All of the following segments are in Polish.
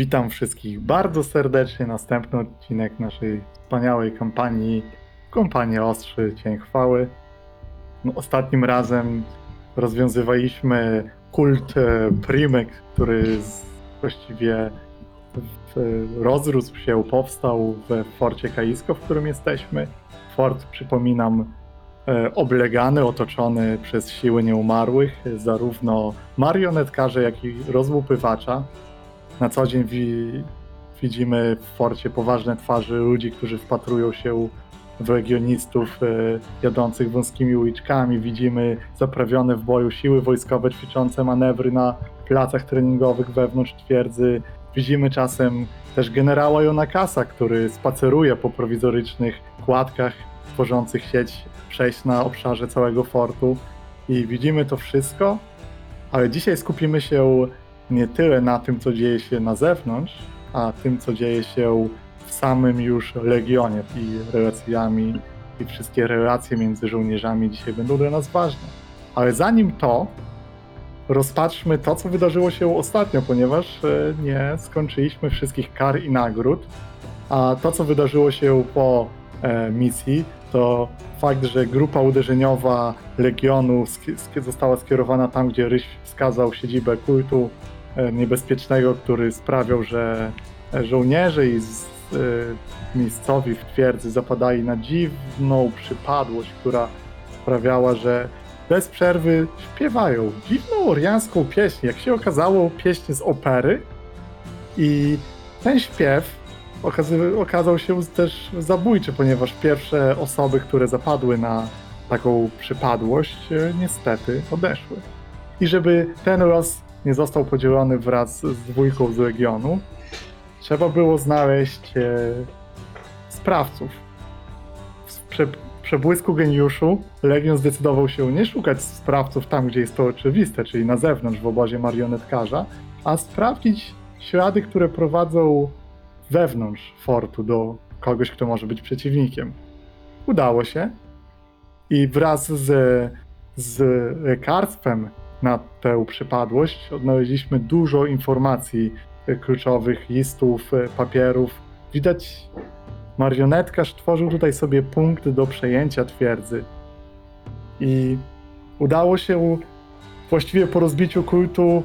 Witam wszystkich bardzo serdecznie. Następny odcinek naszej wspaniałej kampanii Kompania Ostrzy Cień Chwały. Ostatnim razem rozwiązywaliśmy kult Primek, który właściwie rozrósł się, powstał w Forcie Kaisko, w którym jesteśmy. Fort, przypominam, oblegany, otoczony przez siły nieumarłych, zarówno marionetkarze, jak i rozłupywacza. Na co dzień widzimy w forcie poważne twarze ludzi, którzy wpatrują się w legionistów jadących wąskimi uliczkami. Widzimy zaprawione w boju siły wojskowe ćwiczące manewry na placach treningowych wewnątrz twierdzy. Widzimy czasem też generała Jonakasa, który spaceruje po prowizorycznych kładkach tworzących sieć przejść na obszarze całego fortu. I widzimy to wszystko, ale dzisiaj skupimy się nie tyle na tym, co dzieje się na zewnątrz, a tym, co dzieje się w samym już Legionie i relacjami, i wszystkie relacje między żołnierzami dzisiaj będą dla nas ważne. Ale zanim to, rozpatrzmy to, co wydarzyło się ostatnio, ponieważ nie skończyliśmy wszystkich kar i nagród, a to, co wydarzyło się po misji, to fakt, że grupa uderzeniowa Legionu została skierowana tam, gdzie Ryś wskazał siedzibę kultu niebezpiecznego, który sprawiał, że żołnierze i miejscowi w twierdzy zapadali na dziwną przypadłość, która sprawiała, że bez przerwy śpiewają dziwną oriańską pieśń. Jak się okazało, pieśń z opery, i ten śpiew okazał się też zabójczy, ponieważ pierwsze osoby, które zapadły na taką przypadłość, niestety odeszły. I żeby ten los nie został podzielony wraz z dwójką z Legionu, trzeba było znaleźć sprawców. W przebłysku geniuszu Legion zdecydował się nie szukać sprawców tam, gdzie jest to oczywiste, czyli na zewnątrz w obozie marionetkarza, a sprawdzić ślady, które prowadzą wewnątrz fortu do kogoś, kto może być przeciwnikiem. Udało się i wraz z lekarstwem na tę przypadłość odnaleźliśmy dużo informacji kluczowych, listów, papierów. Widać, marionetkarz tworzył tutaj sobie punkt do przejęcia twierdzy. I udało się właściwie po rozbiciu kultu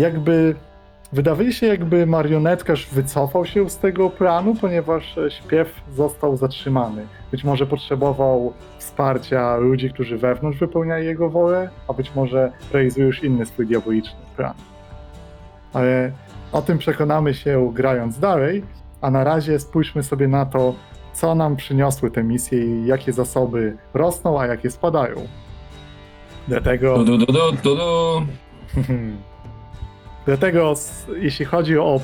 wydaje się, jakby marionetkarz wycofał się z tego planu, ponieważ śpiew został zatrzymany. Być może potrzebował wsparcia ludzi, którzy wewnątrz wypełniają jego wolę, a być może realizuje już inny swój diaboliczny plan. Ale o tym przekonamy się grając dalej, a na razie spójrzmy sobie na to, co nam przyniosły te misje i jakie zasoby rosną, a jakie spadają. Dlatego jeśli chodzi o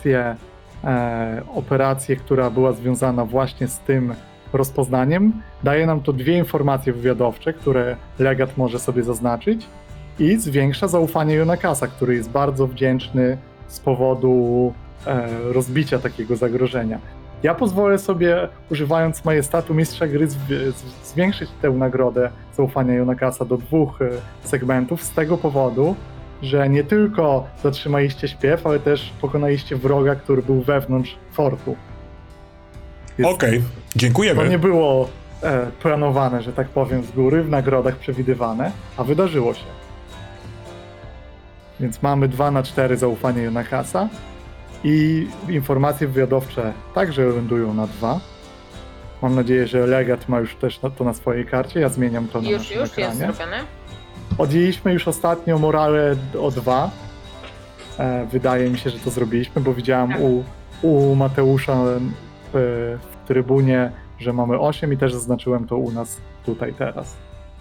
operację, która była związana właśnie z tym rozpoznaniem, daje nam to dwie informacje wywiadowcze, które legat może sobie zaznaczyć, i zwiększa zaufanie Jonakasa, który jest bardzo wdzięczny z powodu rozbicia takiego zagrożenia. Ja pozwolę sobie, używając majestatu mistrza gry, zwiększyć tę nagrodę zaufania Jonakasa do 2 segmentów z tego powodu, że nie tylko zatrzymaliście śpiew, ale też pokonaliście wroga, który był wewnątrz fortu. Okej, dziękujemy. To nie było planowane, że tak powiem, z góry, w nagrodach przewidywane, a wydarzyło się. Więc mamy 2/4 zaufanie Jonakasa i informacje wywiadowcze także lądują na 2. Mam nadzieję, że legat ma już też to na swojej karcie. Ja zmieniam to na naszym ekranie. Już jest zrobione. Odjęliśmy już ostatnio morale o 2. Wydaje mi się, że to zrobiliśmy, bo widziałem Tak. u Mateusza w trybunie, że mamy 8 i też zaznaczyłem to u nas tutaj teraz.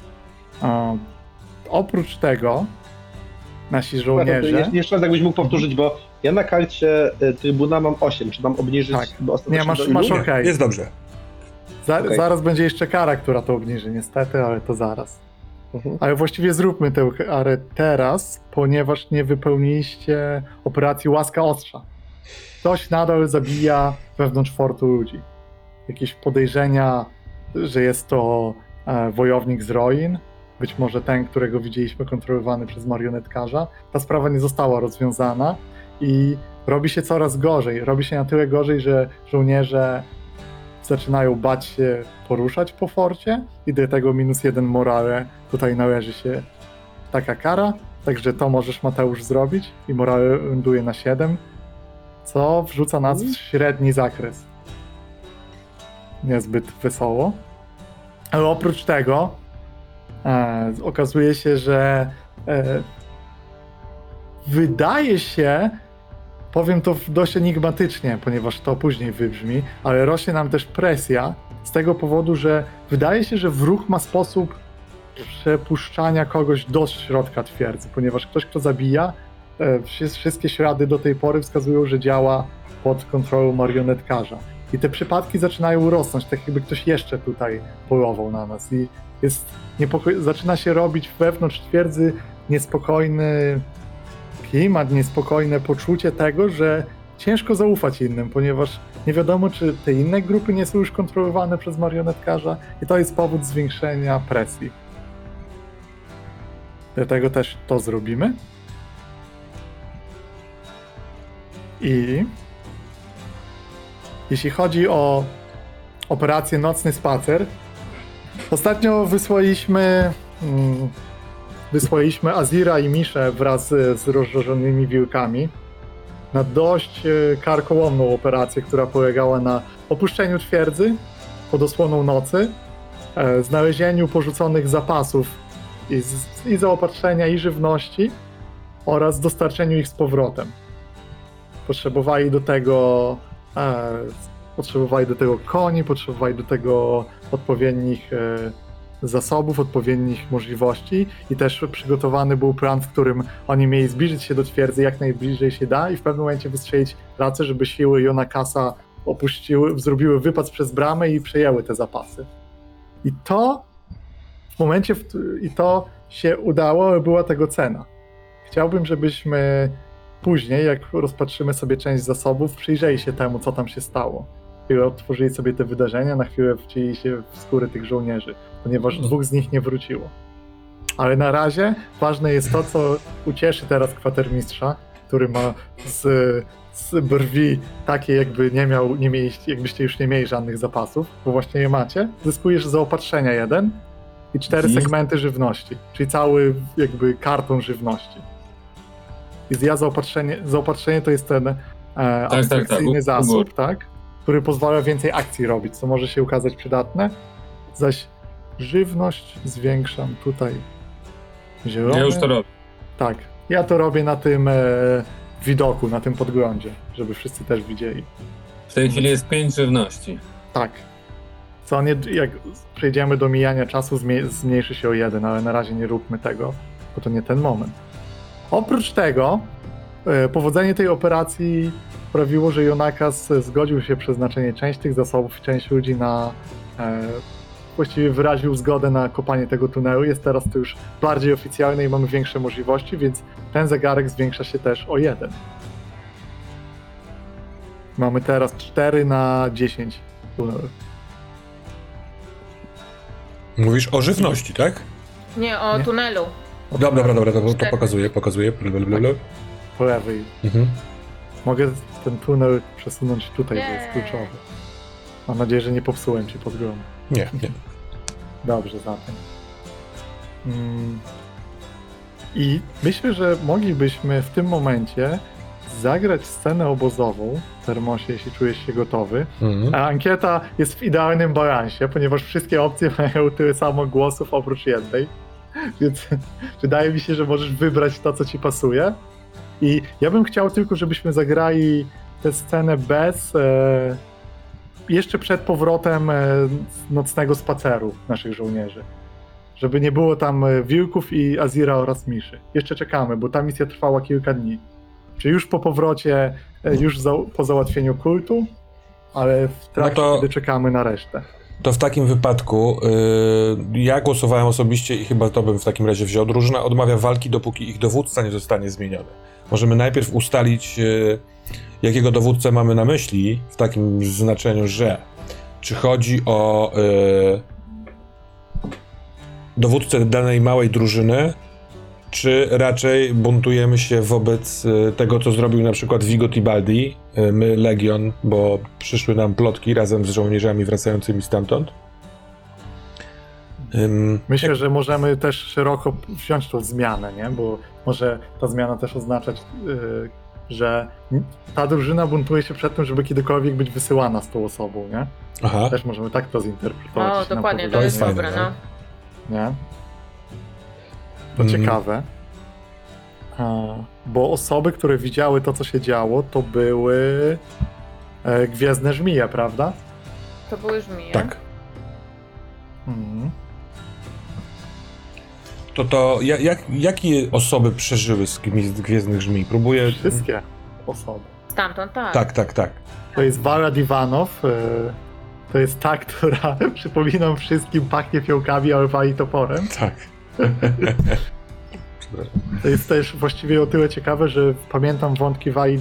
Oprócz tego nasi żołnierze... Jeszcze raz jakbyś mógł powtórzyć, bo ja na karcie trybuna mam 8. Czy mam obniżyć? Tak. do ostatecznie Nie, masz do ilu? okej. Jest dobrze. Okej. Zaraz będzie jeszcze kara, która to obniży, niestety, ale to zaraz. Mhm. Ale właściwie zróbmy tę karę teraz, ponieważ nie wypełniliście operacji Łaska Ostrza. Ktoś nadal zabija wewnątrz fortu ludzi. Jakieś podejrzenia, że jest to wojownik z Roin, być może ten, którego widzieliśmy kontrolowany przez marionetkarza. Ta sprawa nie została rozwiązana i robi się coraz gorzej. Robi się na tyle gorzej, że żołnierze zaczynają bać się poruszać po forcie i do tego -1 morale tutaj należy się taka kara. Także to możesz, Mateusz, zrobić i morale ląduje na 7, co wrzuca nas w średni zakres. Niezbyt wesoło. Ale oprócz tego okazuje się, że wydaje się, powiem to dość enigmatycznie, ponieważ to później wybrzmi, ale rośnie nam też presja z tego powodu, że wydaje się, że wróg ma sposób przepuszczania kogoś do środka twierdzy, ponieważ ktoś, kto zabija, wszystkie ślady do tej pory wskazują, że działa pod kontrolą marionetkarza. I te przypadki zaczynają rosnąć, tak jakby ktoś jeszcze tutaj polował na nas. I zaczyna się robić wewnątrz twierdzy niespokojny klimat, niespokojne poczucie tego, że ciężko zaufać innym, ponieważ nie wiadomo, czy te inne grupy nie są już kontrolowane przez marionetkarza i to jest powód zwiększenia presji. Dlatego też to zrobimy. I jeśli chodzi o operację Nocny Spacer, ostatnio wysłaliśmy Azira i Miszę wraz z rozżarzonymi wilkami na dość karkołomną operację, która polegała na opuszczeniu twierdzy pod osłoną nocy, znalezieniu porzuconych zapasów i zaopatrzenia i żywności oraz dostarczeniu ich z powrotem. Potrzebowali do tego koni, potrzebowali do tego odpowiednich zasobów, odpowiednich możliwości i też przygotowany był plan, w którym oni mieli zbliżyć się do twierdzy jak najbliżej się da i w pewnym momencie wystrzelić racę, żeby siły Jonakasa zrobiły wypad przez bramę i przejęły te zapasy. I to się udało, ale była tego cena. Chciałbym, żebyśmy później, jak rozpatrzymy sobie część zasobów, przyjrzeli się temu, co tam się stało. I otworzyli sobie te wydarzenia, na chwilę wcieli się w skóry tych żołnierzy, ponieważ 2 z nich nie wróciło. Ale na razie ważne jest to, co ucieszy teraz kwatermistrza, który ma z brwi takie, jakbyście już nie mieli żadnych zapasów, bo właśnie je macie. Zyskujesz zaopatrzenia 1 i 4 segmenty żywności, czyli cały jakby karton żywności. I zaopatrzenie to jest ten abstrakcyjny zasób, tak? Który pozwala więcej akcji robić, co może się okazać przydatne. Zaś żywność zwiększam tutaj zielone. Ja już to robię. Tak, ja to robię na tym widoku, na tym podglądzie, żeby wszyscy też widzieli. W tej chwili jest 5 żywności. Tak. Co nie, jak przejdziemy do mijania czasu, zmniejszy się o 1, ale na razie nie róbmy tego, bo to nie ten moment. Oprócz tego, powodzenie tej operacji sprawiło, że Jonakas zgodził się przeznaczenie część tych zasobów i część ludzi właściwie wyraził zgodę na kopanie tego tunelu. Jest teraz to już bardziej oficjalne i mamy większe możliwości, więc ten zegarek zwiększa się też o 1. Mamy teraz 4/10 tunelów. Mówisz o żywności, tak? Nie, o tunelu. Dobra, to pokazuję. Blablabla. Po lewej. Mogę ten tunel przesunąć tutaj, że jest kluczowy. Mam nadzieję, że nie popsułem ci podglądu. Nie. Dobrze, zatem. I myślę, że moglibyśmy w tym momencie zagrać scenę obozową, Termosie, jeśli czujesz się gotowy. A ankieta jest w idealnym balansie, ponieważ wszystkie opcje mają tyle samo głosów oprócz jednej. Więc wydaje mi się, że możesz wybrać to, co ci pasuje. I ja bym chciał tylko, żebyśmy zagrali tę scenę jeszcze przed powrotem nocnego spaceru naszych żołnierzy. Żeby nie było tam wilków i Azira oraz Miszy. Jeszcze czekamy, bo ta misja trwała kilka dni. Czyli już po powrocie, po załatwieniu kultu, ale w trakcie, kiedy czekamy na resztę. To w takim wypadku ja głosowałem osobiście i chyba to bym w takim razie wziął. Drużyna odmawia walki, dopóki ich dowódca nie zostanie zmieniony. Możemy najpierw ustalić, jakiego dowódcę mamy na myśli, w takim znaczeniu, że czy chodzi o dowódcę danej małej drużyny, czy raczej buntujemy się wobec tego, co zrobił na przykład Vigo Tibaldi, my Legion, bo przyszły nam plotki razem z żołnierzami wracającymi stamtąd. Myślę, że możemy też szeroko wziąć tą zmianę, nie? Bo może ta zmiana też oznaczać, że ta drużyna buntuje się przed tym, żeby kiedykolwiek być wysyłana z tą osobą, nie? Aha, Też możemy tak to zinterpretować. No, jeśli nam dokładnie, to powiedzą, jest fajne, dobre, no. no. Nie? To ciekawe. Bo osoby, które widziały to, co się działo, to były Gwiezdne Żmije, prawda? To były żmije. tak. Mhm. Jakie osoby przeżyły z Gwiezdnych Żmij? Próbuję... Wszystkie osoby. Stamtąd, tak. Tak. To jest Wara Divanow. To jest ta, która, przypominam wszystkim, pachnie fiołkami, ale wali toporem. Tak. To jest też właściwie o tyle ciekawe, że pamiętam wątki Wali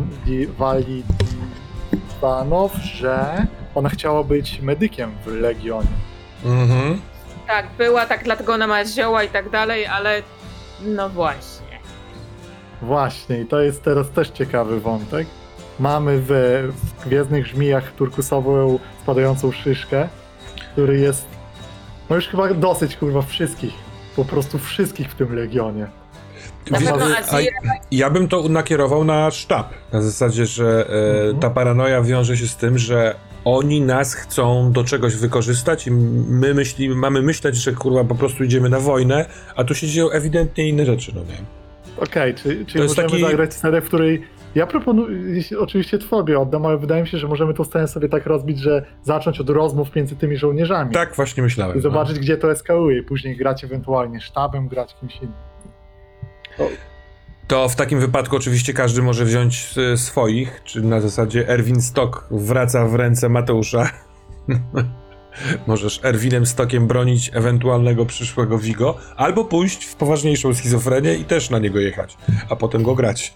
Divanow, że ona chciała być medykiem w Legionie. Mhm. Tak, była, tak, dlatego ona ma zioła i tak dalej, ale no właśnie. Właśnie, i to jest teraz też ciekawy wątek. Mamy w Gwiezdnych Żmijach turkusową spadającą szyszkę, który jest, no już chyba dosyć, kurwa, wszystkich. Po prostu wszystkich w tym Legionie. Na Wie- pewno a- Azir, Ja bym to nakierował na sztab. Na zasadzie, że ta paranoja wiąże się z tym, że oni nas chcą do czegoś wykorzystać i my mamy myśleć, że kurwa po prostu idziemy na wojnę, a tu się dzieją ewidentnie inne rzeczy, no nie? Okej, czyli To jest możemy taki- zagrać scenę, w której ja proponuję, oczywiście tobie oddam, ale wydaje mi się, że możemy tą scenę sobie tak rozbić, że zacząć od rozmów między tymi żołnierzami. Tak właśnie myślałem. I zobaczyć, gdzie to eskaluje. Później grać ewentualnie sztabem, grać kimś innym. To w takim wypadku oczywiście każdy może wziąć swoich, czy na zasadzie Erwin Stok wraca w ręce Mateusza. Możesz Erwinem Stokiem bronić ewentualnego przyszłego Vigo, albo pójść w poważniejszą schizofrenię i też na niego jechać, a potem go grać.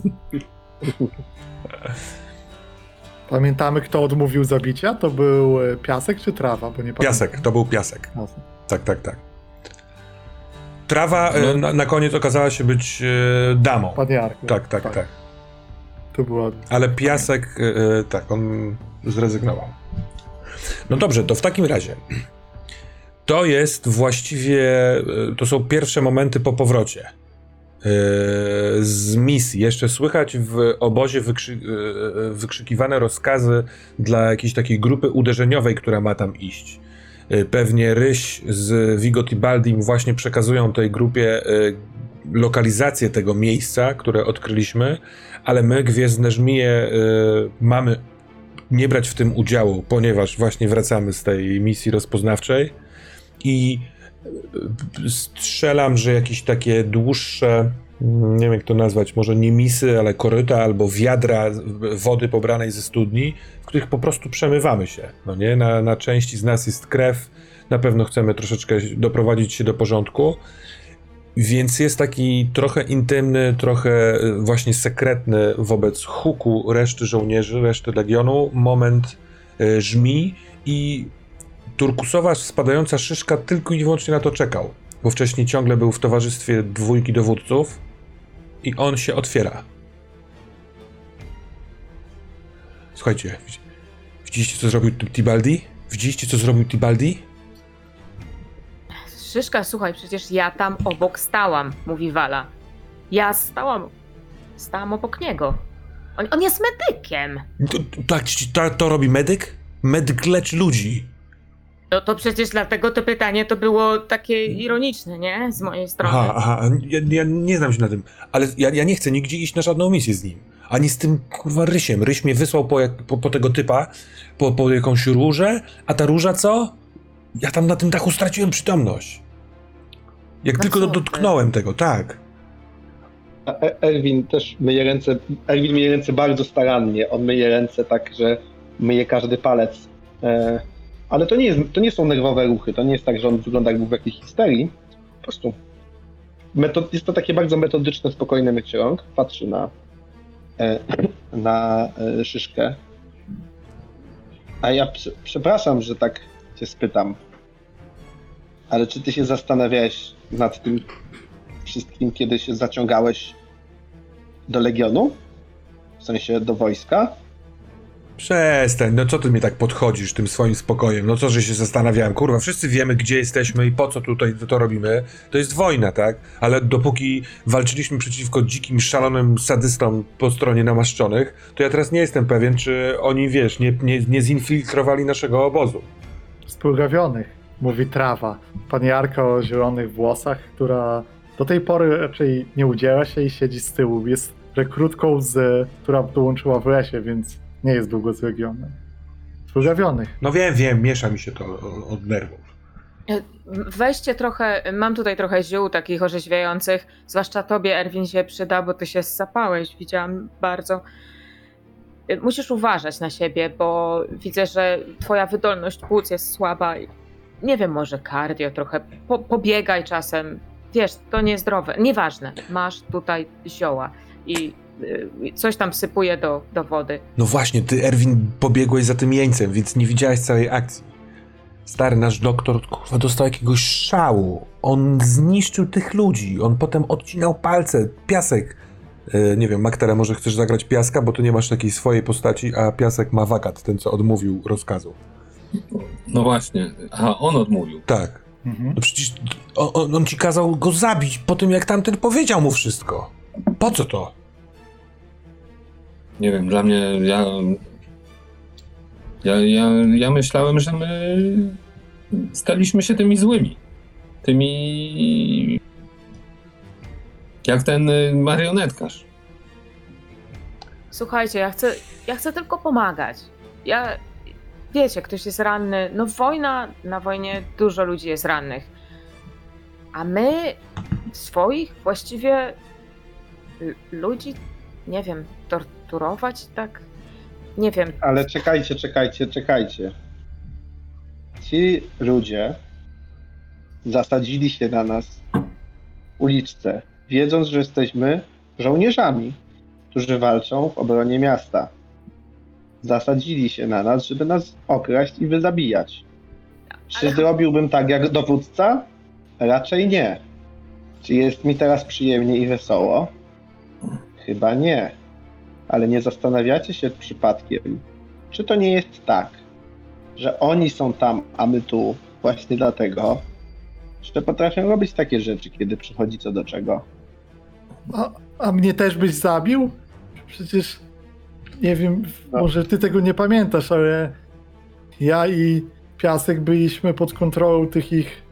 Pamiętamy, kto odmówił zabicia? To był Piasek czy Trawa? Bo nie Piasek, to był Piasek. Piasek. Tak. Trawa na koniec okazała się być damą. Paniarka. Tak. To była... Ale Piasek, tak, on zrezygnował. No dobrze, to w takim razie to jest właściwie, to są pierwsze momenty po powrocie z misji. Jeszcze słychać w obozie wykrzykiwane rozkazy dla jakiejś takiej grupy uderzeniowej, która ma tam iść. Pewnie Ryś z Vigo Tibaldim właśnie przekazują tej grupie lokalizację tego miejsca, które odkryliśmy, ale my, Gwiezdne Żmije, mamy nie brać w tym udziału, ponieważ właśnie wracamy z tej misji rozpoznawczej i strzelam, że jakieś takie dłuższe, nie wiem jak to nazwać, może nie misy, ale koryta albo wiadra wody pobranej ze studni, w których po prostu przemywamy się, no nie? Na części z nas jest krew, na pewno chcemy troszeczkę doprowadzić się do porządku, więc jest taki trochę intymny, trochę właśnie sekretny wobec huku reszty żołnierzy, reszty Legionu, moment żmi i turkusowa spadająca szyszka tylko i wyłącznie na to czekał, bo wcześniej ciągle był w towarzystwie dwójki dowódców i on się otwiera. Słuchajcie, widzieliście co zrobił Tibaldi? Widzieliście co zrobił Tibaldi? Szyszka, słuchaj, przecież ja tam obok stałam, mówi Wala. Ja stałam obok niego. On jest medykiem. To robi medyk? Medyk leczy ludzi. No to przecież dlatego to pytanie to było takie ironiczne, nie? Z mojej strony. Aha, ja nie znam się na tym, ale ja nie chcę nigdzie iść na żadną misję z nim. Ani z tym, kurwa, Rysiem. Ryś mnie wysłał po tego typa, po jakąś różę, a ta róża co? Ja tam na tym dachu straciłem przytomność. Jak No tylko co ty? dotknąłem tego, tak. A Erwin też myje ręce. Erwin myje ręce bardzo starannie. On myje ręce tak, że myje każdy palec. Ale to nie są nerwowe ruchy. To nie jest tak, że on wygląda jak był w jakiejś histerii. Po prostu. Jest to takie bardzo metodyczne, spokojne mycie rąk. Patrzy na szyszkę. A ja przepraszam, że tak cię spytam. Ale czy ty się zastanawiałeś nad tym, wszystkim, kiedy się zaciągałeś do Legionu? W sensie do wojska? Przestań, no co ty mnie tak podchodzisz tym swoim spokojem? No co, że się zastanawiałem? Kurwa, wszyscy wiemy, gdzie jesteśmy i po co tutaj to robimy. To jest wojna, tak? Ale dopóki walczyliśmy przeciwko dzikim, szalonym sadystom po stronie namaszczonych, to ja teraz nie jestem pewien, czy oni, wiesz, nie zinfiltrowali naszego obozu. Spługawionych, mówi trawa. Paniarka o zielonych włosach, która do tej pory raczej nie udziela się i siedzi z tyłu. Jest rekrutką, która dołączyła w lesie, więc nie jest długo z regionem. Spługawionych. No wiem, miesza mi się to od nerwów. Weźcie trochę, mam tutaj trochę ziół takich orzeźwiających, zwłaszcza tobie, Erwin, się przyda, bo ty się ssapałeś, widziałam bardzo. Musisz uważać na siebie, bo widzę, że twoja wydolność płuc jest słaba. Nie wiem, może cardio trochę, pobiegaj czasem. Wiesz, to niezdrowe, nieważne, masz tutaj zioła i coś tam sypuje do wody. No właśnie, ty, Erwin, pobiegłeś za tym jeńcem, więc nie widziałeś całej akcji. Stary nasz doktor, kurwa, dostał jakiegoś szału. On zniszczył tych ludzi. On potem odcinał palce, piasek. Nie wiem, Maktera, może chcesz zagrać piaska, bo tu nie masz takiej swojej postaci, a piasek ma wakat, ten co odmówił rozkazu. No właśnie, a on odmówił. Tak. Mhm. No przecież on ci kazał go zabić po tym, jak tamten powiedział mu wszystko. Po co to? Nie wiem, dla mnie, ja myślałem, że my staliśmy się tymi złymi. Tymi... Jak ten marionetkarz. Słuchajcie, ja chcę tylko pomagać. Wiecie, ktoś jest ranny. No na wojnie dużo ludzi jest rannych. A my swoich właściwie ludzi, nie wiem, torturować tak? Nie wiem. Ale czekajcie. Ci ludzie zasadzili się na nas uliczce, wiedząc, że jesteśmy żołnierzami, którzy walczą w obronie miasta. Zasadzili się na nas, żeby nas okraść i wyzabijać. Czy zrobiłbym tak jak dowódca? Raczej nie. Czy jest mi teraz przyjemnie i wesoło? Chyba nie. Ale nie zastanawiacie się przypadkiem, czy to nie jest tak, że oni są tam, a my tu właśnie dlatego, że potrafią robić takie rzeczy, kiedy przychodzi co do czego. A mnie też byś zabił? Przecież, nie wiem, może ty tego nie pamiętasz, ale ja i Piasek byliśmy pod kontrolą tych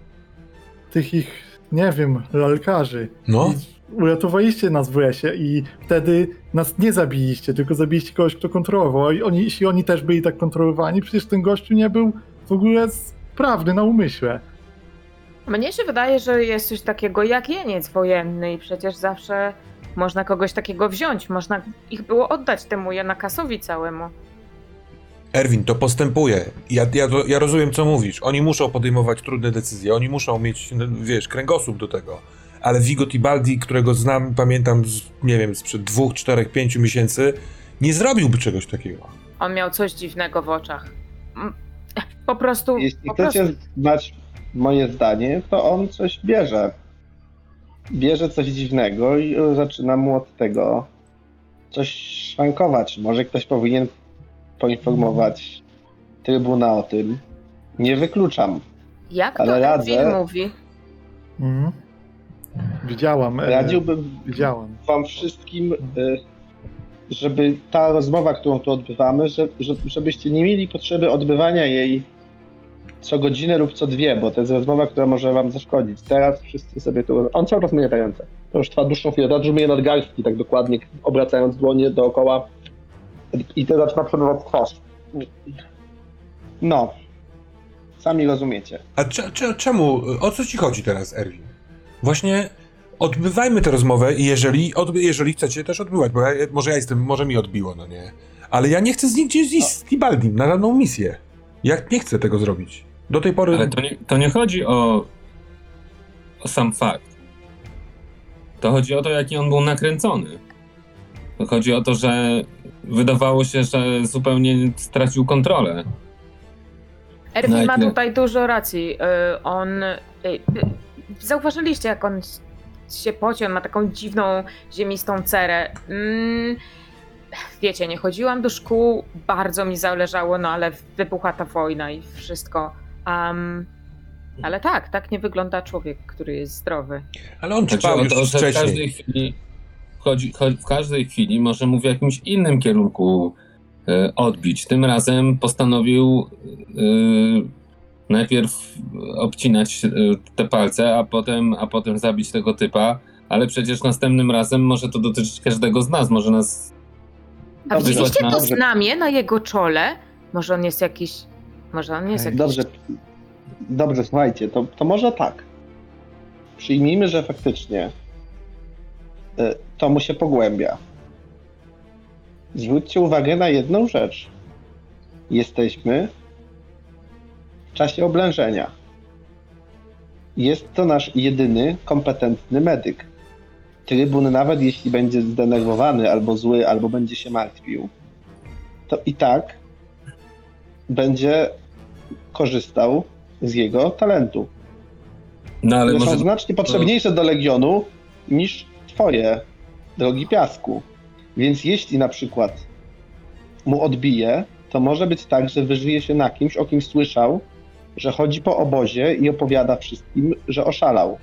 ich, nie wiem, lalkarzy. No. I uratowaliście nas w lesie i wtedy nas nie zabiliście, tylko zabiliście kogoś, kto kontrolował. Jeśli oni też byli tak kontrolowani, przecież ten gościu nie był w ogóle sprawny na umyśle. Mnie się wydaje, że jest coś takiego jak jeniec wojenny i przecież zawsze można kogoś takiego wziąć. Można ich było oddać temu Janakasowi całemu. Erwin, to postępuje. Ja rozumiem, co mówisz. Oni muszą podejmować trudne decyzje, oni muszą mieć, wiesz, kręgosłup do tego. Ale Vigo Tibaldi, którego znam, pamiętam, nie wiem, sprzed 2, 4, 5 miesięcy, nie zrobiłby czegoś takiego. On miał coś dziwnego w oczach. Po prostu... Jeśli po chcecie prostu. znać moje zdanie, to on coś bierze. Bierze coś dziwnego i zaczyna mu od tego coś szwankować. Może ktoś powinien poinformować trybuna o tym. Nie wykluczam. Jak ale to radzę- Erwin mówi? Mhm. Widziałam. Radziłbym Widziałam. wam wszystkim, żeby ta rozmowa, którą tu odbywamy, żebyście nie mieli potrzeby odbywania jej co godzinę lub co 2, bo to jest rozmowa, która może wam zaszkodzić. Teraz wszyscy sobie tu... On cały czas myje te ręce. To już trwa dłuższą chwilę. Teraz myje nadgarstki tak dokładnie, obracając dłonie dookoła i to zaczyna przebywać twarz. No. Sami rozumiecie. A czemu? O co ci chodzi teraz, Erwin? Właśnie odbywajmy tę rozmowę i jeżeli chcecie też odbywać, bo może mi odbiło, no nie. Ale ja nie chcę nigdzie zjeść z Tibaldim na żadną misję. Ja nie chcę tego zrobić. Do tej pory... Ale to nie chodzi o sam fakt. To chodzi o to, jaki on był nakręcony. To chodzi o to, że wydawało się, że zupełnie stracił kontrolę. Erwin ma Najpierw- tutaj dużo racji. Zauważyliście, jak on się poci, on ma taką dziwną, ziemistą cerę. Wiecie, nie chodziłam do szkół, bardzo mi zależało, no ale wybuchła ta wojna i wszystko. Ale tak nie wygląda człowiek, który jest zdrowy. Ale on Chodzi ćpał o już to, że w wcześniej. każdej chwili w każdej chwili może mu w jakimś innym kierunku odbić. Tym razem postanowił najpierw obcinać te palce, a potem zabić tego typa, ale przecież następnym razem może to dotyczyć każdego z nas, może nas A Dobrze, widzieliście to dobrze. znamie na jego czole? Może on jest jakiś... Dobrze, słuchajcie, to może tak. Przyjmijmy, że faktycznie to mu się pogłębia. Zwróćcie uwagę na jedną rzecz. Jesteśmy w czasie oblężenia. Jest to nasz jedyny kompetentny medyk. Trybun, nawet jeśli będzie zdenerwowany albo zły, albo będzie się martwił, to i tak będzie korzystał z jego talentu. No ale Które może są znacznie potrzebniejsze do Legionu niż twoje, drogi Piasku. Więc jeśli na przykład mu odbije, to może być tak, że wyżyje się na kimś, o kim słyszał, że chodzi po obozie i opowiada wszystkim, że oszalał.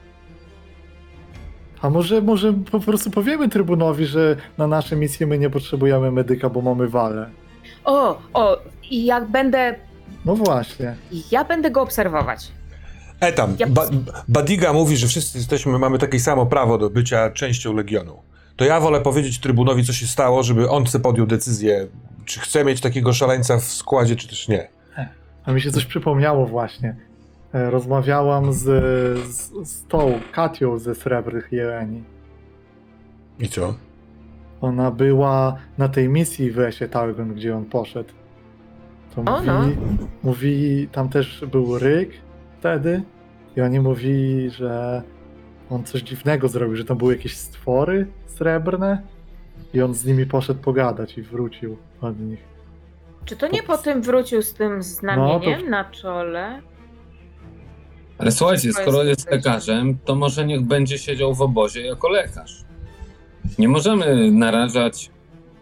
A może po prostu powiemy trybunowi, że na nasze misje my nie potrzebujemy medyka, bo mamy walę. I jak będę... No właśnie. Ja będę go obserwować. Tam, Badiga mówi, że wszyscy mamy takie samo prawo do bycia częścią Legionu. To ja wolę powiedzieć trybunowi, co się stało, żeby on sobie podjął decyzję, czy chce mieć takiego szaleńca w składzie, czy też nie. A mi się coś przypomniało właśnie. Rozmawiałam z tą Katią ze Srebrnych Jeleni. I co? Ona była na tej misji w Esie Talgon, gdzie on poszedł. To mówi, tam też był Ryk wtedy i oni mówili, że on coś dziwnego zrobił, że tam były jakieś stwory srebrne i on z nimi poszedł pogadać i wrócił od nich. Czy to nie potem wrócił z tym znamieniem na czole? Ale słuchajcie, To skoro jest jest lekarzem, to może niech będzie siedział w obozie jako lekarz. Nie możemy narażać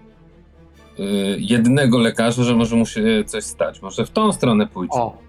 jednego lekarza, że może mu się coś stać. Może w tą stronę pójdzie. O!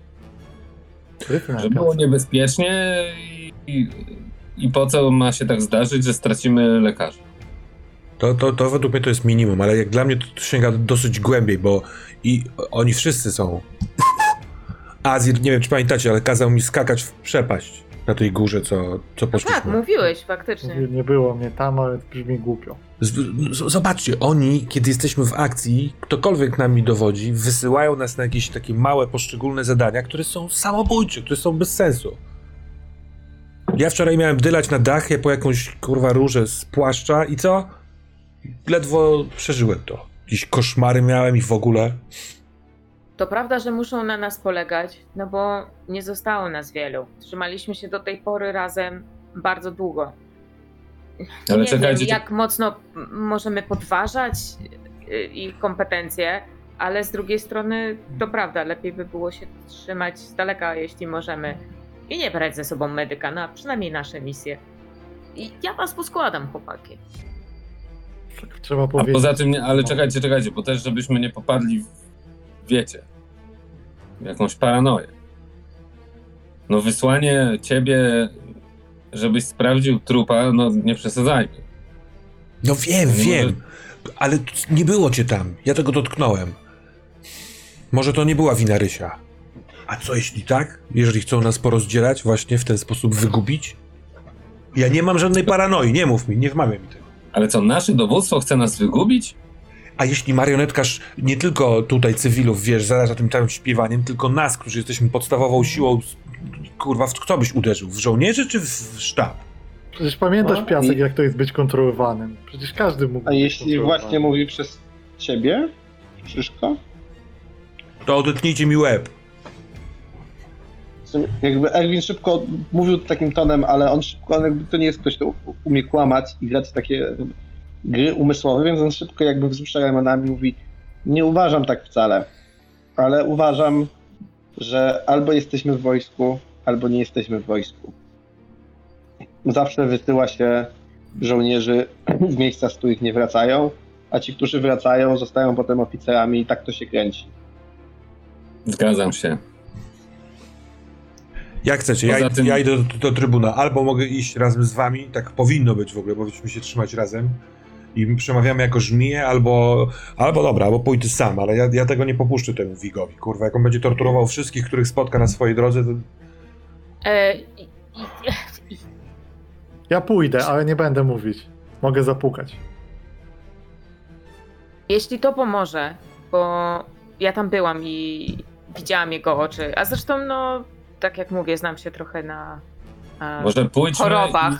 Że było niebezpiecznie i po co ma się tak zdarzyć, że stracimy lekarza. To według mnie to jest minimum, ale jak dla mnie to sięga dosyć głębiej, bo i oni wszyscy są. Azir, nie wiem czy pamiętacie, ale kazał mi skakać w przepaść na tej górze, co poszliśmy. Tak, mówiłeś faktycznie. Nie było mnie tam, ale to brzmi głupio. Zobaczcie, oni, kiedy jesteśmy w akcji, ktokolwiek nami dowodzi, wysyłają nas na jakieś takie małe, poszczególne zadania, które są samobójcze, które są bez sensu. Ja wczoraj miałem dylać na dachie po jakąś, kurwa, różę z płaszcza i co? Ledwo przeżyłem to. Jakieś koszmary miałem i w ogóle. To prawda, że muszą na nas polegać, no bo nie zostało nas wielu. Trzymaliśmy się do tej pory razem bardzo długo. Ale nie czekajcie, wiem, jak mocno możemy podważać ich kompetencje, ale z drugiej strony to prawda, lepiej by było się trzymać z daleka, jeśli możemy. I nie brać ze sobą medyka na przynajmniej nasze misje. I ja was poskładam, chłopaki. Tak trzeba A powiedzieć. poza tym, ale czekajcie, bo też żebyśmy nie popadli wiecie, w jakąś paranoję. No wysłanie ciebie, żebyś sprawdził trupa, no nie przesadzajmy. No wiem, Nie wiem, może- ale nie było cię tam. Ja tego dotknąłem. Może to nie była wina Rysia. A co jeśli tak? Jeżeli chcą nas porozdzielać, właśnie w ten sposób wygubić? Ja nie mam żadnej paranoi, nie mów mi, nie wmawiaj mi tego. Ale co, nasze dowództwo chce nas wygubić? A jeśli marionetkarz nie tylko tutaj cywilów, wiesz, zależy tym całym śpiewaniem, tylko nas, którzy jesteśmy podstawową siłą, kurwa, w kto byś uderzył? W żołnierzy czy w sztab? Przecież pamiętasz, No, Piasek, i- jak to jest być kontrolowanym. Przecież każdy mógł A być jeśli kontrolowany. właśnie mówi przez ciebie, Szyszko? To odetnijcie mi łeb. Jakby Erwin szybko mówił takim tonem, ale on to nie jest ktoś, kto umie kłamać i grać takie gry umysłowe, więc on szybko jakby wzrusza ramionami, mówi: nie uważam tak wcale, ale uważam, że albo jesteśmy w wojsku, albo nie jesteśmy w wojsku. zawsze wysyła się żołnierzy w miejsca, z których nie wracają, a ci, którzy wracają, zostają potem oficerami i tak to się kręci. Zgadzam się. Jak chcecie, Poza tym- ja idę do trybuna. Albo mogę iść razem z wami, tak powinno być w ogóle, powinniśmy się trzymać razem i przemawiamy jako żmije, albo dobra, albo pójdę sam, ale ja tego nie popuszczę temu Wigowi, kurwa. Jak on będzie torturował wszystkich, których spotka na swojej drodze, to... Ja pójdę, ale nie będę mówić. Mogę zapukać. Jeśli to pomoże, bo ja tam byłam i widziałam jego oczy, a zresztą no, tak jak mówię, znam się trochę na Może pójdźmy chorobach.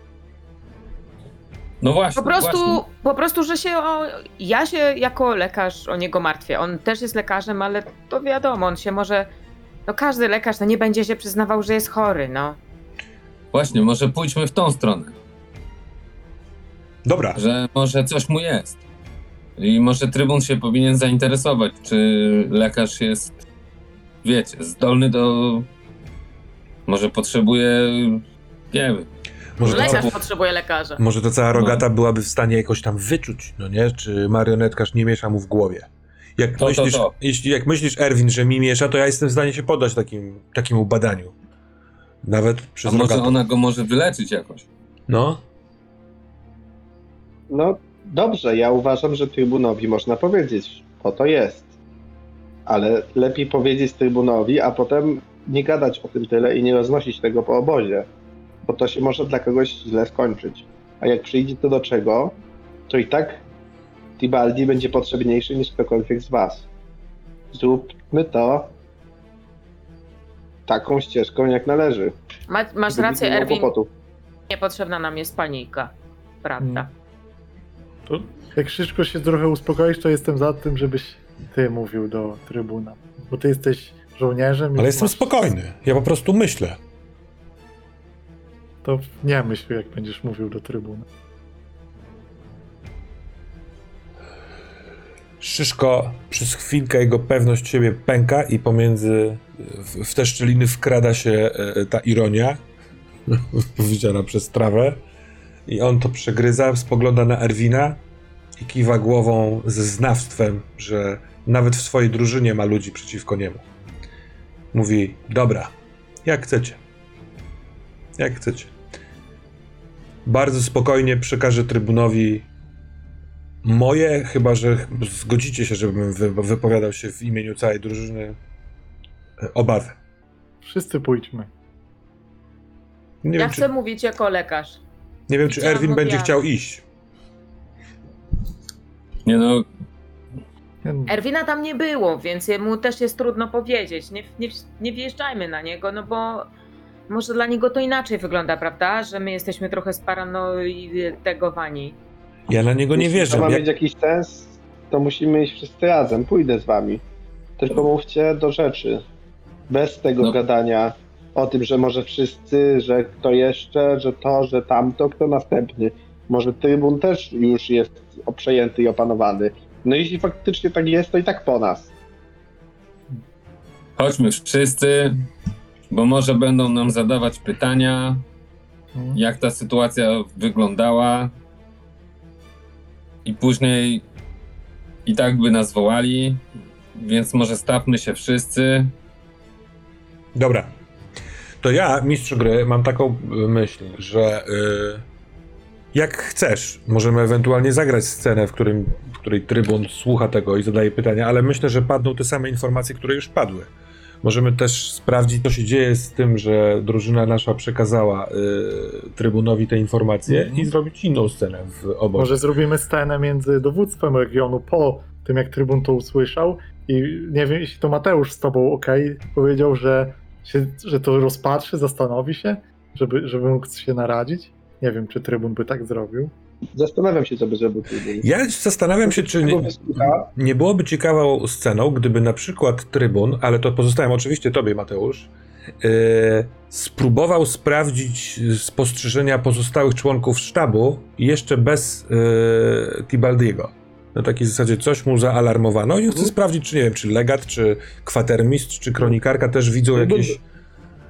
No właśnie, właśnie. Po prostu, że ja się jako lekarz o niego martwię. On też jest lekarzem, ale to wiadomo, on się może, no każdy lekarz nie będzie się przyznawał, że jest chory, no. Właśnie, może pójdźmy w tą stronę. Dobra, Że może coś mu jest. I może trybun się powinien zainteresować, czy lekarz jest, wiecie, zdolny do... Może potrzebuje, nie wiem. może Lekarz potrzebuje lekarza. Może ta cała rogata byłaby w stanie jakoś tam wyczuć, no nie? Czy marionetkarz nie miesza mu w głowie. Jak myślisz, Erwin, że mi miesza, to ja jestem w stanie się poddać takiemu badaniu. Nawet A przez może rogatę. ona go może wyleczyć jakoś. No, No dobrze, ja uważam, że trybunowi można powiedzieć, po to jest. Ale lepiej powiedzieć trybunowi, a potem nie gadać o tym tyle i nie roznosić tego po obozie. Bo to się może dla kogoś źle skończyć. A jak przyjdzie to do czego, to i tak Tibaldi będzie potrzebniejszy niż ktokolwiek z was. Zróbmy to taką ścieżką, jak należy. Masz żeby rację, nie było Erwin, kłopotów. niepotrzebna nam jest panika. Prawda. To jak Szyszko się trochę uspokoisz, to jestem za tym, żebyś ty mówił do trybuna. Bo ty jesteś żołnierzem. i ale jestem masz- spokojny. Ja po prostu myślę. To nie myśl, jak będziesz mówił do trybuna. Szyszko, przez chwilkę jego pewność siebie pęka i pomiędzy w te szczeliny wkrada się ta ironia widziana przez trawę i on to przegryza, spogląda na Erwina i kiwa głową ze znawstwem, że nawet w swojej drużynie ma ludzi przeciwko niemu. Mówi, dobra, jak chcecie. Jak chcecie. Bardzo spokojnie przekażę trybunowi moje, chyba że zgodzicie się, żebym wypowiadał się w imieniu całej drużyny, obawy. Wszyscy pójdźmy. Nie Ja wiem, chcę mówić jako lekarz. nie wiem, czy Widziałam Erwin będzie objawy. chciał iść. Nie no, Erwina tam nie było, więc mu też jest trudno powiedzieć. Nie wjeżdżajmy na niego, no bo może dla niego to inaczej wygląda, prawda? Że my jesteśmy trochę sparanoidegowani. Ja na niego nie Jeśli wierzę. to ma Ja, mieć jakiś sens, to musimy iść wszyscy razem. Pójdę z wami. Tylko mówcie do rzeczy. Bez tego No. gadania o tym, że może wszyscy, że kto jeszcze, że to, że tamto, kto następny. Może trybun też już jest przejęty i opanowany. No jeśli faktycznie tak jest, to i tak po nas. chodźmy wszyscy, bo może będą nam zadawać pytania, Mhm. jak ta sytuacja wyglądała i później i tak by nas wołali, więc może stawmy się wszyscy. dobra. To ja, mistrz gry, mam taką myśl, że jak chcesz, możemy ewentualnie zagrać scenę, w której trybun słucha tego i zadaje pytania, ale myślę, że padną te same informacje, które już padły. Możemy też sprawdzić, co się dzieje z tym, że drużyna nasza przekazała trybunowi te informacje i zrobić inną scenę w obozie. Może zrobimy scenę między dowództwem regionu po tym, jak trybun to usłyszał i nie wiem, jeśli to Mateusz z tobą powiedział, że to rozpatrzy, zastanowi się, żeby mógł się naradzić. Nie wiem, czy trybun by tak zrobił. Zastanawiam się, co by zrobił trybun. Ja zastanawiam się, czy nie byłoby ciekawą sceną, gdyby na przykład trybun, ale to pozostawiam oczywiście tobie, Mateusz, spróbował sprawdzić spostrzeżenia pozostałych członków sztabu jeszcze bez Tibaldiego. Na takiej zasadzie coś mu zaalarmowano i chce sprawdzić, czy nie wiem, czy legat, czy kwatermistrz, czy kronikarka też widzą jakieś...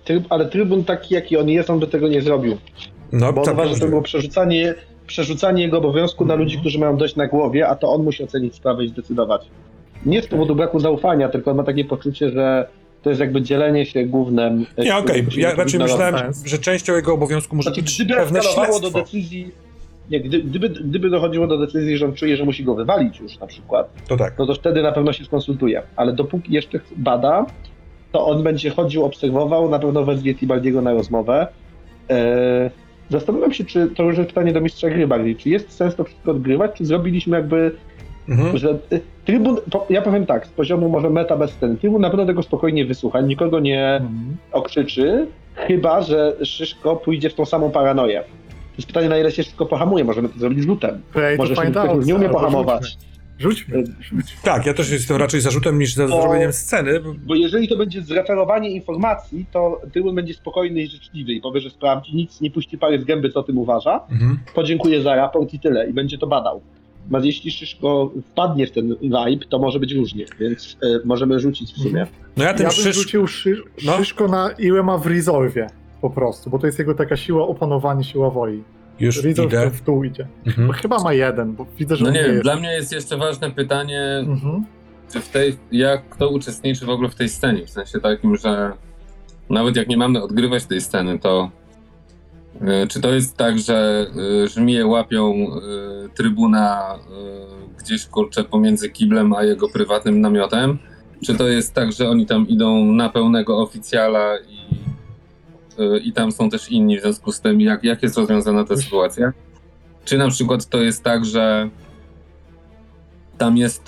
ale trybun taki, jaki on jest, on by tego nie zrobił. No, Bo on tak, uważa, że to możliwe. było przerzucanie jego obowiązku na ludzi, którzy mają dość na głowie, a to on musi ocenić sprawę i zdecydować. Nie z powodu braku zaufania, tylko on ma takie poczucie, że to jest jakby dzielenie się gównem. Nie, okej, które się ja nie raczej powinno myślałem, robić. że częścią jego obowiązku może Znaczy, być gdyby pewne eskalowało do śledztwo. decyzji, nie, gdyby dochodziło do decyzji, że on czuje, że musi go wywalić już na przykład, To tak. no to wtedy na pewno się skonsultuje. Ale dopóki jeszcze bada, to on będzie chodził, obserwował, na pewno wezwie Tibaldiego na rozmowę. Zastanawiam się, czy to już jest pytanie do mistrza gry bardziej, czy jest sens to wszystko odgrywać, czy zrobiliśmy jakby, że trybun, ja powiem tak, z poziomu może meta bez sceny, trybun na pewno tego spokojnie wysłucha, nikogo nie okrzyczy, chyba że Szyszko pójdzie w tą samą paranoję. To jest pytanie, na ile się Szyszko pohamuje, możemy to zrobić rzutem. Play Może to find Szyszko out, nie umie albo pohamować. Rzućmy. Tak, ja też jestem raczej zarzutem niż za zrobieniem sceny. Bo jeżeli to będzie zreferowanie informacji, to trybun będzie spokojny i życzliwy i powie, że sprawdzi, nic nie puści pary z gęby, co o tym uważa, podziękuję za raport i tyle, i będzie to badał. Natomiast jeśli Szyszko wpadnie w ten vibe, to może być różnie, więc możemy rzucić w sumie. No ja tym Ja bym rzucił No. Szyszko na ile ma w Resolve po prostu, bo to jest jego taka siła opanowania, siła woli. już Resolve idę. to w dół idzie. Bo chyba ma jeden, bo widzę, że No on nie nie wiem, jest. dla mnie jest jeszcze ważne pytanie, Mhm. czy jak kto uczestniczy w ogóle w tej scenie, w sensie takim, że nawet jak nie mamy odgrywać tej sceny, to czy to jest tak, że żmije łapią trybuna gdzieś, kurczę, pomiędzy kiblem a jego prywatnym namiotem, czy to jest tak, że oni tam idą na pełnego oficjala i tam są też inni w związku z tym, jak jest rozwiązana ta sytuacja? Czy na przykład to jest tak, że tam jest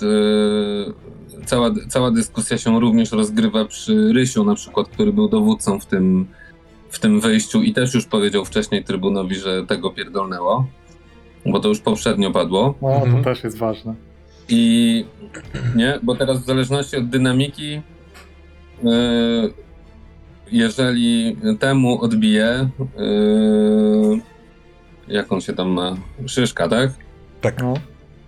cała dyskusja się również rozgrywa przy Rysiu na przykład, który był dowódcą w tym wyjściu i też już powiedział wcześniej trybunowi, że tego pierdolnęło, bo to już poprzednio padło. No, to też jest ważne. I nie, bo teraz w zależności od dynamiki, jeżeli temu odbije, jak on się tam ma, Szyszka, tak? Tak. No.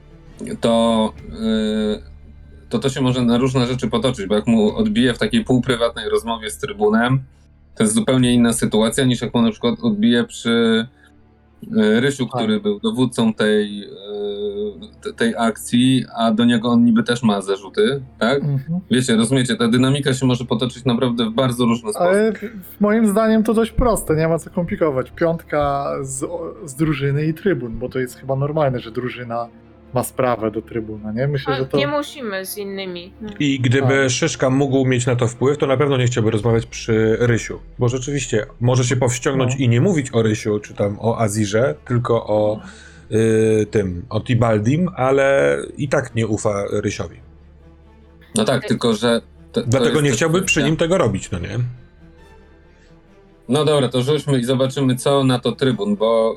To się może na różne rzeczy potoczyć, bo jak mu odbije w takiej półprywatnej rozmowie z trybunem, to jest zupełnie inna sytuacja niż jak mu na przykład odbije przy Rysiu, który był dowódcą tej akcji, a do niego on niby też ma zarzuty, tak? Wiecie, rozumiecie, ta dynamika się może potoczyć naprawdę w bardzo różny sposób. Ale moim zdaniem to dość proste, nie ma co komplikować. Piątka z drużyny i trybun, bo to jest chyba normalne, że drużyna ma sprawę do trybuna, nie? Myślę, że to... Nie musimy z innymi. I gdyby Szyszka mógł mieć na to wpływ, to na pewno nie chciałby rozmawiać przy Rysiu. Bo rzeczywiście może się powściągnąć i nie mówić o Rysiu, czy tam o Azirze, tylko o o Tibaldim, ale i tak nie ufa Rysiowi. No tak, tylko że... Dlatego nie chciałby przy nim tego robić, no nie? No dobra, to rzućmy i zobaczymy, co na to trybun,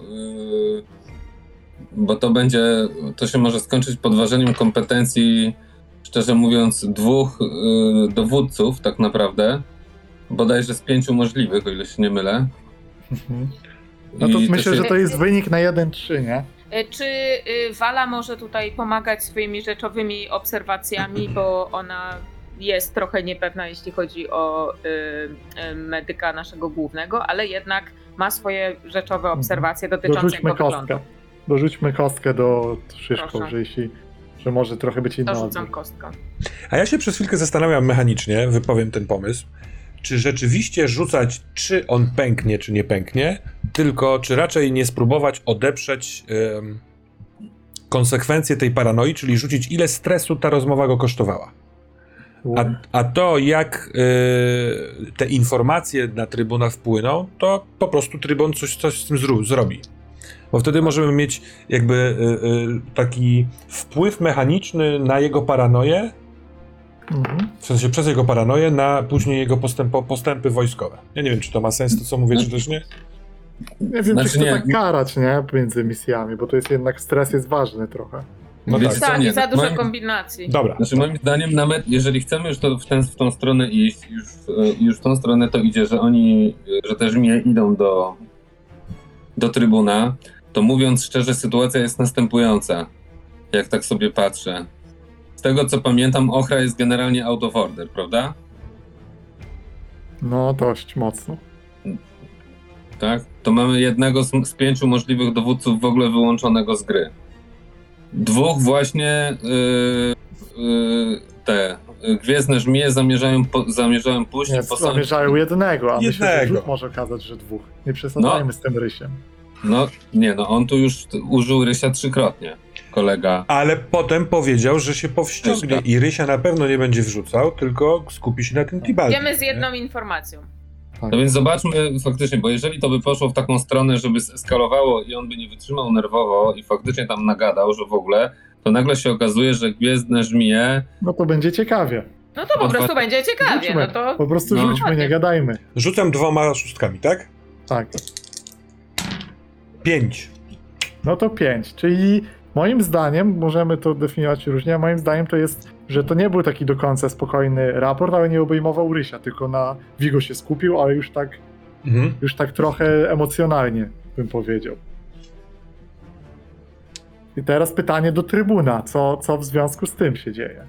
bo to się może skończyć podważeniem kompetencji, szczerze mówiąc, 2 dowódców tak naprawdę, bodajże z 5 możliwych, o ile się nie mylę. No to I myślę, że to jest wynik na 1-3, nie? Czy Wala może tutaj pomagać swoimi rzeczowymi obserwacjami, bo ona jest trochę niepewna, jeśli chodzi o medyka naszego głównego, ale jednak ma swoje rzeczowe obserwacje dotyczące jego wyglądu. Dorzućmy kostkę do Szyszko, Proszę. że może trochę być inna Dorzucam odbiór. kostkę. A ja się przez chwilkę zastanawiam mechanicznie, wypowiem ten pomysł, czy rzeczywiście rzucać, czy on pęknie, czy nie pęknie, tylko czy raczej nie spróbować odeprzeć konsekwencje tej paranoi, czyli rzucić, ile stresu ta rozmowa go kosztowała. A to, jak te informacje na trybuna wpłyną, to po prostu trybun coś z tym zrobi. Bo wtedy możemy mieć jakby taki wpływ mechaniczny na jego paranoję, w sensie przez jego paranoję, na później jego postępy wojskowe. Ja nie wiem, czy to ma sens, to co mówię, czy też nie? Nie wiem, czy chcę tak karać, nie? Między misjami, bo to jest jednak, stres jest ważny trochę. No Wiecie tak. co, nie, I za dużo moim- kombinacji. Dobra. Znaczy moim zdaniem, jeżeli chcemy już w tą stronę iść, już w tą stronę to idzie, że też mnie idą do trybuna, to mówiąc szczerze, sytuacja jest następująca, jak tak sobie patrzę. Z tego co pamiętam, Ochra jest generalnie out of order, prawda? No, dość mocno. tak, to mamy jednego z 5 możliwych dowódców w ogóle wyłączonego z gry. 2 właśnie te Gwiezdne Żmije zamierzają pójść Nie, i posądzić. zamierzają jednego, a myślę, że Jednego. rzut może okazać, że 2. Nie przesadzajmy z tym rysiem. No, nie no, on tu już użył Rysia 3-krotnie, kolega. Ale potem powiedział, że się powściągnie Ryśka. i Rysia na pewno nie będzie wrzucał, tylko skupi się na tym Tibaldi. Idziemy z jedną informacją. No więc zobaczmy faktycznie, bo jeżeli to by poszło w taką stronę, żeby zeskalowało i on by nie wytrzymał nerwowo i faktycznie tam nagadał, że w ogóle, to nagle się okazuje, że Gwiezdne Żmije... No to będzie ciekawie. No to po prostu będzie ciekawie, Rzućmy. no to... Po prostu No. rzućmy, nie gadajmy. Rzucam 2 szóstkami, tak? Tak. 5. No to 5, czyli moim zdaniem, możemy to definiować różnie, a moim zdaniem to jest, że to nie był taki do końca spokojny raport, ale nie obejmował Rysia, tylko na Vigo się skupił, ale już tak trochę emocjonalnie, bym powiedział. I teraz pytanie do Trybuna, co w związku z tym się dzieje?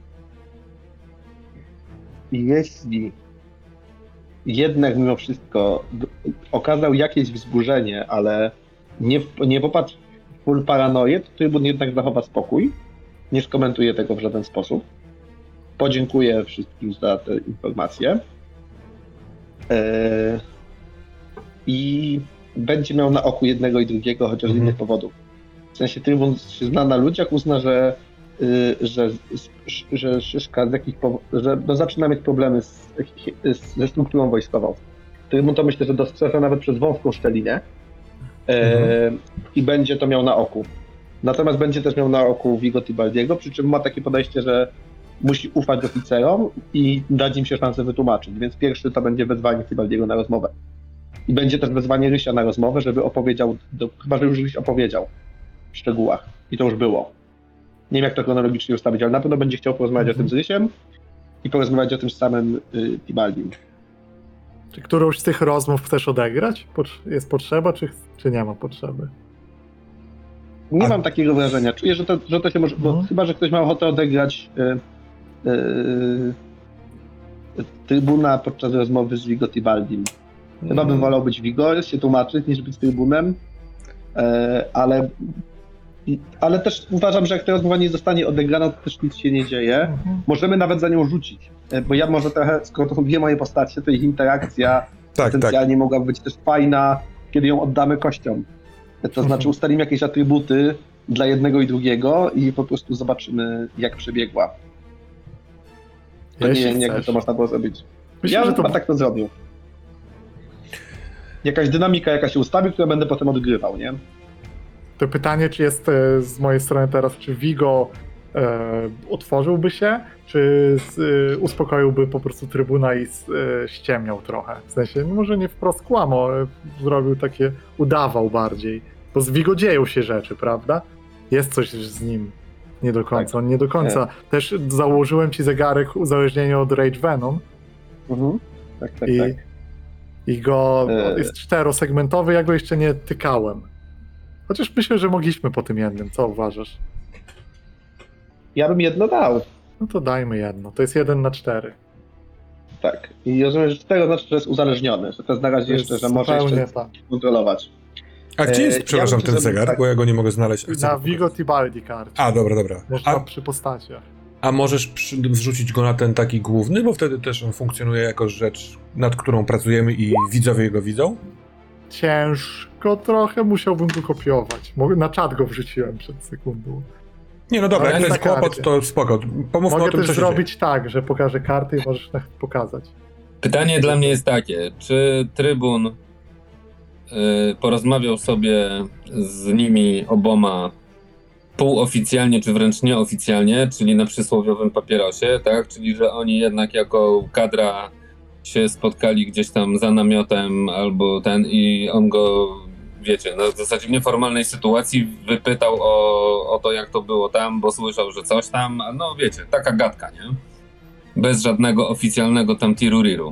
Jeśli jednak mimo wszystko okazał jakieś wzburzenie, ale nie popadł w full paranoję, to Trybun jednak zachowa spokój. Nie skomentuje tego w żaden sposób. Podziękuję wszystkim za te informacje. I będzie miał na oku jednego i drugiego, chociaż z innych powodów. W sensie Trybun się zna na ludziach, uzna, że Szyszka z jakich powodów, że zaczyna mieć problemy ze strukturą wojskową. Trybun to myślę, że dostrzeże nawet przez wąską szczelinę i będzie to miał na oku. Natomiast będzie też miał na oku Vigo Tibaldiego, przy czym ma takie podejście, że musi ufać oficerom i dać im się szansę wytłumaczyć. Więc pierwszy to będzie wezwanie Tibaldiego na rozmowę. I będzie też wezwanie Rysia na rozmowę, żeby opowiedział, chyba że już Ryś opowiedział w szczegółach. I to już było. Nie wiem jak to chronologicznie ustawić, ale na pewno będzie chciał porozmawiać o tym z Rysiem i porozmawiać o tym z samym Tibaldim. Czy którąś z tych rozmów chcesz odegrać? Jest potrzeba, czy nie ma potrzeby? Nie mam takiego wrażenia. Czuję, że to się może... Bo chyba, że ktoś ma ochotę odegrać Trybuna podczas rozmowy z Vigo Tibaldim. Chyba bym wolał być Vigo, się tłumaczyć, niż być Trybunem, ale też uważam, że jak ta rozmowa nie zostanie odegrana, to też nic się nie dzieje. Możemy nawet za nią rzucić, bo ja może trochę, skoro to są 2 moje postacie, to ich interakcja potencjalnie mogłaby być też fajna, kiedy ją oddamy kościom. To znaczy ustalimy jakieś atrybuty dla jednego i drugiego i po prostu zobaczymy, jak przebiegła. To nie wiem, jakby to można było zrobić. Myślę, ja że to chyba tak to zrobił. Jakaś dynamika, jaka się ustawi, którą będę potem odgrywał, nie? To pytanie, czy jest z mojej strony teraz, czy Vigo otworzyłby się, czy uspokoiłby po prostu Trybuna i ściemniał trochę. W sensie, no może nie wprost kłamał, ale zrobił takie, udawał bardziej. Bo z Vigo dzieją się rzeczy, prawda? Jest coś z nim nie do końca. On nie do końca. Też założyłem ci zegarek uzależnienie od Rage Venom. Tak. I go jest 4-segmentowy, ja go jeszcze nie tykałem. Chociaż myślę, że mogliśmy po tym jednym. Co uważasz? Ja bym jedno dał. No to dajmy jedno. To jest 1/4. Tak. I rozumiem, że 4 znaczy, że jest uzależniony. Że to jest na razie jeszcze, że może jeszcze kontrolować. A gdzie jest, przepraszam, ten zegar? tak. Bo ja go nie mogę znaleźć. Na Vigo Tibaldi karcie. A, dobra. Można przy postaciach. A możesz wrzucić go na ten taki główny, bo wtedy też on funkcjonuje jako rzecz, nad którą pracujemy i widzowie go widzą? Ciężko trochę, musiałbym go kopiować. Na czat go wrzuciłem przed sekundą. Nie, no dobra, Ale jak to jest jest na kłopot, karcie. to spoko. Pomówmy Mogę o tym, też co się zrobić tak, że pokażę karty i możesz pokazać. Pytanie dla mnie jest takie, czy Trybun porozmawiał sobie z nimi oboma półoficjalnie, czy wręcz nieoficjalnie, czyli na przysłowiowym papierosie, tak? Czyli, że oni jednak jako kadra się spotkali gdzieś tam za namiotem albo i on go, wiecie, na zasadzie w nieformalnej sytuacji wypytał o to, jak to było tam, bo słyszał, że coś tam, no wiecie, taka gadka, nie? Bez żadnego oficjalnego tam tiruriru.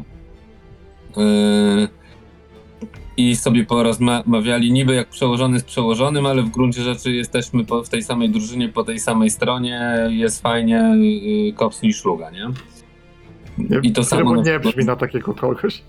I sobie porozmawiali niby jak przełożony z przełożonym, ale w gruncie rzeczy jesteśmy w tej samej drużynie, po tej samej stronie, jest fajnie, kops niż szluga, nie? I to samo... Trybun nie brzmi na takiego kogoś.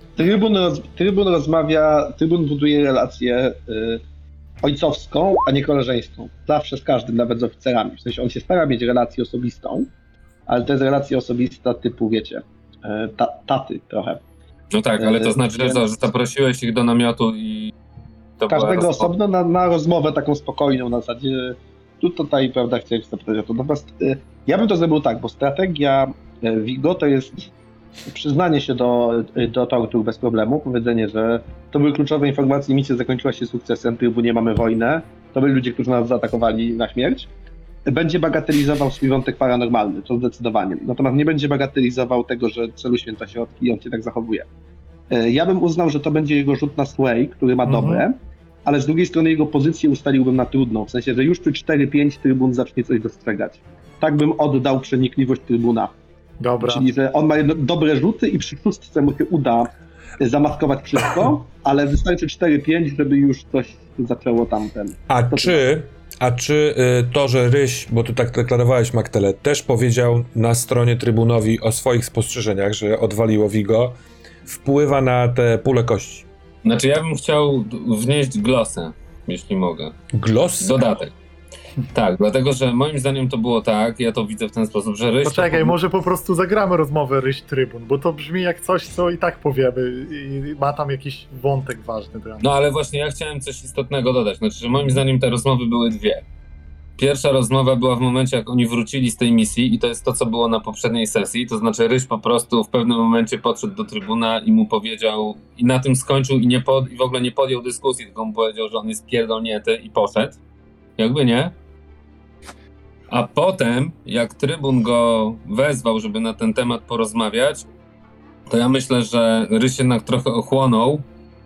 Trybun buduje relację ojcowską, a nie koleżeńską. Zawsze z każdym, nawet z oficerami. W sensie on się stara mieć relację osobistą, ale to jest relacja osobista typu, wiecie, taty trochę. No tak, ale to znaczy, że zaprosiłeś ich do namiotu i... To Każdego osobno na rozmowę taką spokojną, na zasadzie tutaj, prawda, chciałem zapytać o to. Natomiast ja bym to zrobił tak, bo strategia Vigo to jest przyznanie się do tortur bez problemu, powiedzenie, że to były kluczowe informacje, misja zakończyła się sukcesem, Trybunie, mamy wojnę, to byli ludzie, którzy nas zaatakowali na śmierć. Będzie bagatelizował swój wątek paranormalny, to zdecydowanie. Natomiast nie będzie bagatelizował tego, że celu święta środki i on się tak zachowuje. Ja bym uznał, że to będzie jego rzut na Sway, który ma dobre, ale z drugiej strony jego pozycję ustaliłbym na trudną, w sensie, że już przy 4-5 Trybun zacznie coś dostrzegać. Tak bym oddał przenikliwość Trybuna. Dobra. Czyli, że on ma dobre rzuty i przy szóstce mu się uda zamaskować wszystko, ale wystarczy 4-5, żeby już coś zaczęło tamten. A czy to, że Ryś, bo ty tak deklarowałeś, Maktele, też powiedział na stronie Trybunowi o swoich spostrzeżeniach, że odwaliło Vigo, wpływa na te pule kości? Znaczy ja bym chciał wnieść glosę, jeśli mogę. Głos? Dodatek. Tak, dlatego, że moim zdaniem to było tak, ja to widzę w ten sposób, że Ryś... Poczekaj, może po prostu zagramy rozmowę Ryś Trybun, bo to brzmi jak coś, co i tak powiemy i ma tam jakiś wątek ważny. No ale właśnie ja chciałem coś istotnego dodać, znaczy, że moim zdaniem te rozmowy były dwie. Pierwsza rozmowa była w momencie, jak oni wrócili z tej misji i to jest to, co było na poprzedniej sesji, to znaczy Ryś po prostu w pewnym momencie podszedł do Trybuna i mu powiedział i na tym skończył i w ogóle nie podjął dyskusji, tylko mu powiedział, że on jest pierdolnięty i poszedł. Jakby nie. A potem, jak Trybun go wezwał, żeby na ten temat porozmawiać, to ja myślę, że Ryś jednak trochę ochłonął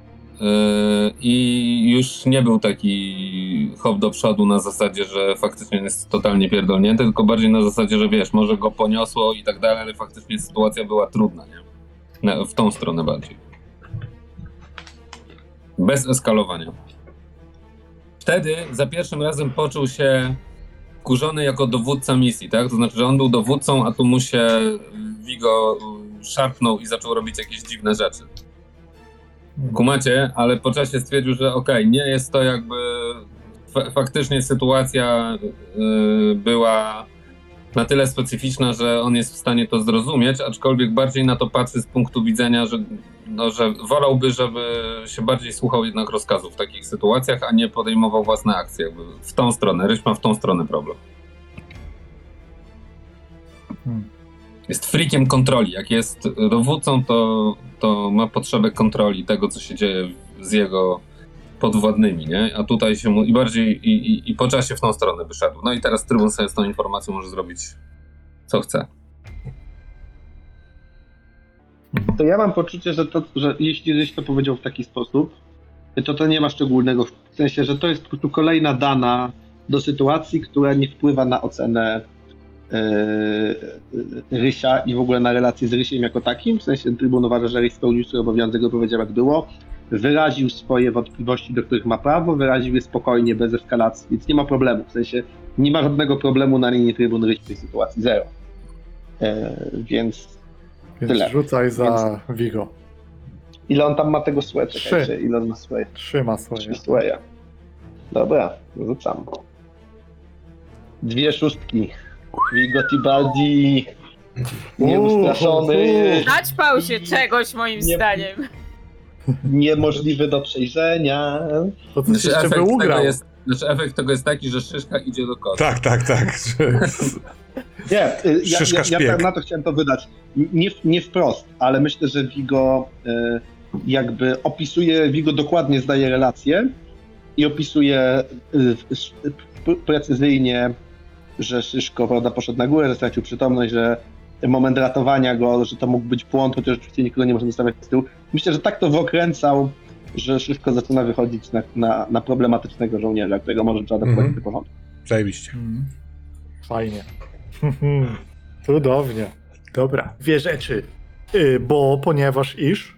i już nie był taki hop do przodu na zasadzie, że faktycznie jest totalnie pierdolnięty, tylko bardziej na zasadzie, że wiesz, może go poniosło i tak dalej, ale faktycznie sytuacja była trudna, nie? W tą stronę bardziej. Bez eskalowania. Wtedy za pierwszym razem poczuł się wkurzony jako dowódca misji, tak? To znaczy, że on był dowódcą, a tu mu się Vigo szarpnął i zaczął robić jakieś dziwne rzeczy. Kumacie, ale po czasie stwierdził, że okej, nie jest to jakby... Faktycznie sytuacja była na tyle specyficzna, że on jest w stanie to zrozumieć, aczkolwiek bardziej na to patrzy z punktu widzenia, że wolałby, żeby się bardziej słuchał jednak rozkazów w takich sytuacjach, a nie podejmował własne akcje. Jakby w tą stronę. Ryś ma w tą stronę problem. Jest freakiem kontroli. Jak jest dowódcą, to ma potrzebę kontroli tego, co się dzieje z jego podwładnymi, nie? A tutaj się mu i po czasie w tą stronę wyszedł. No i teraz Trybun sobie z tą informacją może zrobić co chce. To ja mam poczucie, że jeśli Ryś to powiedział w taki sposób, to nie ma szczególnego, w sensie, że to jest po prostu kolejna dana do sytuacji, która nie wpływa na ocenę Rysia i w ogóle na relację z Rysiem jako takim, w sensie Trybun uważa, że Ryś spełnił swój obowiązek, powiedział jak było, wyraził swoje wątpliwości, do których ma prawo, wyraził je spokojnie, bez eskalacji, więc nie ma problemu, w sensie nie ma żadnego problemu na linii Trybun-Ryś w tej sytuacji, zero. Więc tyle. Rzucaj za Vigo. Ile on tam ma tego Swaya? Czekajcie, 3. ile on ma Swaya? 3 ma swoje. 3 Swaya. Dobra, rzucam. 2 szóstki. Vigo Tibaldi. Nieustraszony. Naćpał się czegoś moim zdaniem. Niemożliwy do przejrzenia. To coś jeszcze by ugrał. Efekt tego jest taki, że szyszka idzie do kota. Tak. Nie, ja szpieg. na to chciałem to wydać. Nie wprost, ale myślę, że Vigo jakby opisuje, Vigo dokładnie zdaje relacje i opisuje precyzyjnie, że Szyszko, prawda, poszedł na górę, że stracił przytomność, że moment ratowania go, że to mógł być błąd, chociaż oczywiście nikogo nie można zostawiać z tyłu. Myślę, że tak to wyokręcał, że Szyszko zaczyna wychodzić na problematycznego żołnierza, którego może trzeba doprowadzić do porządku. Zajebiście. Fajnie. Cudownie. Dobra. 2 rzeczy. Ponieważ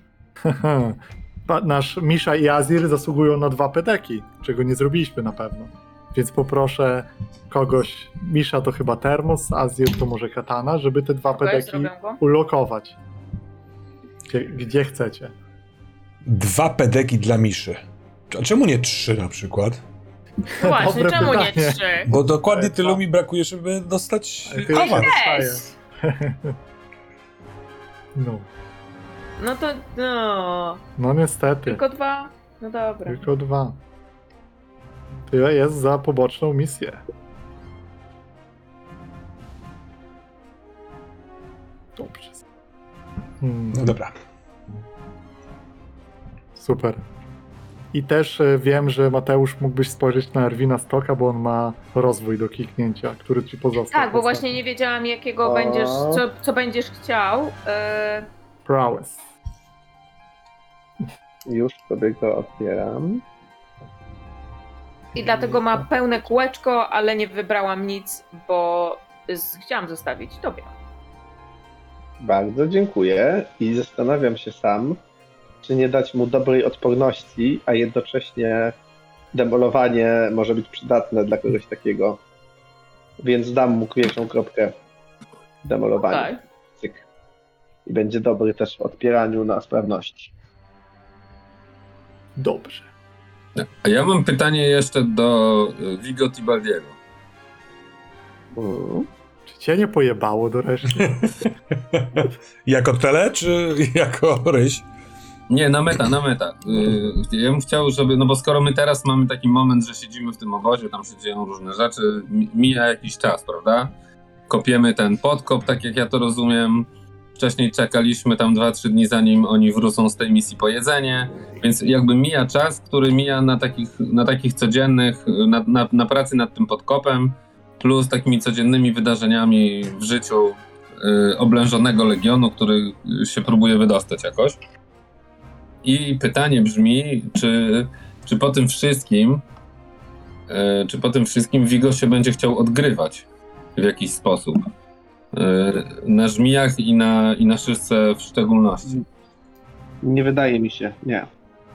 nasz Misza i Azir zasługują na 2 pedeki, czego nie zrobiliśmy na pewno. Więc poproszę kogoś, Misza to chyba termos, Azir to może katana, żeby te 2 pedeki ulokować. Gdzie chcecie. 2 pedeki dla Miszy. A czemu nie 3 na przykład? No właśnie, Dobre czemu nie pytanie. 3? Bo dokładnie Co? tylu mi brakuje, żeby dostać Ale ty już awans. dostaję. Yes. No. No to no. No niestety. Tylko 2? No dobra. Tylko 2. Tyle jest za poboczną misję. Dobrze. No dobra. Super. I też wiem, że Mateusz mógłbyś spojrzeć na Erwina Stoka, bo on ma rozwój do kliknięcia, który ci pozostał. Tak, bo właśnie nie wiedziałam jakiego O. będziesz, co będziesz chciał. Prowess. Już sobie go otwieram. I dlatego ma pełne kółeczko, ale nie wybrałam nic, bo chciałam zostawić tobie. Bardzo dziękuję i zastanawiam się sam, czy nie dać mu dobrej odporności, a jednocześnie demolowanie może być przydatne dla kogoś takiego. Więc dam mu pierwszą kropkę demolowania. Tak. Cyk. I będzie dobry też w odpieraniu na sprawności. Dobrze. A ja mam pytanie jeszcze do Vigo Tibaldiego. Czy cię nie pojebało do reszty? Jako tele, czy jako ryś? Nie, na meta. Ja bym chciał, żeby, no bo skoro my teraz mamy taki moment, że siedzimy w tym obozie, tam się dzieją różne rzeczy, mija jakiś czas, prawda? Kopiemy ten podkop, tak jak ja to rozumiem. Wcześniej czekaliśmy tam 2-3 dni, zanim oni wrócą z tej misji po jedzenie, więc jakby mija czas, który mija na takich codziennych, na pracy nad tym podkopem, plus takimi codziennymi wydarzeniami w życiu oblężonego legionu, który się próbuje wydostać jakoś. I pytanie brzmi, czy po tym wszystkim Vigo się będzie chciał odgrywać w jakiś sposób. Na żmijach i na szyszce w szczególności. Nie wydaje mi się, nie.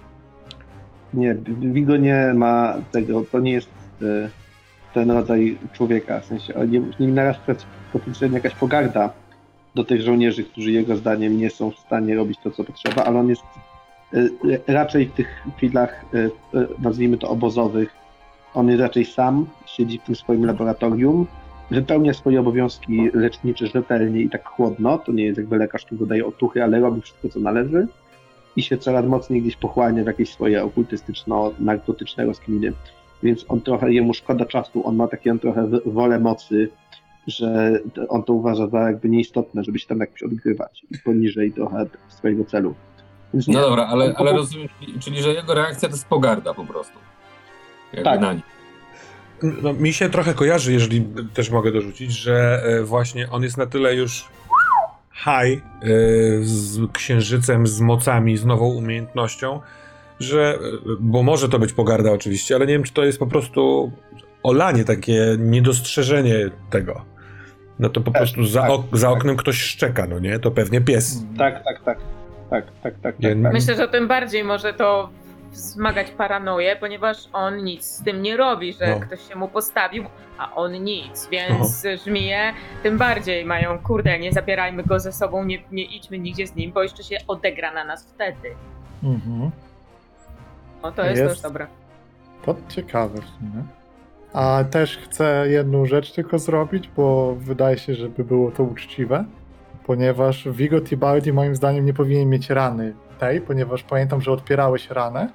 Nie, Vigo nie ma tego, to nie jest ten rodzaj człowieka, w sensie nie naraz potencjalnie jakaś pogarda do tych żołnierzy, którzy jego zdaniem nie są w stanie robić to, co potrzeba, ale on jest raczej w tych chwilach, nazwijmy to obozowych, on jest raczej sam, siedzi w tym swoim laboratorium, wypełnia swoje obowiązki lecznicze rzetelnie i tak chłodno, to nie jest jakby lekarz, który daje otuchy, ale robi wszystko, co należy i się coraz mocniej gdzieś pochłania w jakieś swoje okultystyczno-narkotyczne rozkminy. Więc on trochę, jemu szkoda czasu, on ma taką trochę wolę mocy, że on to uważa za jakby nieistotne, żeby się tam jakoś odgrywać i poniżej trochę swojego celu. Więc nie. No dobra, ale rozumiem, czyli że jego reakcja to jest pogarda po prostu. Jakby Tak. na nim. No, mi się trochę kojarzy, jeżeli też mogę dorzucić, że właśnie on jest na tyle już high z księżycem, z mocami, z nową umiejętnością, że, bo może to być pogarda oczywiście, ale nie wiem, czy to jest po prostu olanie, takie niedostrzeżenie tego. No to po prostu za oknem ktoś szczeka, no nie? To pewnie pies. Tak. Myślę, że tym bardziej może to wzmagać paranoję, ponieważ on nic z tym nie robi, że No. ktoś się mu postawił, a on nic, więc żmije tym bardziej mają, kurde, nie zabierajmy go ze sobą, nie idźmy nigdzie z nim, bo jeszcze się odegra na nas wtedy. Mhm. No to jest też dobre. To ciekawe w sumie. A też chcę jedną rzecz tylko zrobić, bo wydaje się, żeby było to uczciwe, ponieważ Vigo Tibaldi moim zdaniem nie powinien mieć rany tej, ponieważ pamiętam, że odpierałeś ranę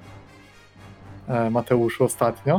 Mateuszu ostatnio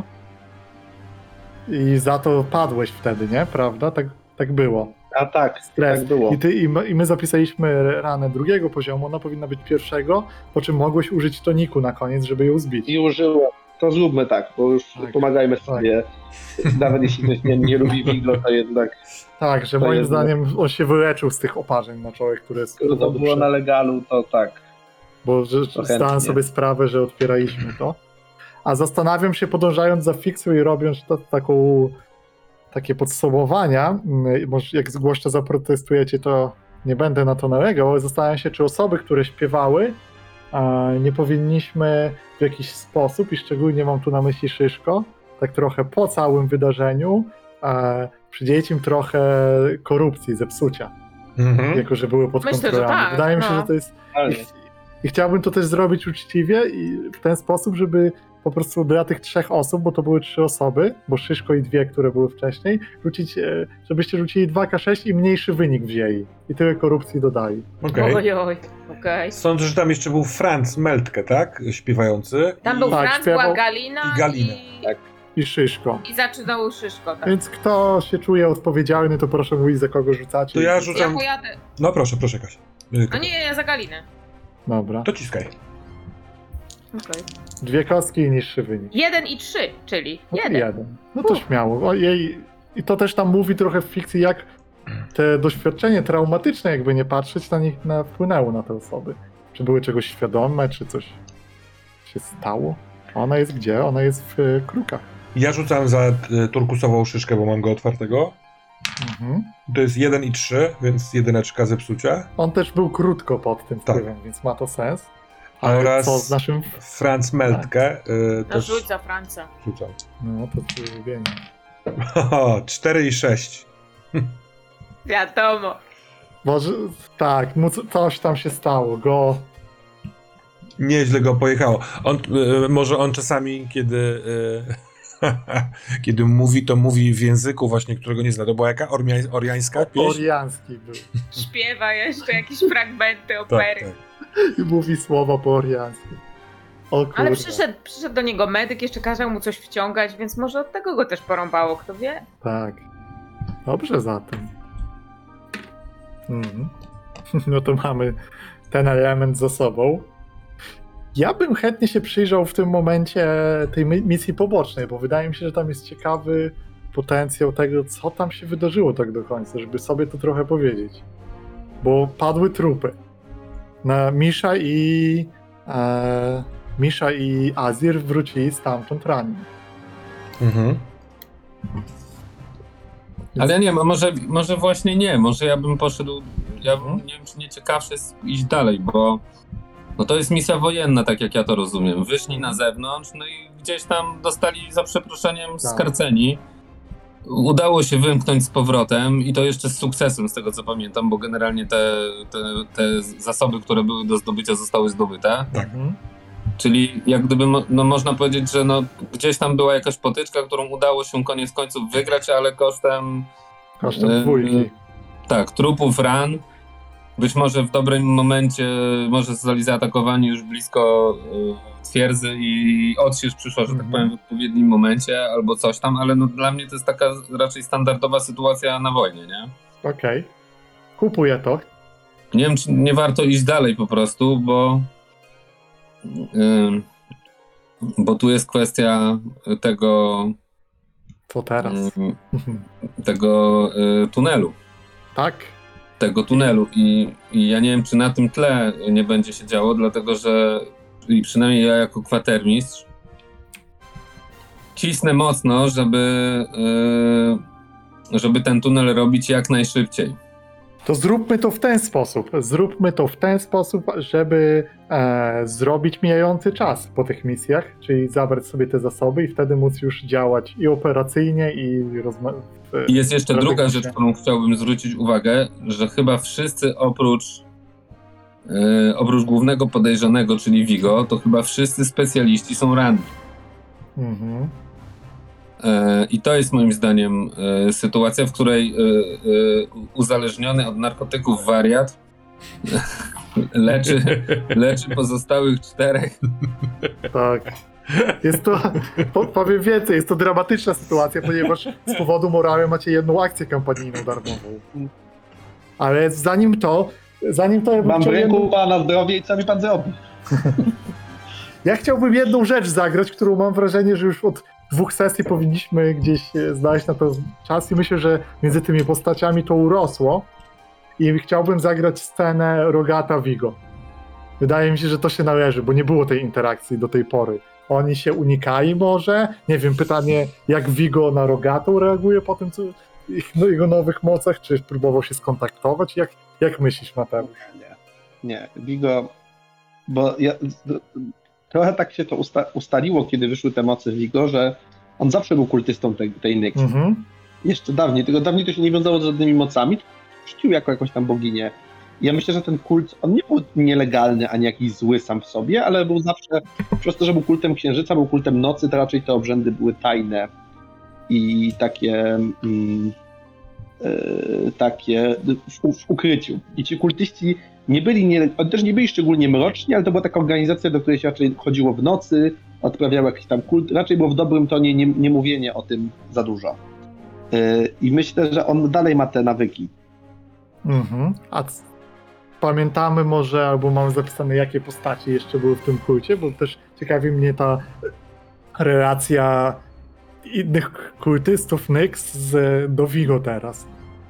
i za to padłeś wtedy, nie? Prawda? Tak było. A tak, Stres. tak było. I my zapisaliśmy ranę drugiego poziomu, ona powinna być pierwszego, po czym mogłeś użyć toniku na koniec, żeby ją zbić. I użyłem. To zróbmy tak, bo już Tak. pomagajmy sobie. Nawet jeśli ktoś nie lubi Vigo, to jednak Tak, że To moim jest- zdaniem on się wyleczył z tych oparzeń na czole, które skoro to było na legalu, to tak. bo to zdałem chętnie. sobie sprawę, że odpieraliśmy to. A zastanawiam się, podążając za fikcją i robiąc takie podsumowania, może jak głośno zaprotestujecie, to nie będę na to nalegał, ale zastanawiam się, czy osoby, które śpiewały, nie powinniśmy w jakiś sposób, i szczególnie mam tu na myśli Szyszko, tak trochę po całym wydarzeniu, przydzielić im trochę korupcji, zepsucia. Mhm. jako że były pod Myślę, że kontrolami. tak, Wydaje mi się, no. że to jest... Ale I chciałbym to też zrobić uczciwie i w ten sposób, żeby po prostu dla tych 3 osób, bo to były 3 osoby, bo Szyszko i 2, które były wcześniej, żebyście rzucili 2K6 i mniejszy wynik wzięli. I tyle korupcji dodali. Okej. Oj, okej. Sądzę, że tam jeszcze był Franz Meltke, tak? Śpiewający. Tam był Tak, Franz, śpiewał- była Galina i Galina. Tak. I Szyszko. i zaczynał Szyszko. Tak. Więc kto się czuje odpowiedzialny, to proszę mówić, za kogo rzucacie. To ja Ja rzucam... pojadę. No proszę, Kasia. No nie, ja za Galinę. Dobra. To ciskaj. Okej. 2 kostki i niższy wynik. 1 i 3, czyli No to 1. 1. No to śmiało. I to też tam mówi trochę w fikcji, jak te doświadczenie traumatyczne, jakby nie patrzeć, na nich wpłynęło na te osoby. Czy były czegoś świadome, czy coś się stało. Ona jest gdzie? Ona jest w Krukach. Ja rzucam za turkusową szyszkę, bo mam go otwartego. Mhm. To jest 1 i 3, więc 1 zepsucia. On też był krótko pod tym Tak. wpływem, więc ma to sens. Ale Oraz co z naszym... Franz Meltke No też rzuć za Franca. rzucam. No to jest ulubienie. 4 i 6. Wiadomo. Może tak, coś tam się stało. Nieźle go pojechało. Może on czasami, kiedy kiedy mówi, to mówi w języku właśnie, którego nie zna. To była jaka? Oriańska pieśń? Oriański był. Śpiewa jeszcze jakieś fragmenty opery. Tak. I mówi słowa po oriańsku. O kurde. Ale przyszedł do niego medyk, jeszcze kazał mu coś wciągać, więc może od tego go też porąbało, kto wie? Tak. Dobrze zatem. Mhm. No to mamy ten element za sobą. Ja bym chętnie się przyjrzał w tym momencie tej misji pobocznej, bo wydaje mi się, że tam jest ciekawy potencjał tego, co tam się wydarzyło tak do końca, żeby sobie to trochę powiedzieć. Bo padły trupy. Misza i Azir wrócili stamtąd ranni. Mhm. Ale ja nie wiem, może właśnie nie, może ja bym poszedł, ja bym, nie wiem, czy nie ciekawsze jest iść dalej, bo no to jest misja wojenna, tak jak ja to rozumiem. Wyszli na zewnątrz, no i gdzieś tam dostali za przeproszeniem skarceni. Udało się wymknąć z powrotem i to jeszcze z sukcesem, z tego co pamiętam, bo generalnie te zasoby, które były do zdobycia, zostały zdobyte. Tak. Mhm. Czyli jak gdyby, no można powiedzieć, że no gdzieś tam była jakaś potyczka, którą udało się koniec końców wygrać, ale kosztem dwójki. tak, trupów, ran. Być może w dobrym momencie może zostali zaatakowani już blisko twierdzy i odsiecz przyszła, że tak powiem, w odpowiednim momencie albo coś tam, ale no dla mnie to jest taka raczej standardowa sytuacja na wojnie, nie? Okej. Kupuję to. Nie wiem, czy nie warto iść dalej po prostu, bo tu jest kwestia tego Co teraz? tego tunelu. Tak? Tego tunelu i ja nie wiem, czy na tym tle nie będzie się działo, dlatego że i przynajmniej ja jako kwatermistrz cisnę mocno, żeby ten tunel robić jak najszybciej. To zróbmy to w ten sposób. Zróbmy to w ten sposób, żeby zrobić mijający czas po tych misjach, czyli zabrać sobie te zasoby i wtedy móc już działać i operacyjnie, i I jest jeszcze druga rzecz, którą chciałbym zwrócić uwagę, że chyba wszyscy oprócz głównego podejrzanego, czyli Vigo, to chyba wszyscy specjaliści są ranni. Mhm. I to jest moim zdaniem sytuacja, w której uzależniony od narkotyków wariat leczy pozostałych 4. Tak. Jest to, powiem więcej, jest to dramatyczna sytuacja, ponieważ z powodu morały macie jedną akcję kampanijną darmową. Ale zanim to ja bym Mam w chciał ręku pana zdrowie i co mi pan zrobi? Ja chciałbym jedną rzecz zagrać, którą mam wrażenie, że już od 2 sesji powinniśmy gdzieś znaleźć na to czas i myślę, że między tymi postaciami to urosło i chciałbym zagrać scenę Rogata Vigo. Wydaje mi się, że to się należy, bo nie było tej interakcji do tej pory. Oni się unikali może? Nie wiem, pytanie, jak Vigo na Rogatą reaguje po tym, co jego nowych mocach, czy próbował się skontaktować? Jak myślisz, Mateusz? Nie, Vigo, bo trochę tak się to ustaliło, kiedy wyszły te moce Vigo, że on zawsze był kultystą tej Nyx. Mhm. Jeszcze dawniej, tylko dawniej to się nie wiązało z żadnymi mocami, czcił jako jakąś tam boginię. Ja myślę, że ten kult, on nie był nielegalny, ani jakiś zły sam w sobie, ale był zawsze, przez to, że był kultem księżyca, był kultem nocy, to raczej te obrzędy były tajne i takie w ukryciu. I ci kultyści nie byli, oni też nie byli szczególnie mroczni, ale to była taka organizacja, do której się raczej chodziło w nocy, odprawiało jakiś tam kult, raczej było w dobrym tonie nie mówienie o tym za dużo. I myślę, że on dalej ma te nawyki. Mhm. Pamiętamy może, albo mamy zapisane, jakie postacie jeszcze były w tym kulcie, bo też ciekawi mnie ta relacja innych kultystów Nyx do Vigo teraz.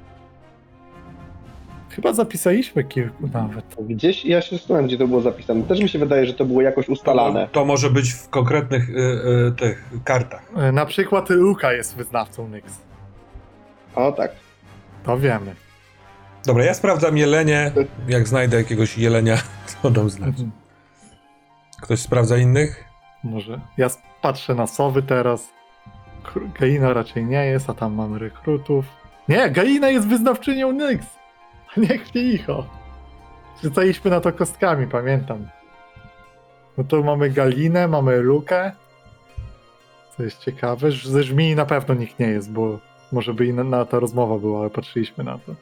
Chyba zapisaliśmy kilku nawet. Gdzieś, ja się zastanawiam, gdzie to było zapisane. Też mi się wydaje, że to było jakoś ustalane. To może być w konkretnych tych kartach. Na przykład Luka jest wyznawcą Nyx. O tak. To wiemy. Dobra, ja sprawdzam jelenie. Jak znajdę jakiegoś jelenia, to dam znać. Mhm. Ktoś sprawdza innych? Może. Ja patrzę na sowy teraz. Gaina raczej nie jest, a tam mamy rekrutów. Nie, Gaina jest wyznawczynią Nyx. Niech mnie icho. Rzucaliśmy na to kostkami, pamiętam. No to mamy Galinę, mamy Lukę. Co jest ciekawe, ze żmii na pewno nikt nie jest, bo może by inna ta rozmowa była, ale patrzyliśmy na to.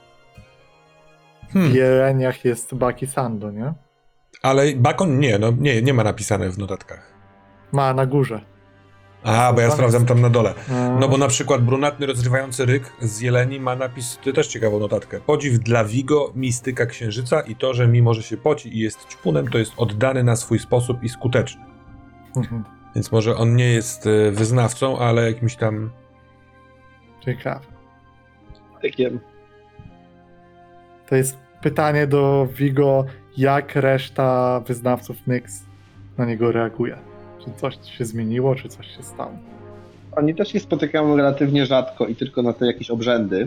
W jeleniach jest Baki Sando, nie? Ale Bakon nie ma napisane w notatkach. Ma na górze. Aha, bo ja Tam sprawdzam jest. tam na dole. No bo na przykład brunatny rozrywający ryk z jeleni ma napis, ty też ciekawą notatkę. Podziw dla Vigo, mistyka księżyca i to, że mimo, że się poci i jest ćpunem, to jest oddany na swój sposób i skuteczny. Mhm. Więc może on nie jest wyznawcą, ale jakimś tam... Ciekawe. Takie. To jest pytanie do Vigo, jak reszta wyznawców Nyx na niego reaguje. Czy coś się zmieniło, czy coś się stało. Oni też się spotykają relatywnie rzadko i tylko na te jakieś obrzędy.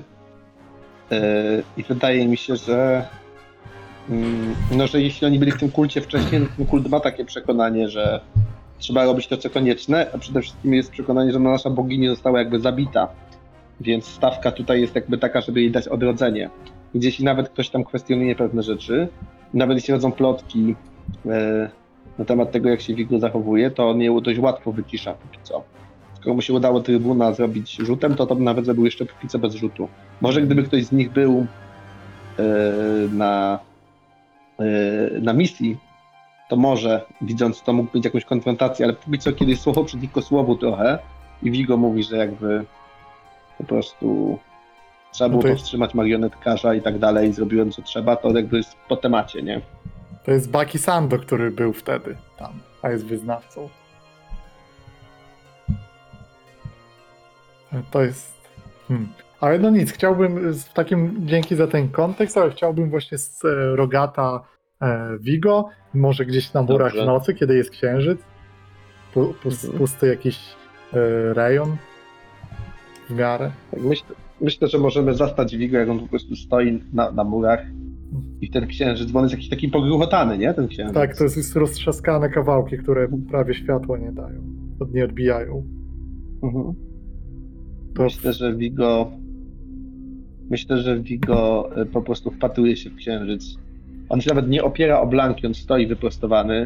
I wydaje mi się, że że jeśli oni byli w tym kulcie wcześniej, to ten kult ma takie przekonanie, że trzeba robić to, co konieczne, a przede wszystkim jest przekonanie, że nasza bogini została jakby zabita. Więc stawka tutaj jest jakby taka, żeby jej dać odrodzenie. Gdzieś jeśli nawet ktoś tam kwestionuje pewne rzeczy, nawet jeśli rodzą plotki na temat tego, jak się Vigo zachowuje, to on je dość łatwo wycisza póki co. Skoro mu się udało trybuna zrobić rzutem, to nawet zrobił jeszcze póki co bez rzutu. Może gdyby ktoś z nich był na misji, to może, widząc to, mógł mieć jakąś konfrontację, ale póki co, kiedy słowo przeciwko słowu trochę i Vigo mówi, że jakby po prostu trzeba było powstrzymać marionetkarza i tak dalej, zrobiłem co trzeba, to jakby jest po temacie, nie? To jest Baki Sando, który był wtedy tam, a jest wyznawcą. To jest... Ale no nic, chciałbym w takim, dzięki za ten kontekst, ale chciałbym właśnie z Rogata Vigo, może gdzieś na murach w nocy, kiedy jest księżyc, pusty jakiś rejon w miarę. Tak, myślę, że możemy zastać Vigo, jak on po prostu stoi na murach i ten księżyc, bo on jest jakiś taki pogruchotany, nie? Ten księżyc. Tak, to jest roztrzaskane kawałki, które prawie światła nie dają, nie odbijają. Mhm. Myślę, że Vigo po prostu wpatruje się w księżyc. On się nawet nie opiera o blanki, on stoi wyprostowany.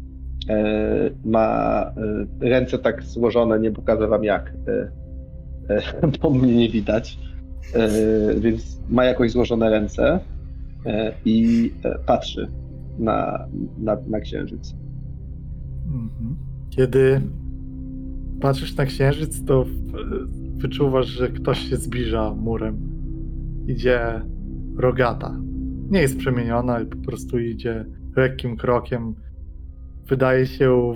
Ma ręce tak złożone, nie pokażę wam jak, bo mnie nie widać. Więc ma jakoś złożone ręce i patrzy na księżyc. Kiedy patrzysz na księżyc, to wyczuwasz, że ktoś się zbliża murem. Idzie Rogata. Nie jest przemieniona, ale po prostu idzie lekkim krokiem. Wydaje się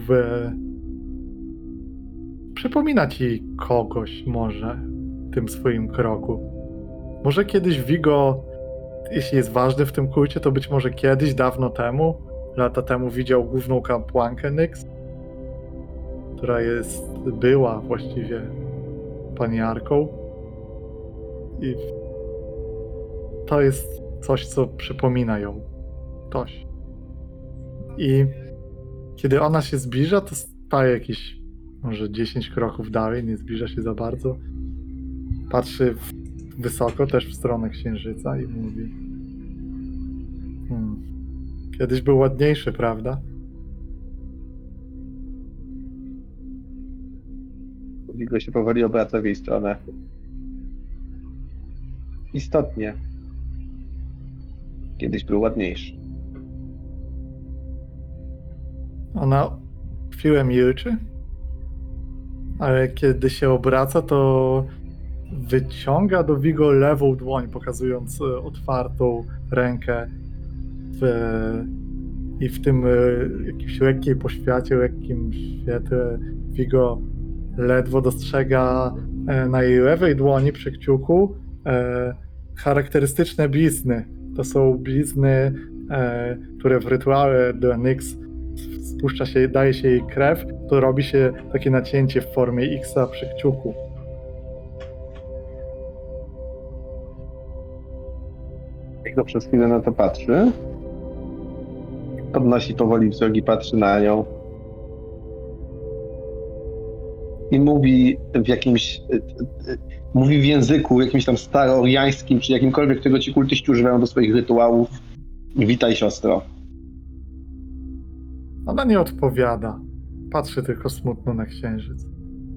przypomina ci kogoś może w tym swoim kroku. Może kiedyś Vigo, jeśli jest ważny w tym kulcie, to być może kiedyś, dawno temu, lata temu widział główną kapłankę Nyx, która była właściwie paniarką. I to jest coś, co przypomina ją. Ktoś. I kiedy ona się zbliża, to staje jakieś może 10 kroków dalej, nie zbliża się za bardzo. Patrzy wysoko, też w stronę księżyca i mówi: kiedyś był ładniejszy, prawda? Wigo się powoli obraca w jej stronę. Istotnie. Kiedyś był ładniejszy. Ona chwilę milczy, ale kiedy się obraca, to wyciąga do Vigo lewą dłoń, pokazując otwartą rękę i w tym jakimś lekkiej poświacie, lekkim świetle Vigo ledwo dostrzega na jej lewej dłoni przy kciuku charakterystyczne blizny. To są blizny, które w rytuale dla Nyx spuszcza się, daje się jej krew, to robi się takie nacięcie w formie X-a przy kciuku. Wigo przez chwilę na to patrzy. Podnosi powoli wzrok i patrzy na nią. I mówi w jakimś... Mówi w języku jakimś tam starooriańskim, czy jakimkolwiek, którego ci kultyści używają do swoich rytuałów. Witaj, siostro. Ona nie odpowiada. Patrzy tylko smutno na księżyc.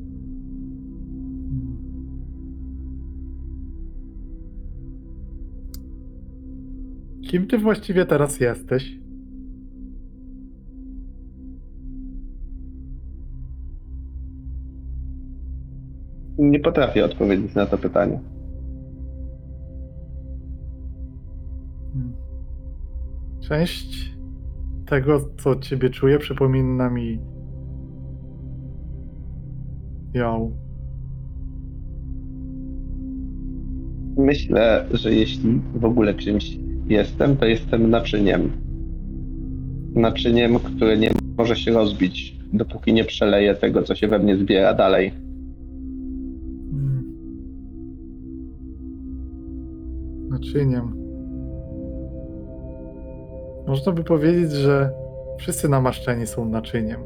Kim ty właściwie teraz jesteś? Nie potrafię odpowiedzieć na to pytanie. Część tego, co ciebie czuję, przypomina mi ją. Myślę, że jeśli w ogóle czymś jestem, to jestem naczyniem. Naczyniem, które nie może się rozbić, dopóki nie przeleję tego, co się we mnie zbiera dalej. Naczyniem. Można by powiedzieć, że wszyscy namaszczeni są naczyniem.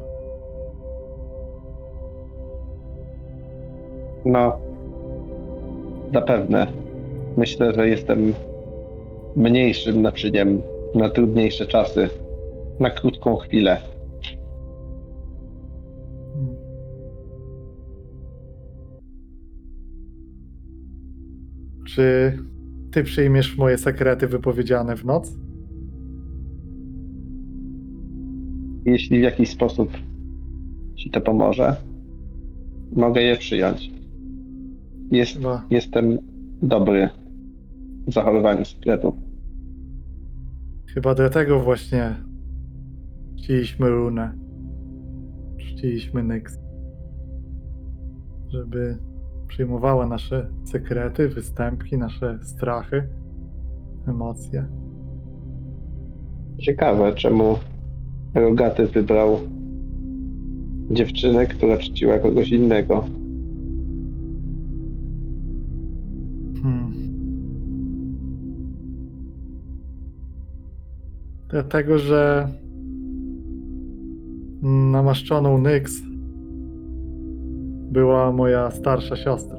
No, zapewne. Myślę, że jestem mniejszym naczyniem na trudniejsze czasy, na krótką chwilę. Czy ty przyjmiesz moje sekrety wypowiedziane w noc? Jeśli w jakiś sposób ci to pomoże, mogę je przyjąć. Chyba. Jestem dobry w zachowywaniu sekretów. Chyba dlatego właśnie czciliśmy runę. Czciliśmy Nyx. Żeby przyjmowała nasze sekrety, występki, nasze strachy, emocje. Ciekawe, czemu Rogaty wybrał dziewczynę, która czciła kogoś innego. Dlatego, że namaszczoną Nyx była moja starsza siostra.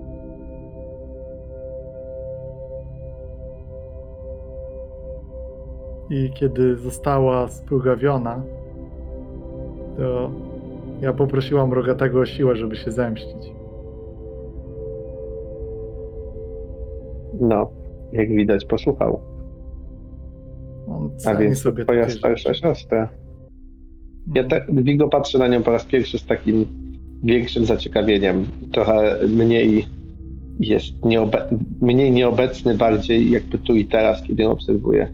I kiedy została splugawiona, to ja poprosiłam Rogatego o siłę, żeby się zemścić. No, jak widać, posłuchał. On A ceni więc sobie twoja takie starsza rzeczy. siostra. Vigo patrzy na nią po raz pierwszy z takim większym zaciekawieniem. Trochę mniej jest mniej nieobecny, bardziej jakby tu i teraz, kiedy ją obserwuję.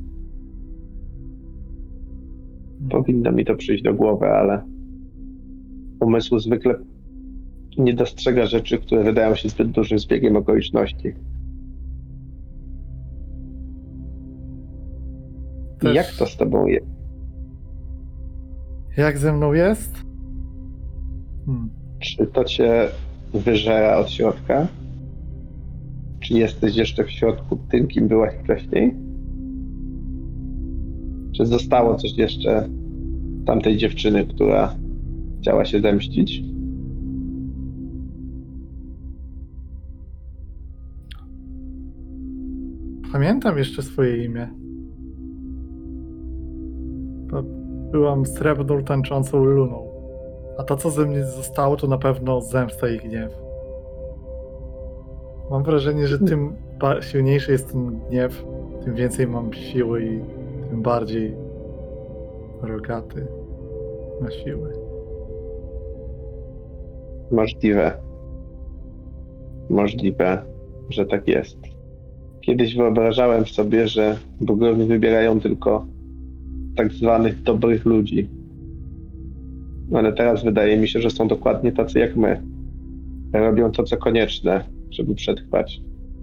Powinno mi to przyjść do głowy, ale umysł zwykle nie dostrzega rzeczy, które wydają się zbyt dużym zbiegiem okoliczności. Też- Jak to z tobą jest? Jak ze mną jest? Czy to cię wyżera od środka? Czy jesteś jeszcze w środku tym, kim byłaś wcześniej? Czy zostało coś jeszcze tamtej dziewczyny, która chciała się zemścić? Pamiętam jeszcze swoje imię. Byłam srebrną, tańczącą luną. A to, co ze mnie zostało, to na pewno zemsta i gniew. Mam wrażenie, że tym silniejszy jest ten gniew, tym więcej mam siły i tym bardziej rogaty na siły. Możliwe, że tak jest. Kiedyś wyobrażałem sobie, że bogowie wybierają tylko tak zwanych dobrych ludzi. Ale teraz wydaje mi się, że są dokładnie tacy jak my. Robią to, co konieczne, żeby przetrwać.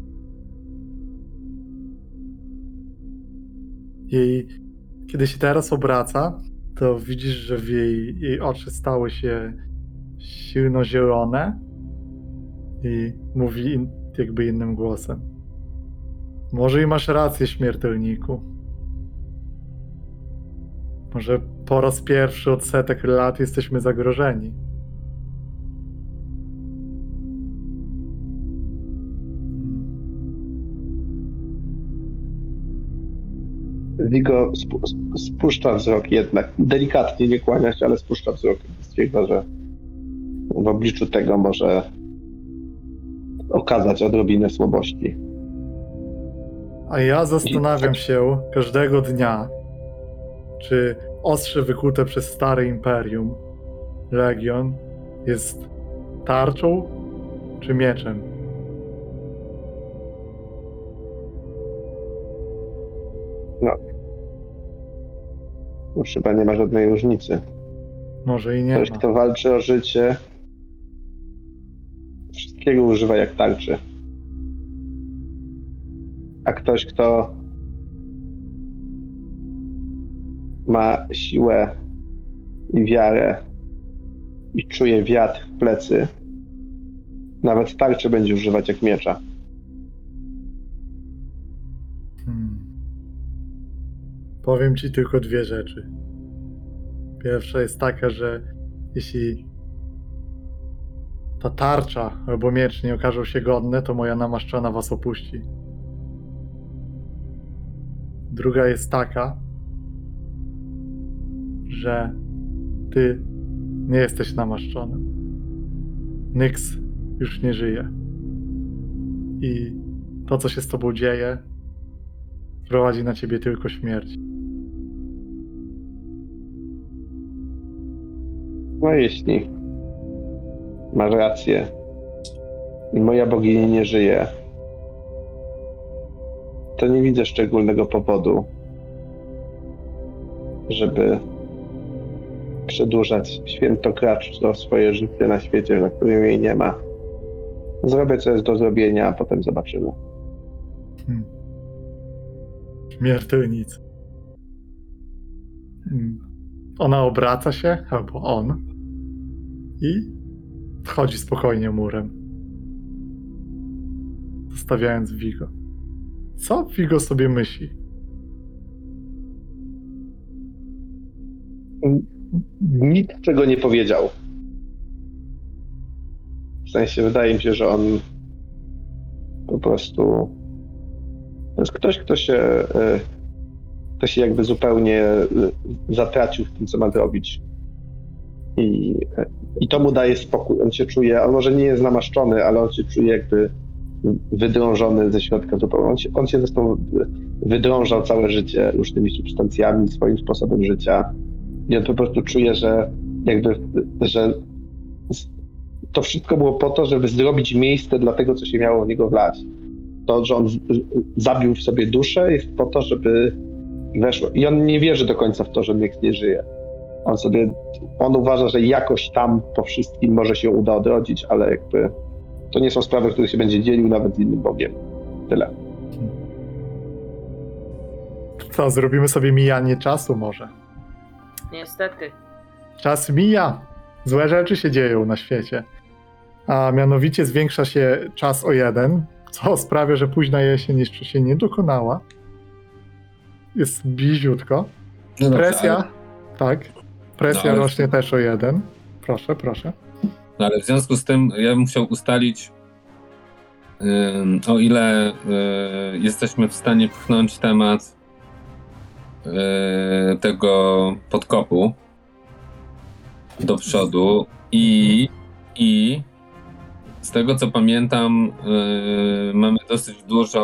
Kiedy się teraz obraca, to widzisz, że jej oczy stały się silno-zielone i mówi jakby innym głosem. Może i masz rację, śmiertelniku. Może po raz pierwszy od setek lat jesteśmy zagrożeni. Vigo spuszcza wzrok jednak. Delikatnie, nie kłania się, ale spuszcza wzrok. Stwierdza, że w obliczu tego może okazać odrobinę słabości. A ja zastanawiam się każdego dnia, czy ostrze wykute przez stare imperium, Legion, jest tarczą czy mieczem? No. Już chyba nie ma żadnej różnicy. Może i nie Ktoś, ma. kto walczy o życie, wszystkiego używa jak tarczy. A ktoś, kto ma siłę i wiarę i czuje wiatr w plecy, nawet tarczy będzie używać jak miecza. Powiem ci tylko dwie rzeczy. Pierwsza jest taka, że jeśli ta tarcza albo miecz nie okażą się godne, to moja namaszczona was opuści. Druga jest taka, że ty nie jesteś namaszczonym. Nyx już nie żyje. I to, co się z tobą dzieje, prowadzi na ciebie tylko śmierć. No jeśli masz rację i moja bogini nie żyje, to nie widzę szczególnego powodu, żeby przedłużać świętokradztwo swoje życie na świecie, na którym jej nie ma. Zrobię, co jest do zrobienia, a potem zobaczymy. Śmiertelnicy. Ona obraca się, albo on, i wchodzi spokojnie murem, zostawiając Vigo. Co Vigo sobie myśli? Nic, czego nie powiedział. W sensie wydaje mi się, że on po prostu to jest ktoś, kto się jakby zupełnie zatracił w tym, co ma zrobić. I to mu daje spokój. On się czuje, on może nie jest namaszczony, ale on się czuje jakby wydrążony ze środka zupełnie. On się zresztą wydrążał całe życie różnymi substancjami, swoim sposobem życia. I on po prostu czuje, że to wszystko było po to, żeby zrobić miejsce dla tego, co się miało w niego wlać. To, że on zabił w sobie duszę, jest po to, żeby weszło. I on nie wierzy do końca w to, że Nyx nie żyje. On uważa, że jakoś tam po wszystkim może się uda odrodzić, ale jakby to nie są sprawy, które się będzie dzielił nawet z innym Bogiem. Tyle. Co, zrobimy sobie mijanie czasu może? Niestety. Czas mija. Złe rzeczy się dzieją na świecie. A mianowicie zwiększa się czas o 1, co sprawia, że późna jesień jeszcze się nie dokonała. Jest bliziutko. No dobrze, Presja, ale, tak. Presja ale- rośnie też o 1. Proszę, proszę. no ale w związku z tym ja bym chciał ustalić, o ile jesteśmy w stanie pchnąć temat tego podkopu do przodu i z tego co pamiętam mamy dosyć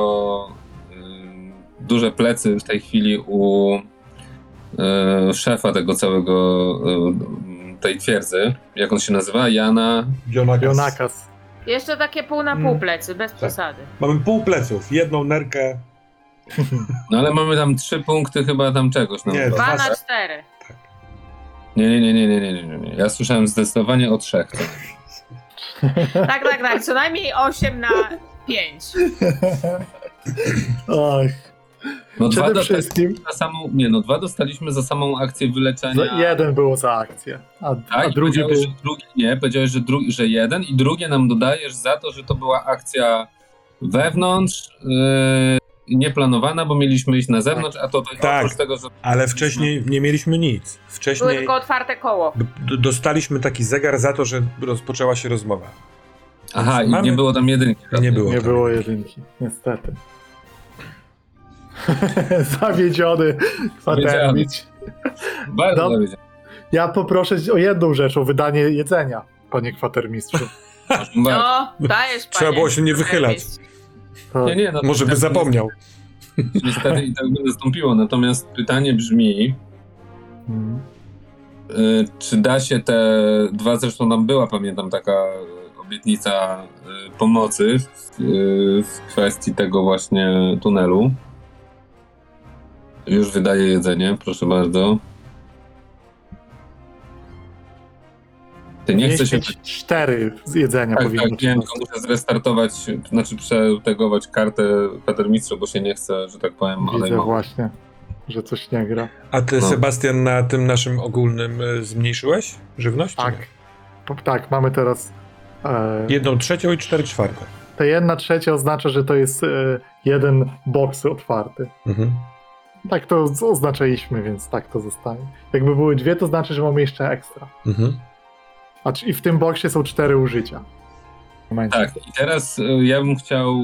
duże plecy w tej chwili u szefa tego całego tej twierdzy. Jak on się nazywa? Jonakas. Jeszcze takie pół na pół plecy, bez przesady. Mamy pół pleców, jedną nerkę. No ale mamy tam 3 punkty chyba tam czegoś. No, Nie, 2 dwa- na 4. Nie. Ja słyszałem zdecydowanie o 3. Tak. Co najmniej 8 na 5. Oj, No przede wszystkim 2 dostaliśmy za samą akcję wyleczenia. jeden było za akcję, a Tak, drugi był... powiedziałeś, że drugi nie, powiedziałeś, że jeden i drugie nam dodajesz za to, że to była akcja wewnątrz, nieplanowana, bo mieliśmy iść na zewnątrz, a to Tak. oprócz tego, że... Ale wcześniej nie mieliśmy nic. Były Wcześniej tylko otwarte koło. dostaliśmy taki zegar za to, że rozpoczęła się rozmowa. Aha, i Mamy- nie było tam jedynki. Nie było. Nie tam. było jedynki, niestety. Zawiedziony kwatermistrz. Bardzo Dob- wiedziałem. Ja poproszę o jedną rzecz, o wydanie jedzenia, panie kwatermistrzu. No, dajesz, panie. Trzeba było się nie wychylać. To... Nie, no, Może by niestety- zapomniał. Niestety i tak by nastąpiło, natomiast pytanie brzmi, Mm. czy da się te 2, zresztą nam była, pamiętam, taka obietnica pomocy w kwestii tego właśnie tunelu. Już wydaję jedzenie, proszę bardzo. Ty nie chce się... 4 z jedzenia Tak, powinno tak, nie, być. tylko muszę zrestartować, znaczy przetegować kartę kwatermistrza, bo się nie chce, że tak powiem, Widzę odejmować. właśnie, że coś nie gra. A ty, No. Sebastian, na tym naszym ogólnym zmniejszyłeś żywność? czy Tak. nie? Tak, mamy teraz... 1/3 i 4/4. Ta 1/3 oznacza, że to jest jeden boks otwarty. Mhm. Tak to oznaczyliśmy, więc tak to zostanie. Jakby były 2, to znaczy, że mamy jeszcze ekstra. Mhm. I w tym boksie są 4 użycia. W momencie. Tak, i teraz ja bym chciał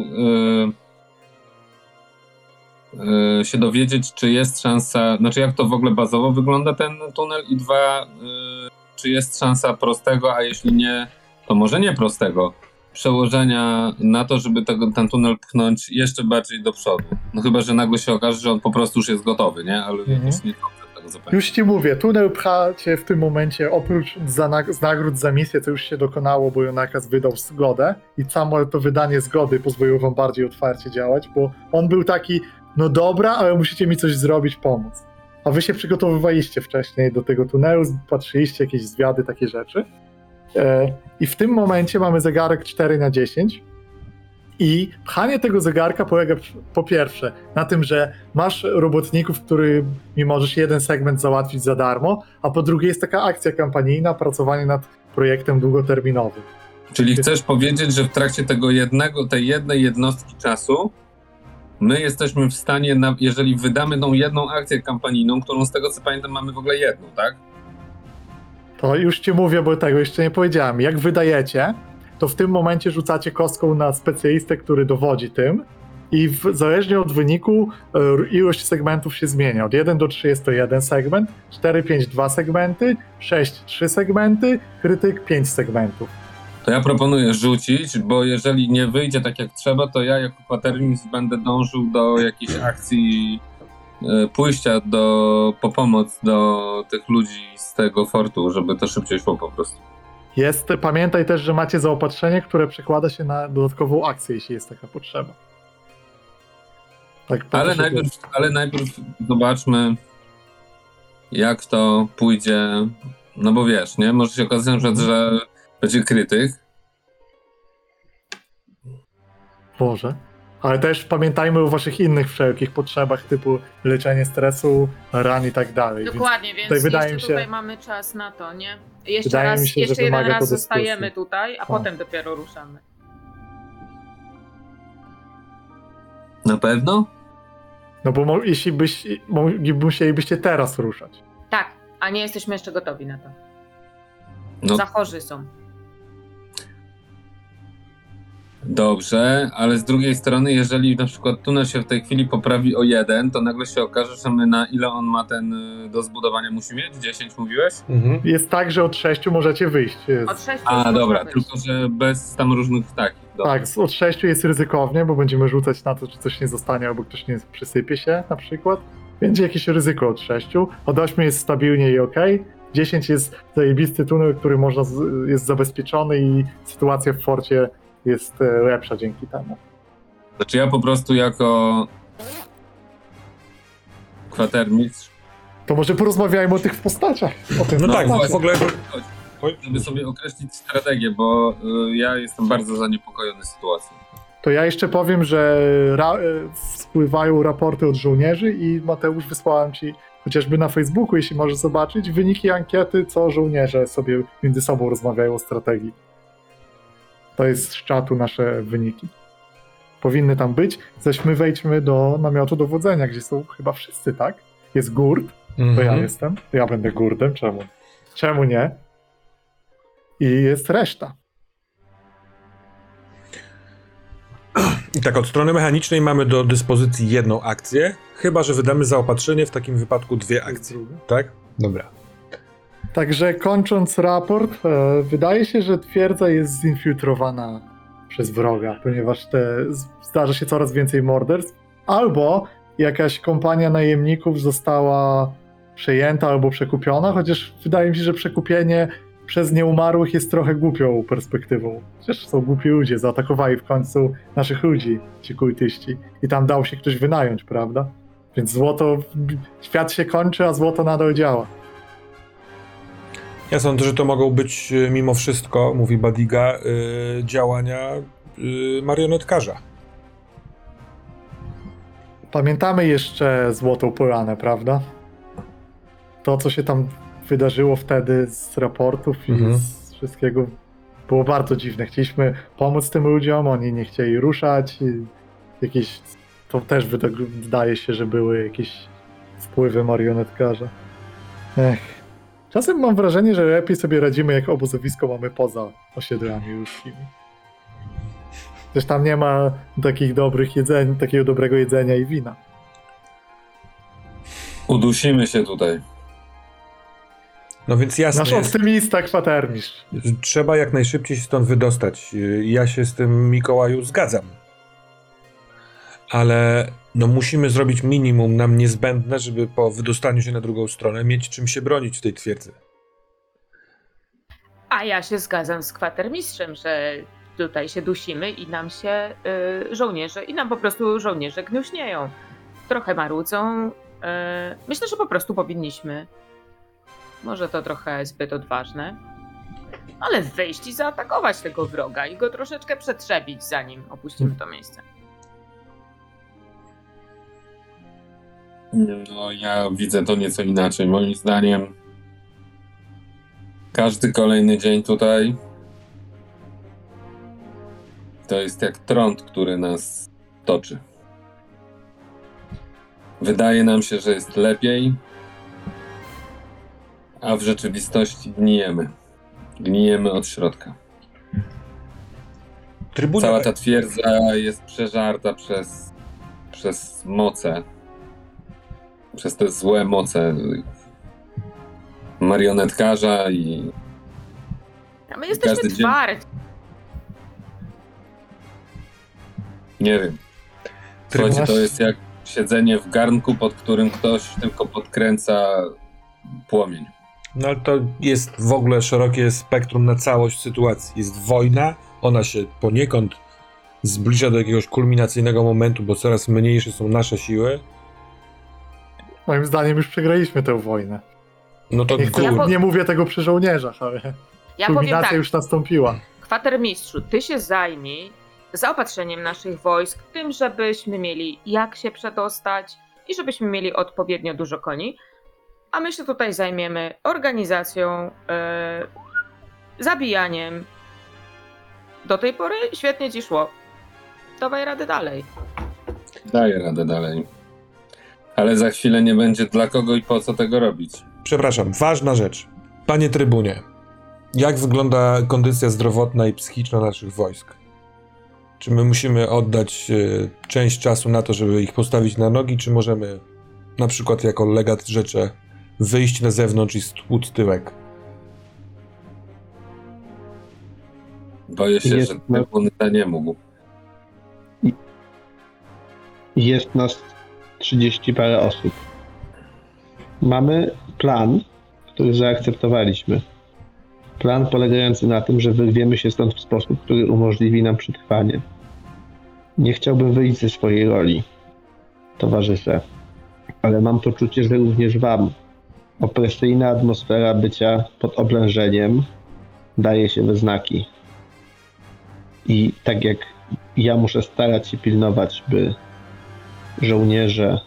się dowiedzieć, czy jest szansa, znaczy jak to w ogóle bazowo wygląda ten tunel i 2, czy jest szansa prostego, a jeśli nie, to może nie prostego, przełożenia na to, żeby ten tunel pchnąć jeszcze bardziej do przodu. No chyba, że nagle się okaże, że on po prostu już jest gotowy, nie? Ale jakoś nie dobrze tego zapewnić. Już ci mówię, tunel pcha cię w tym momencie, oprócz z nagród za misję, co już się dokonało, bo Jonakas wydał zgodę i samo to wydanie zgody pozwoliło wam bardziej otwarcie działać, bo on był taki, no dobra, ale musicie mi coś zrobić, pomóc. A wy się przygotowywaliście wcześniej do tego tunelu, patrzyliście jakieś zwiady, takie rzeczy. I w tym momencie mamy zegarek 4/10 i pchanie tego zegarka polega po pierwsze na tym, że masz robotników, którymi możesz jeden segment załatwić za darmo, a po drugie jest taka akcja kampanijna, pracowanie nad projektem długoterminowym. Czyli chcesz powiedzieć, że w trakcie tej jednej jednostki czasu my jesteśmy w stanie, jeżeli wydamy tą jedną akcję kampanijną, którą z tego co pamiętam mamy w ogóle jedną, tak? To już ci mówię, bo tego jeszcze nie powiedziałem. Jak wydajecie, to w tym momencie rzucacie kostką na specjalistę, który dowodzi tym i zależnie od wyniku ilość segmentów się zmienia. Od 1 do 3 jest to 1 segment, 4, 5, 2 segmenty, 6, 3 segmenty, krytyk 5 segmentów. To ja proponuję rzucić, bo jeżeli nie wyjdzie tak jak trzeba, to ja jako kwatermistrz będę dążył do jakiejś akcji pójścia po pomoc do tych ludzi z tego fortu, żeby to szybciej szło po prostu. Pamiętaj też, że macie zaopatrzenie, które przekłada się na dodatkową akcję, jeśli jest taka potrzeba. Tak, Ale najpierw zobaczmy, jak to pójdzie, no bo wiesz, nie? Może się okazać na przykład, że będzie krytyk. Boże. Ale też pamiętajmy o waszych innych wszelkich potrzebach, typu leczenie stresu, ran i tak dalej. Dokładnie, więc tutaj wydaje jeszcze mi się- tutaj mamy czas na to, nie? Jeszcze Wydaje raz, mi się, że jeszcze jeden wymaga to raz dyskusji. zostajemy tutaj, a potem dopiero ruszamy. Na pewno? No bo jeśli musielibyście teraz ruszać. Tak, a nie jesteśmy jeszcze gotowi na to. No, Za chorzy są. Dobrze, ale z drugiej strony, jeżeli na przykład tunel się w tej chwili poprawi o 1, to nagle się okaże, że my na ile on ma ten do zbudowania musi mieć? 10 mówiłeś? Mhm. Jest tak, że od 6 możecie wyjść. Od 6 A, dobra, tylko że bez tam różnych takich. Dobra. Tak, od 6 jest ryzykownie, bo będziemy rzucać na to, czy coś nie zostanie, albo ktoś nie przysypie się na przykład. Będzie jakieś ryzyko od 6. Od 8 jest stabilnie i ok. 10 jest zajebisty tunel, który jest zabezpieczony i sytuacja w forcie jest lepsza dzięki temu. Znaczy ja po prostu jako kwatermistrz, To może porozmawiajmy o tych postaciach. O tym No tak, postaciach. w ogóle... Oj, żeby sobie określić strategię, bo ja jestem bardzo zaniepokojony sytuacją. To ja jeszcze powiem, że spływają raporty od żołnierzy i Mateusz, wysłałem ci chociażby na Facebooku, jeśli możesz zobaczyć, wyniki ankiety, co żołnierze sobie między sobą rozmawiają o strategii. To jest z czatu nasze wyniki. Powinny tam być. Zaś my wejdźmy do namiotu dowodzenia, gdzie są chyba wszyscy, tak? Jest Gurd, to ja jestem. Ja będę Gurdem, czemu? Czemu nie? I jest reszta. I tak, od strony mechanicznej mamy do dyspozycji jedną akcję, chyba że wydamy zaopatrzenie, w takim wypadku 2 akcje, tak? Dobra. Także kończąc raport, wydaje się, że twierdza jest zinfiltrowana przez wroga, ponieważ zdarza się coraz więcej morderstw, albo jakaś kompania najemników została przejęta albo przekupiona, chociaż wydaje mi się, że przekupienie przez nieumarłych jest trochę głupią perspektywą. Przecież są głupi ludzie, zaatakowali w końcu naszych ludzi, ci kultyści. I tam dał się ktoś wynająć, prawda? Więc świat się kończy, a złoto nadal działa. Ja sądzę, że to mogą być mimo wszystko, mówi Badiga, działania marionetkarza. Pamiętamy jeszcze Złotą Poranę, prawda? To, co się tam wydarzyło wtedy z raportów i z wszystkiego, było bardzo dziwne. Chcieliśmy pomóc tym ludziom, oni nie chcieli ruszać. To też wydaje się, że były jakieś wpływy marionetkarza. Czasem mam wrażenie, że lepiej sobie radzimy, jak obozowisko mamy poza osiedlami ludzkimi. Przecież tam nie ma takiego dobrego jedzenia i wina. Udusimy się tutaj. No więc jasne Nasz jest, optymista kwatermistrz. trzeba jak najszybciej się stąd wydostać. Ja się z tym, Mikołaju, zgadzam. Ale no musimy zrobić minimum nam niezbędne, żeby po wydostaniu się na drugą stronę mieć czym się bronić w tej twierdzy. A ja się zgadzam z kwatermistrzem, że tutaj się dusimy i nam się po prostu żołnierze gnuśnieją. Trochę marudzą. Myślę, że po prostu powinniśmy. Może to trochę zbyt odważne, ale wyjść i zaatakować tego wroga i go troszeczkę przetrzebić, zanim opuścimy to miejsce. No ja widzę to nieco inaczej. Moim zdaniem każdy kolejny dzień tutaj to jest jak trąd, który nas toczy. Wydaje nam się, że jest lepiej, a w rzeczywistości gnijemy. Gnijemy od środka. Cała ta twierdza jest przeżarta przez moce. Przez te złe moce marionetkarza i... A my jesteśmy każdy dzień- twardzi. Nie wiem. Słuchajcie, to jest jak siedzenie w garnku, pod którym ktoś tylko podkręca płomień. No ale to jest w ogóle szerokie spektrum na całość sytuacji. Jest wojna, ona się poniekąd zbliża do jakiegoś kulminacyjnego momentu, bo coraz mniejsze są nasze siły. Moim zdaniem już przegraliśmy tę wojnę. No to Nie mówię tego przy żołnierzach, ale Ja powiem kulminacja tak, już nastąpiła. kwatermistrzu, ty się zajmij zaopatrzeniem naszych wojsk, tym, żebyśmy mieli jak się przedostać i żebyśmy mieli odpowiednio dużo koni, a my się tutaj zajmiemy organizacją, zabijaniem. Do tej pory świetnie ci szło. Dawaj radę dalej. Daję radę dalej. Ale za chwilę nie będzie dla kogo i po co tego robić. Przepraszam, ważna rzecz. Panie trybunie, jak wygląda kondycja zdrowotna i psychiczna naszych wojsk? Czy my musimy oddać część czasu na to, żeby ich postawić na nogi, czy możemy na przykład jako legat rzecze wyjść na zewnątrz i stłuc tyłek? Boję się, Jest- że trybun nie mógł. Jest nas 30 parę osób. Mamy plan, który zaakceptowaliśmy. Plan polegający na tym, że wyrwiemy się stąd w sposób, który umożliwi nam przetrwanie. Nie chciałbym wyjść ze swojej roli, towarzysze, ale mam poczucie, że również wam opresyjna atmosfera bycia pod oblężeniem daje się we znaki. I tak jak ja muszę starać się pilnować, by żołnierze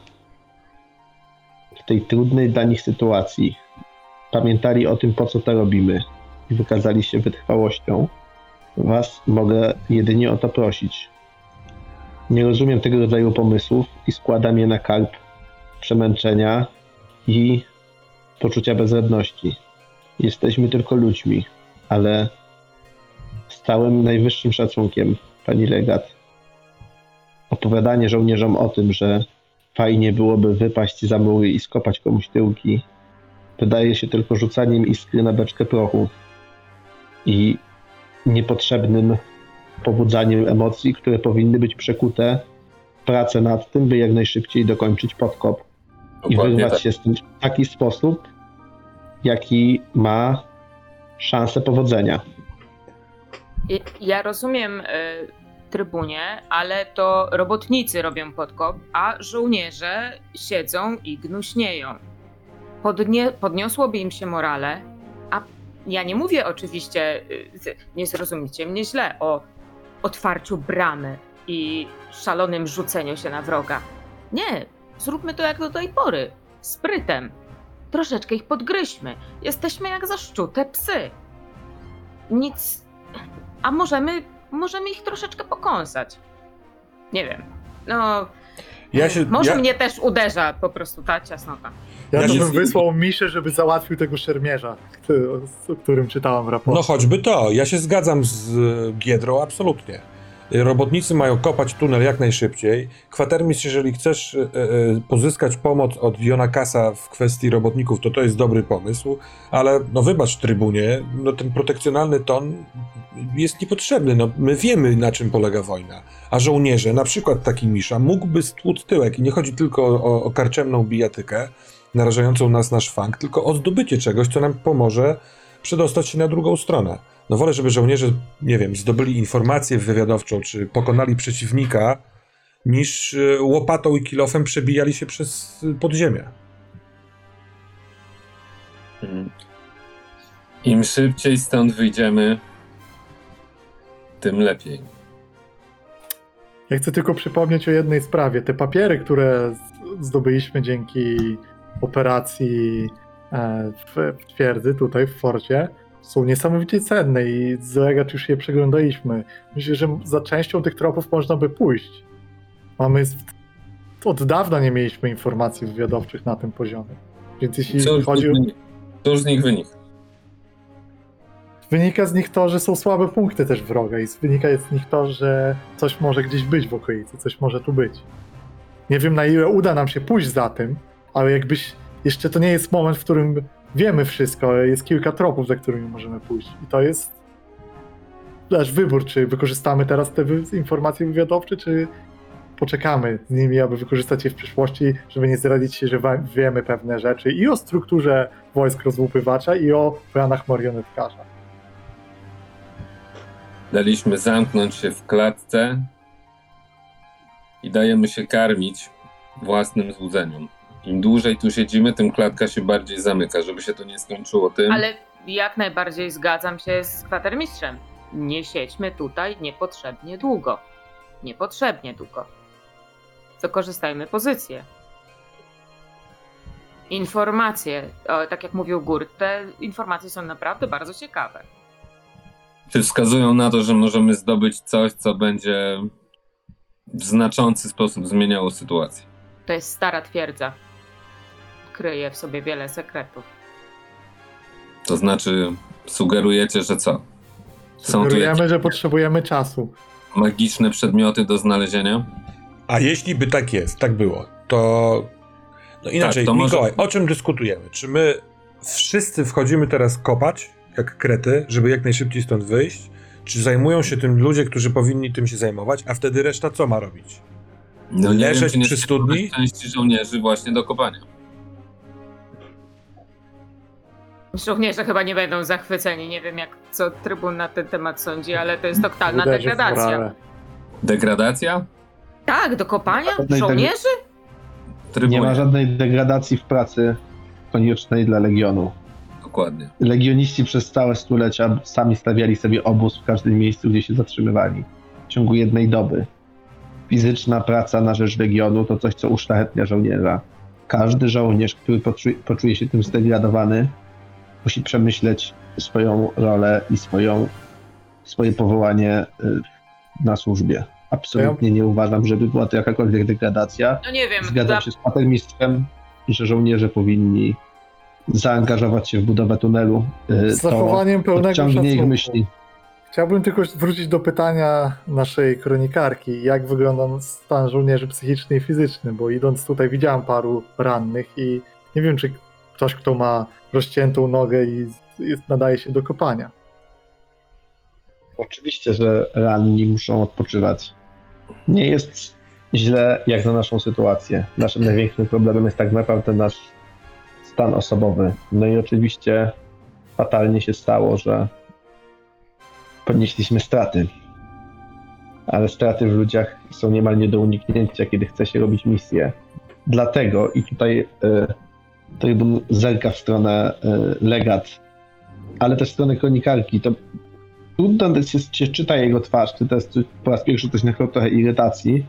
w tej trudnej dla nich sytuacji pamiętali o tym, po co to robimy i wykazali się wytrwałością, was mogę jedynie o to prosić. Nie rozumiem tego rodzaju pomysłów i składam je na karb przemęczenia i poczucia bezradności. Jesteśmy tylko ludźmi, ale z całym najwyższym szacunkiem, pani legat, opowiadanie żołnierzom o tym, że fajnie byłoby wypaść za mury i skopać komuś tyłki, wydaje się tylko rzucaniem iskry na beczkę prochu i niepotrzebnym pobudzaniem emocji, które powinny być przekute w pracę nad tym, by jak najszybciej dokończyć podkop i Dokładnie wyrwać tak. się stąd w taki sposób, jaki ma szansę powodzenia. Ja rozumiem, trybunie, ale to robotnicy robią podkop, a żołnierze siedzą i gnuśnieją. Podniosłoby im się morale, a ja nie mówię oczywiście, nie zrozumijcie mnie źle, o otwarciu bramy i szalonym rzuceniu się na wroga. Nie, zróbmy to jak do tej pory, sprytem. Troszeczkę ich podgryźmy. Jesteśmy jak zaszczute psy. Nic... A możemy ich troszeczkę pokąsać. Nie wiem. No, może mnie też uderza po prostu ta ciasnota. Ja Ja to się bym z- wysłał Miszę, żeby załatwił tego szermierza, o którym czytałem w raporcie. No choćby to. Ja się zgadzam z Giedrą absolutnie. Robotnicy mają kopać tunel jak najszybciej. Kwatermistrz, jeżeli chcesz pozyskać pomoc od Jonakasa w kwestii robotników, to jest dobry pomysł, ale no wybacz, trybunie, no ten protekcjonalny ton jest niepotrzebny. No, my wiemy, na czym polega wojna. A żołnierze, na przykład taki Misza, mógłby stłuc tyłek i nie chodzi tylko o karczemną bijatykę narażającą nas na szwank, tylko o zdobycie czegoś, co nam pomoże przedostać się na drugą stronę. No wolę, żeby żołnierze, nie wiem, zdobyli informację wywiadowczą, czy pokonali przeciwnika, niż łopatą i kilofem przebijali się przez podziemia. Im szybciej stąd wyjdziemy, tym lepiej. Ja chcę tylko przypomnieć o jednej sprawie. Te papiery, które zdobyliśmy dzięki operacji w twierdzy, tutaj w forcie, są niesamowicie cenne i z legat już je przeglądaliśmy. Myślę, że za częścią tych tropów można by pójść. Od dawna nie mieliśmy informacji wywiadowczych na tym poziomie. Więc jeśli chodzi o... Cóż z nich wynik? Wynika z nich to, że są słabe punkty też wroga i wynika z nich to, że coś może gdzieś być w okolicy, coś może tu być. Nie wiem, na ile uda nam się pójść za tym, ale jeszcze to nie jest moment, w którym wiemy wszystko, ale jest kilka tropów, za którymi możemy pójść. I to jest nasz wybór, czy wykorzystamy teraz te informacje wywiadowcze, czy poczekamy z nimi, aby wykorzystać je w przyszłości, żeby nie zdradzić się, że wiemy pewne rzeczy i o strukturze wojsk rozłupywacza, i o planach marionetkarza. Daliśmy zamknąć się w klatce i dajemy się karmić własnym złudzeniom. Im dłużej tu siedzimy, tym klatka się bardziej zamyka, żeby się to nie skończyło tym. Ale jak najbardziej zgadzam się z kwatermistrzem. Nie siedźmy tutaj niepotrzebnie długo. Niepotrzebnie długo. Wykorzystajmy pozycję. Informacje, tak jak mówił Gurt, te informacje są naprawdę bardzo ciekawe. Czy wskazują na to, że możemy zdobyć coś, co będzie w znaczący sposób zmieniało sytuację? To jest stara twierdza. Kryje w sobie wiele sekretów. To znaczy, sugerujecie, że co? Są tu Sugerujemy, jakieś... że potrzebujemy czasu. Magiczne przedmioty do znalezienia? A jeśli by tak jest, tak było, to... No inaczej, Tak, to może- Mikołaj, o czym dyskutujemy? Czy my wszyscy wchodzimy teraz kopać, jak krety, żeby jak najszybciej stąd wyjść? Czy zajmują się tym ludzie, którzy powinni tym się zajmować, a wtedy reszta co ma robić? No nie Leżeć wiem, czy nie przy studni? części żołnierzy właśnie do kopania. Żołnierze chyba nie będą zachwyceni. Nie wiem, co trybun na ten temat sądzi, ale to jest totalna Uderzy w degradacja. morale. Degradacja? Tak, do kopania? Żadnej Żołnierzy? Trybunie. Nie ma żadnej degradacji w pracy koniecznej dla Legionu. Dokładnie. Legioniści przez całe stulecia sami stawiali sobie obóz w każdym miejscu, gdzie się zatrzymywali. W ciągu jednej doby. Fizyczna praca na rzecz Legionu to coś, co uszlachetnia żołnierza. Każdy żołnierz, który poczuje się tym zdegradowany, musi przemyśleć swoją rolę i swoje powołanie na służbie. Absolutnie nie uważam, żeby była to jakakolwiek degradacja. No nie wiem. Zgadzam się z patermistrzem, że żołnierze powinni zaangażować się w budowę tunelu. Z zachowaniem To pełnego odciągnie ich szacunku. myśli. Chciałbym tylko wrócić do pytania naszej kronikarki, jak wygląda stan żołnierzy psychiczny i fizyczny, bo idąc tutaj widziałem paru rannych i nie wiem, czy ktoś, kto ma rozciętą nogę i nadaje się do kopania. Oczywiście, że ranni muszą odpoczywać. Nie jest źle jak na naszą sytuację. Naszym największym problemem jest tak naprawdę nasz stan osobowy. No i oczywiście fatalnie się stało, że ponieśliśmy straty. Ale straty w ludziach są niemal nie do uniknięcia, kiedy chce się robić misję. Dlatego, i tutaj trybun zerka w stronę legat, ale też w stronę kronikarki, to trudno się czyta jego twarz, czy to jest po raz pierwszy coś nakryło trochę irytacji.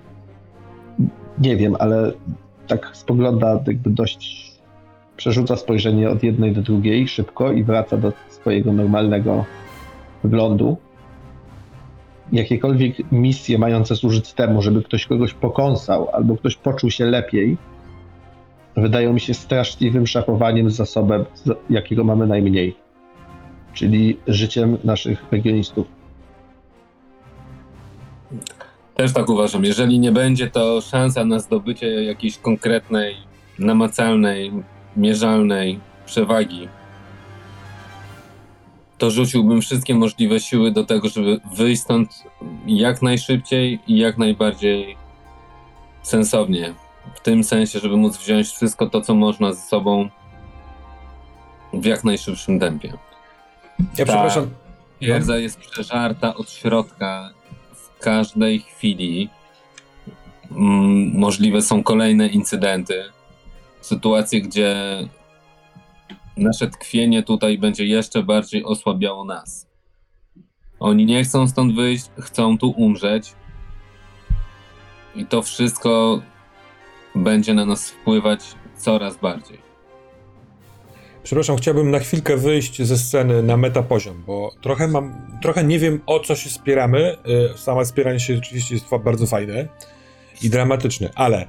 Nie wiem, ale tak spogląda jakby dość, przerzuca spojrzenie od jednej do drugiej szybko i wraca do swojego normalnego wyglądu. Jakiekolwiek misje mające służyć temu, żeby ktoś kogoś pokąsał albo ktoś poczuł się lepiej, wydają mi się straszliwym szafowaniem z zasobem, jakiego mamy najmniej, czyli życiem naszych legionistów. Też tak uważam. Jeżeli nie będzie to szansa na zdobycie jakiejś konkretnej, namacalnej, mierzalnej przewagi, to rzuciłbym wszystkie możliwe siły do tego, żeby wyjść stąd jak najszybciej i jak najbardziej sensownie. W tym sensie, żeby móc wziąć wszystko to, co można ze sobą w jak najszybszym tempie. Ja przepraszam. Twierdza jest przeżarta od środka w każdej chwili. Możliwe są kolejne incydenty. Sytuacje, gdzie nasze tkwienie tutaj będzie jeszcze bardziej osłabiało nas. Oni nie chcą stąd wyjść, chcą tu umrzeć. I to wszystko będzie na nas wpływać coraz bardziej. Przepraszam, chciałbym na chwilkę wyjść ze sceny na metapoziom, bo trochę nie wiem, o co się spieramy. Sama spieranie się rzeczywiście jest bardzo fajne i dramatyczne, ale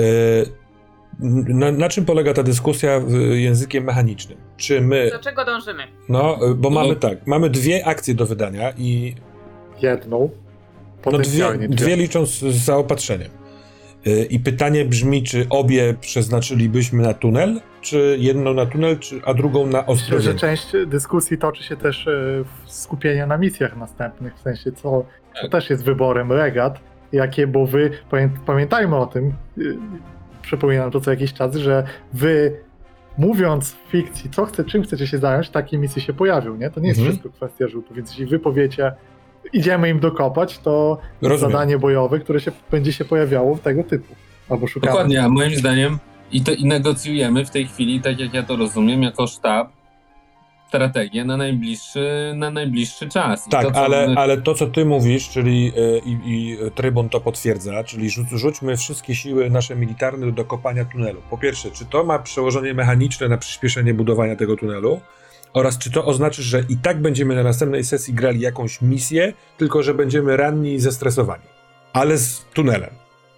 na czym polega ta dyskusja językiem mechanicznym? Czy my... Do czego dążymy? No, bo mamy dwie akcje do wydania i... Jedną, No potencjalnie dwie licząc z zaopatrzeniem. I pytanie brzmi, czy obie przeznaczylibyśmy na tunel, czy jedną na tunel, a drugą na Myślę, że ostrożenie? część dyskusji toczy się też w skupieniu na misjach następnych, w sensie co też jest wyborem legat, jakie, bo wy, pamiętajmy o tym, przypominam to co jakiś czas, że wy mówiąc w fikcji, czym chcecie się zająć, takie misje się pojawią, nie? To nie jest wszystko kwestia rzutu, więc jeśli wy powiecie, idziemy im dokopać, to Rozumiem. zadanie bojowe, które będzie się pojawiało tego typu, albo szukamy. Dokładnie, a moim zdaniem i negocjujemy w tej chwili, tak jak ja to rozumiem, jako sztab, strategię na najbliższy czas. I Tak, to, co ale to, co ty mówisz, czyli i Trybun to potwierdza, czyli rzućmy wszystkie siły nasze militarne do kopania tunelu. Po pierwsze, czy to ma przełożenie mechaniczne na przyspieszenie budowania tego tunelu? Oraz czy to oznacza, że i tak będziemy na następnej sesji grali jakąś misję, tylko że będziemy ranni i zestresowani. Ale z tunelem.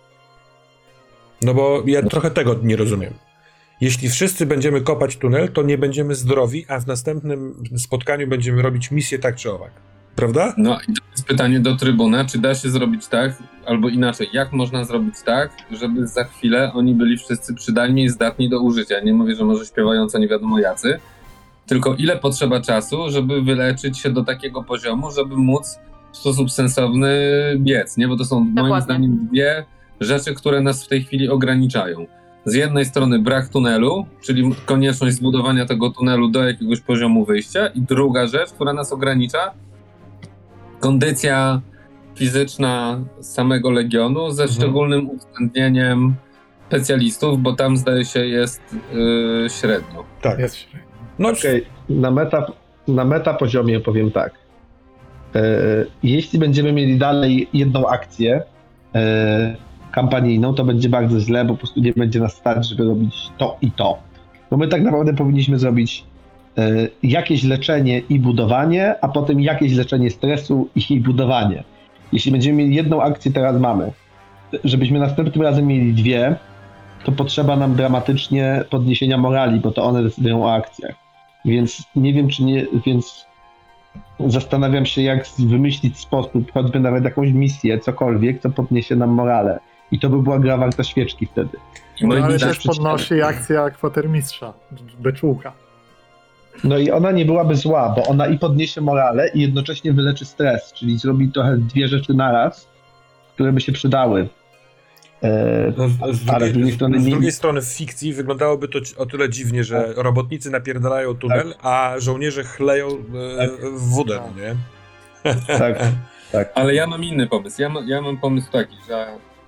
No bo ja trochę tego nie rozumiem. Jeśli wszyscy będziemy kopać tunel, to nie będziemy zdrowi, a w następnym spotkaniu będziemy robić misję tak czy owak. prawda? No i to jest pytanie do trybuna, czy da się zrobić tak, albo inaczej, jak można zrobić tak, żeby za chwilę oni byli wszyscy przydajni i zdatni do użycia. Nie mówię, że może śpiewająco nie wiadomo jacy, tylko ile potrzeba czasu, żeby wyleczyć się do takiego poziomu, żeby móc w sposób sensowny biec, nie? Bo to są moim Dokładnie. zdaniem dwie rzeczy, które nas w tej chwili ograniczają. Z jednej strony brak tunelu, czyli konieczność zbudowania tego tunelu do jakiegoś poziomu wyjścia, i druga rzecz, która nas ogranicza, kondycja fizyczna samego Legionu ze szczególnym uwzględnieniem specjalistów, bo tam zdaje się jest średnio. Tak. Jest średnio. No, Okej, na meta poziomie powiem tak. Jeśli będziemy mieli dalej jedną akcję kampanijną, to będzie bardzo źle, bo po prostu nie będzie nas stać, żeby robić to i to. Bo my tak naprawdę powinniśmy zrobić jakieś leczenie i budowanie, a potem jakieś leczenie stresu i budowanie. Jeśli będziemy mieli jedną akcję, teraz mamy. Żebyśmy następnym razem mieli dwie, to potrzeba nam dramatycznie podniesienia morali, bo to one decydują o akcjach. Więc nie wiem, czy nie, więc zastanawiam się, jak wymyślić sposób, choćby nawet jakąś misję, cokolwiek, co podniesie nam morale. I to by była gra warta świeczki wtedy. I moim Ale zdaniem- też podnosi akcja kwatermistrza, beczułka. No i ona nie byłaby zła, bo ona i podniesie morale i jednocześnie wyleczy stres, czyli zrobi trochę dwie rzeczy naraz, które by się przydały. No, Ale z drugiej strony z nie- drugiej strony w fikcji wyglądałoby to o tyle dziwnie, że robotnicy napierdalają tunel, a żołnierze chleją w wódę, no nie? Tak. Ale ja mam inny pomysł. Ja mam pomysł taki, że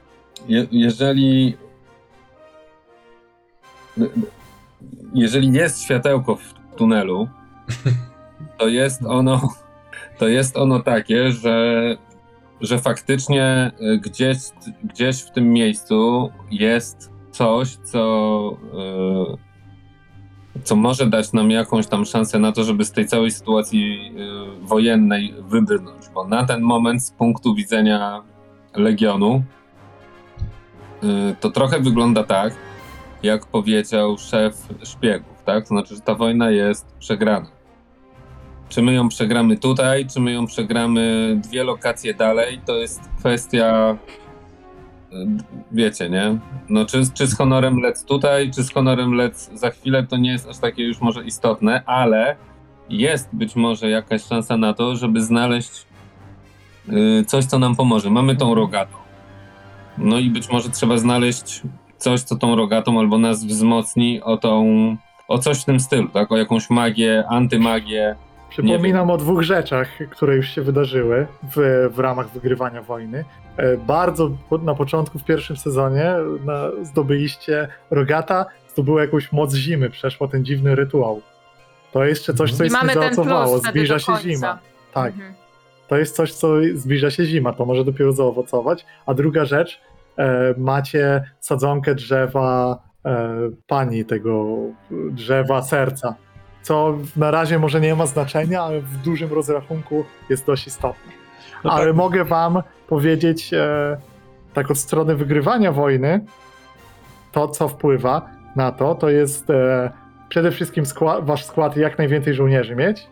jeżeli jest światełko w tunelu, to jest ono takie, że faktycznie gdzieś w tym miejscu jest coś, co może dać nam jakąś tam szansę na to, żeby z tej całej sytuacji wojennej wybrnąć, bo na ten moment z punktu widzenia Legionu to trochę wygląda tak, jak powiedział szef szpiegów, tak? To znaczy, że ta wojna jest przegrana. Czy my ją przegramy tutaj, czy my ją przegramy dwie lokacje dalej, to jest kwestia, wiecie, nie? No czy z honorem lec tutaj, czy z honorem lec za chwilę, to nie jest aż takie już może istotne, ale jest być może jakaś szansa na to, żeby znaleźć coś, co nam pomoże. Mamy tą rogatą. No i być może trzeba znaleźć coś, co tą rogatą albo nas wzmocni o coś w tym stylu, tak? O jakąś magię, antymagię. Przypominam o dwóch rzeczach, które już się wydarzyły w ramach wygrywania wojny. Bardzo na początku, w pierwszym sezonie zdobyliście rogata, zdobyła jakąś moc zimy, przeszła ten dziwny rytuał. To jeszcze coś, co I jest mamy ten zaowocowało. plus wtedy Zbliża do się końca. zima. Tak. Mhm. To jest coś, co zbliża się zima, to może dopiero zaowocować. A druga rzecz, macie sadzonkę drzewa pani, tego drzewa serca, co na razie może nie ma znaczenia, ale w dużym rozrachunku jest dość istotne. No Ale tak. mogę wam powiedzieć, tak od strony wygrywania wojny, to co wpływa na to jest przede wszystkim wasz skład i jak najwięcej żołnierzy mieć.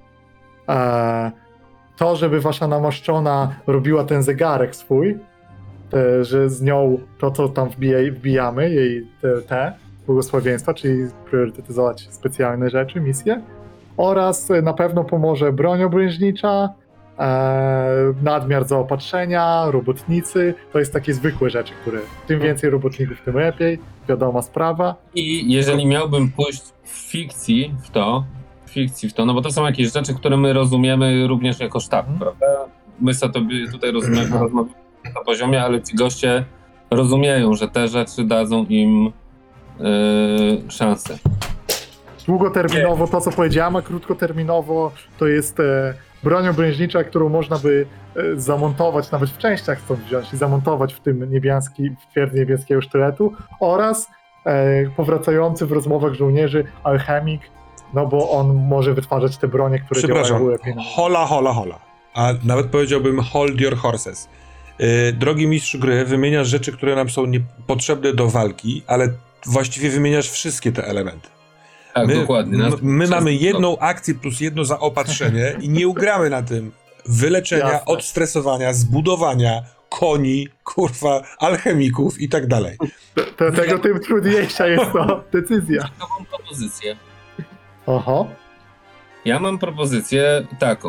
To, żeby wasza namaszczona robiła ten zegarek swój, że z nią to, co tam wbijamy, jej te błogosławieństwa, czyli priorytetyzować specjalne rzeczy, misje. Oraz na pewno pomoże broń obrężnicza, nadmiar zaopatrzenia, robotnicy. To jest takie zwykłe rzeczy, które tym więcej robotników, tym lepiej. Wiadoma sprawa. I jeżeli miałbym pójść w fikcji w to, no bo to są jakieś rzeczy, które my rozumiemy również jako sztab, prawda? My sobie tutaj rozmawiamy na poziomie, ale ci goście rozumieją, że te rzeczy dadzą im szansę. Długoterminowo to, co powiedziałem, a krótkoterminowo to jest broń obrężnicza, którą można by zamontować, nawet w częściach stąd wziąć i zamontować w tym w twierdzy niebieskiego sztyletu, oraz powracający w rozmowach żołnierzy alchemik, no bo on może wytwarzać te bronie, które działają lepiej. Hola. A nawet powiedziałbym hold your horses. Drogi mistrzu gry, wymieniasz rzeczy, które nam są potrzebne do walki, ale właściwie wymieniasz wszystkie te elementy. Tak, dokładnie. My mamy jedną akcję plus jedno zaopatrzenie i nie ugramy na tym wyleczenia, Jasne. odstresowania, zbudowania koni, kurwa, alchemików i tak dalej. Tego tym trudniejsza jest to decyzja. Ciekawą propozycję. Oho. Ja mam propozycję taką.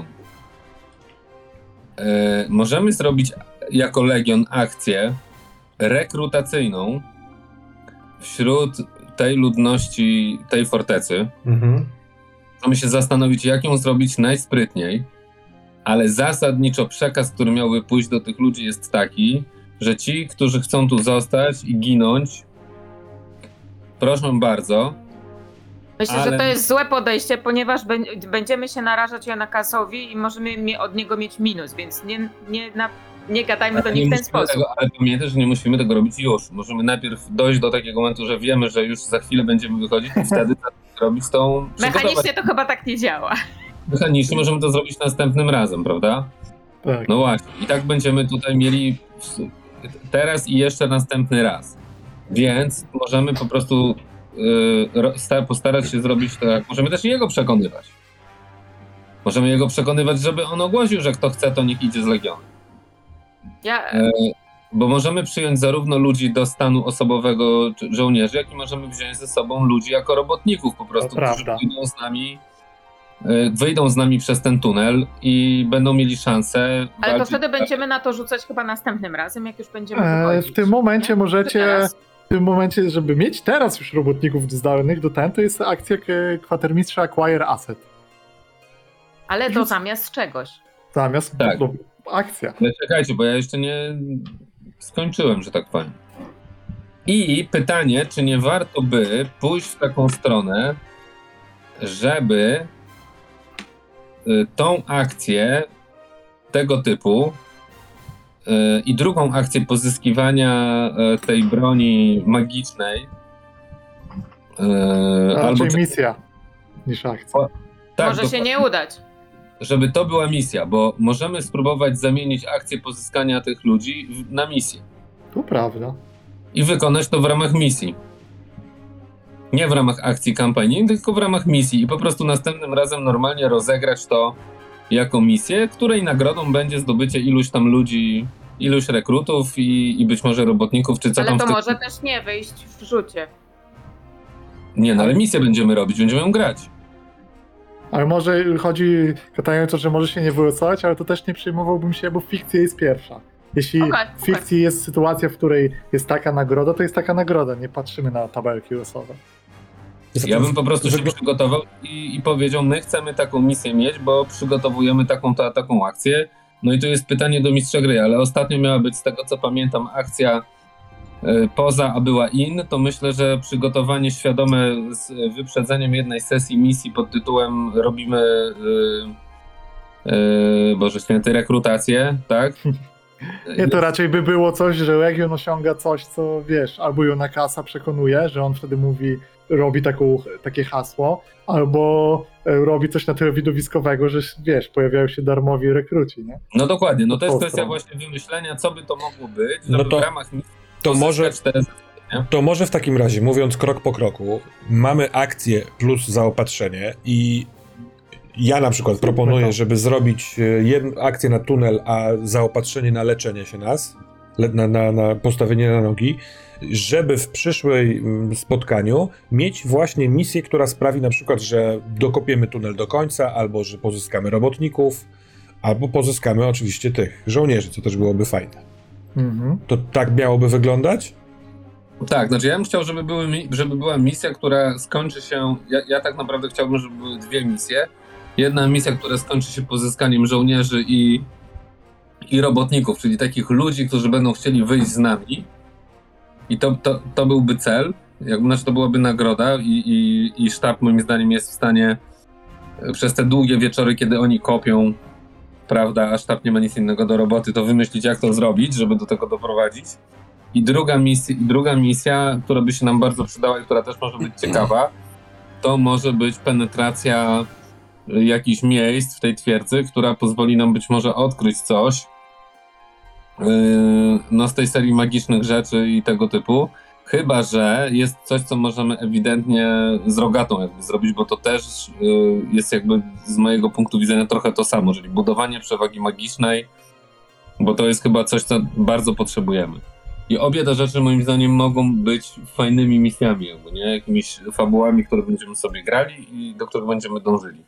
Możemy zrobić jako Legion akcję rekrutacyjną wśród tej ludności, tej fortecy. Możemy się zastanowić, jak ją zrobić najsprytniej, ale zasadniczo przekaz, który miałby pójść do tych ludzi, jest taki, że ci, którzy chcą tu zostać i ginąć, proszę bardzo. Myślę, Ale- że to jest złe podejście, ponieważ będziemy się narażać Jonakazowi i możemy od niego mieć minus, więc nie gadajmy do Nie nich w ten musimy sposób. tego, ale pamiętaj, że nie musimy tego robić już. Możemy najpierw dojść do takiego momentu, że wiemy, że już za chwilę będziemy wychodzić i wtedy robić tą... Mechanicznie to chyba tak nie działa. Mechanicznie możemy to zrobić następnym razem, prawda? Tak. No właśnie. I tak będziemy tutaj mieli teraz i jeszcze następny raz. Więc możemy po prostu postarać się zrobić tak. Możemy też jego przekonywać. Możemy jego przekonywać, żeby on ogłosił, że kto chce, to niech idzie z Legionu. Bo możemy przyjąć zarówno ludzi do stanu osobowego żołnierzy, jak i możemy wziąć ze sobą ludzi jako robotników po prostu, którzy prawda. wyjdą z nami przez ten tunel i będą mieli szansę Ale to walczyć. wtedy będziemy na to rzucać chyba następnym razem, jak już będziemy W wychodzić. tym momencie nie? możecie, Teraz. w tym momencie, żeby mieć teraz już robotników zdolnych do ten, to jest akcja kwatermistrza Acquire Asset. Ale to zamiast czegoś. Zamiast Tak. akcja. Ale czekajcie, bo ja jeszcze nie skończyłem, że tak powiem. I pytanie, czy nie warto by pójść w taką stronę, żeby tą akcję tego typu i drugą akcję pozyskiwania tej broni magicznej Raczej misja niż akcja. tak, Może się nie udać. żeby to była misja, bo możemy spróbować zamienić akcję pozyskania tych ludzi na misję To prawda. i wykonać to w ramach misji. Nie w ramach akcji kampanijnej, tylko w ramach misji i po prostu następnym razem normalnie rozegrać to jako misję, której nagrodą będzie zdobycie iluś tam ludzi, iluś rekrutów i być może robotników, czy co Ale tam to w tych... może też nie wyjść w rzucie. Nie, no ale misję będziemy robić, będziemy ją grać. Ale może chodzi, gadają to, że może się nie wylosować, ale to też nie przejmowałbym się, bo fikcja jest pierwsza. Jeśli Okej, w fikcji jest sytuacja, w której jest taka nagroda, to jest taka nagroda. Nie patrzymy na tabelki losowe. Ja bym po prostu się przygotował i powiedział, my chcemy taką misję mieć, bo przygotowujemy taką akcję. No i tu jest pytanie do mistrza gry, ale ostatnio miała być, z tego co pamiętam, akcja poza, a była in, to myślę, że przygotowanie świadome z wyprzedzeniem jednej sesji misji pod tytułem robimy Boże Święty, rekrutację, tak? Nie, to raczej by było coś, że Legion osiąga coś, co wiesz, albo Jonakasa przekonuje, że on wtedy mówi, robi takie hasło, albo robi coś na tyle widowiskowego, że wiesz, pojawiają się darmowi rekruci, nie? No dokładnie, no to jest Tą kwestia stronę. właśnie wymyślenia, co by to mogło być, No żeby to- w ramach misji To może, pozyskać te... to może w takim razie, mówiąc krok po kroku, mamy akcję plus zaopatrzenie i ja na przykład proponuję, żeby zrobić akcję na tunel, a zaopatrzenie na leczenie się nas, na postawienie na nogi, żeby w przyszłym spotkaniu mieć właśnie misję, która sprawi na przykład, że dokopiemy tunel do końca, albo że pozyskamy robotników, albo pozyskamy oczywiście tych żołnierzy, co też byłoby fajne. Mhm. To tak miałoby wyglądać? Tak, znaczy ja bym chciał, żeby była misja, która skończy się... Ja tak naprawdę chciałbym, żeby były dwie misje. Jedna misja, która skończy się pozyskaniem żołnierzy i robotników, czyli takich ludzi, którzy będą chcieli wyjść z nami. I to byłby cel, znaczy to byłaby nagroda i sztab moim zdaniem jest w stanie przez te długie wieczory, kiedy oni kopią, prawda, a sztab nie ma nic innego do roboty, to wymyślić, jak to zrobić, żeby do tego doprowadzić. I druga misja, która by się nam bardzo przydała i która też może być ciekawa, to może być penetracja jakichś miejsc w tej twierdzy, która pozwoli nam być może odkryć coś no z tej serii magicznych rzeczy i tego typu. Chyba że jest coś, co możemy ewidentnie z Rogatą jakby zrobić, bo to też jest jakby z mojego punktu widzenia trochę to samo, czyli budowanie przewagi magicznej, bo to jest chyba coś, co bardzo potrzebujemy. I obie te rzeczy moim zdaniem mogą być fajnymi misjami, jakby, nie? Jakimiś fabułami, które będziemy sobie grali i do których będziemy dążyli.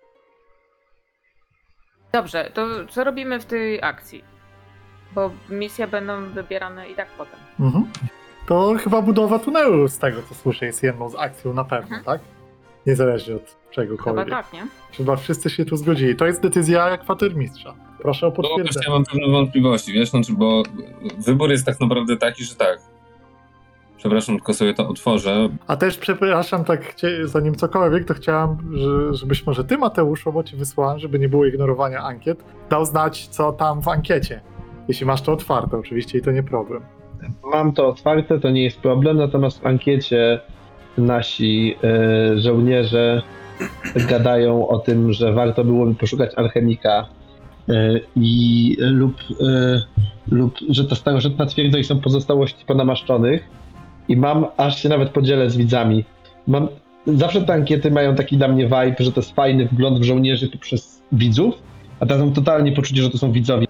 Dobrze, to co robimy w tej akcji? Bo misje będą wybierane i tak potem. Mhm. To chyba budowa tunelu, z tego co słyszę, jest jedną z akcji na pewno, tak? Niezależnie od Chyba czegokolwiek. tak, nie? Chyba wszyscy się tu zgodzili. To jest decyzja kwatermistrza. Proszę o No potwierdzenie. właśnie mam pewne wątpliwości, wiesz, znaczy, bo wybór jest tak naprawdę taki, że tak. Przepraszam, tylko sobie to otworzę. A też przepraszam, tak zanim cokolwiek, to chciałam, żebyś może ty, Mateuszu, bo ci wysłałem, żeby nie było ignorowania ankiet, dał znać, co tam w ankiecie. Jeśli masz to otwarte, oczywiście, i to nie problem. Mam to otwarte, to nie jest problem, natomiast w ankiecie nasi żołnierze gadają o tym, że warto byłoby poszukać alchemika lub że to starożytna twierdza i są pozostałości ponamaszczonych. I aż się nawet podzielę z widzami. Zawsze te ankiety mają taki dla mnie vibe, że to jest fajny wgląd w żołnierzy poprzez widzów, a teraz mam totalnie poczucie, że to są widzowie.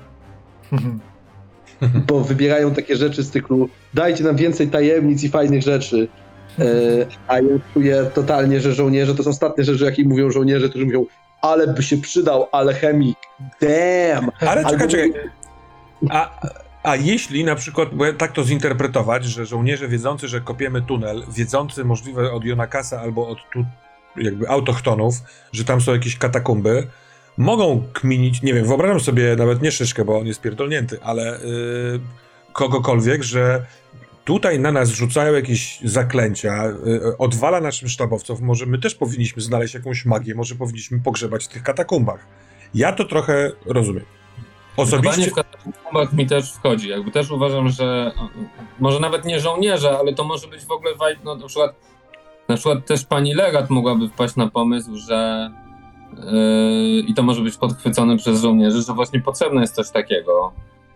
Bo wybierają takie rzeczy z cyklu dajcie nam więcej tajemnic i fajnych rzeczy. A ja czuję totalnie, że żołnierze to są ostatnie rzeczy, jakie mówią żołnierze, którzy mówią ale by się przydał alchemik. Damn! Ale czekaj. A jeśli na przykład, bo ja tak to zinterpretować, że żołnierze wiedzący, że kopiemy tunel, wiedzący możliwe od Jonakasa albo od jakby autochtonów, że tam są jakieś katakumby, mogą kminić, nie wiem, wyobrażam sobie nawet nie Szyszkę, bo on jest pierdolnięty, ale kogokolwiek, że tutaj na nas rzucają jakieś zaklęcia, odwala naszym sztabowców, może my też powinniśmy znaleźć jakąś magię, może powinniśmy pogrzebać w tych katakumbach. Ja to trochę rozumiem. Osobiście... W katakumbach mi też wchodzi, jakby też uważam, że może nawet nie żołnierze, ale to może być w ogóle vibe, no na przykład też pani Legat mogłaby wpaść na pomysł, że i to może być podchwycone przez żołnierzy, że właśnie potrzebne jest coś takiego,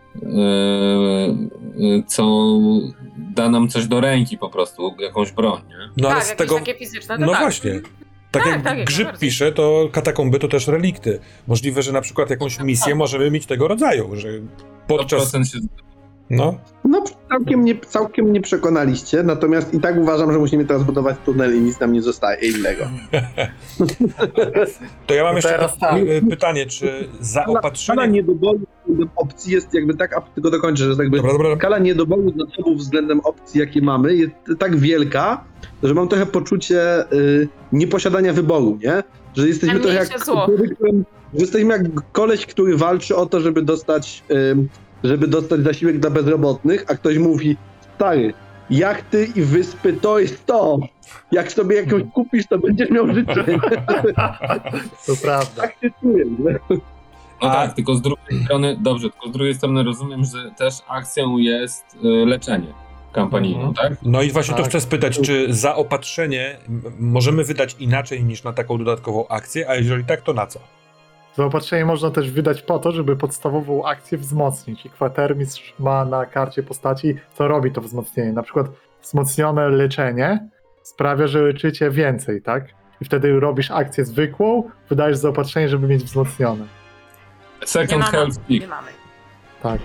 co da nam coś do ręki po prostu, jakąś broń, nie? No, ale Tak, z jakieś tego... takie fizyczne, to No tak. właśnie. Tak jak jak Grzyb najbardziej. pisze, to katakumby to też relikty. Możliwe, że na przykład jakąś misję możemy mieć tego rodzaju, że podczas... 100% się... No, No, całkiem mnie przekonaliście, natomiast i tak uważam, że musimy teraz budować tunel i nic nam nie zostaje innego. to ja mam To jeszcze teraz tak. pytanie, czy Skala zaopatrzenie... niedoboru względem opcji jest jakby tak, tylko dokończę, że jakby Dobra. skala niedoboru zasobów względem opcji, jakie mamy, jest tak wielka, że mam trochę poczucie nieposiadania wyboru, nie? Że jesteśmy trochę Najmniejsze jak zło. że jesteśmy jak koleś, który walczy o to, żeby dostać zasiłek dla bezrobotnych, a ktoś mówi, stary, jachty i wyspy to jest to. Jak sobie jakąś kupisz, to będziesz miał życie. To prawda. Tak się czuję. Nie? No tak, tylko z drugiej strony rozumiem, że też akcją jest leczenie kampanijną, tak? No i właśnie to Tak. chcę spytać, czy zaopatrzenie możemy wydać inaczej niż na taką dodatkową akcję, a jeżeli tak, to na co? Zaopatrzenie można też wydać po to, żeby podstawową akcję wzmocnić. I kwatermistrz ma na karcie postaci, co robi to wzmocnienie. Na przykład wzmocnione leczenie sprawia, że leczycie więcej, tak? I wtedy robisz akcję zwykłą, wydajesz zaopatrzenie, żeby mieć wzmocnione. Nie Second mamy. health Nie pick. mamy. Tak.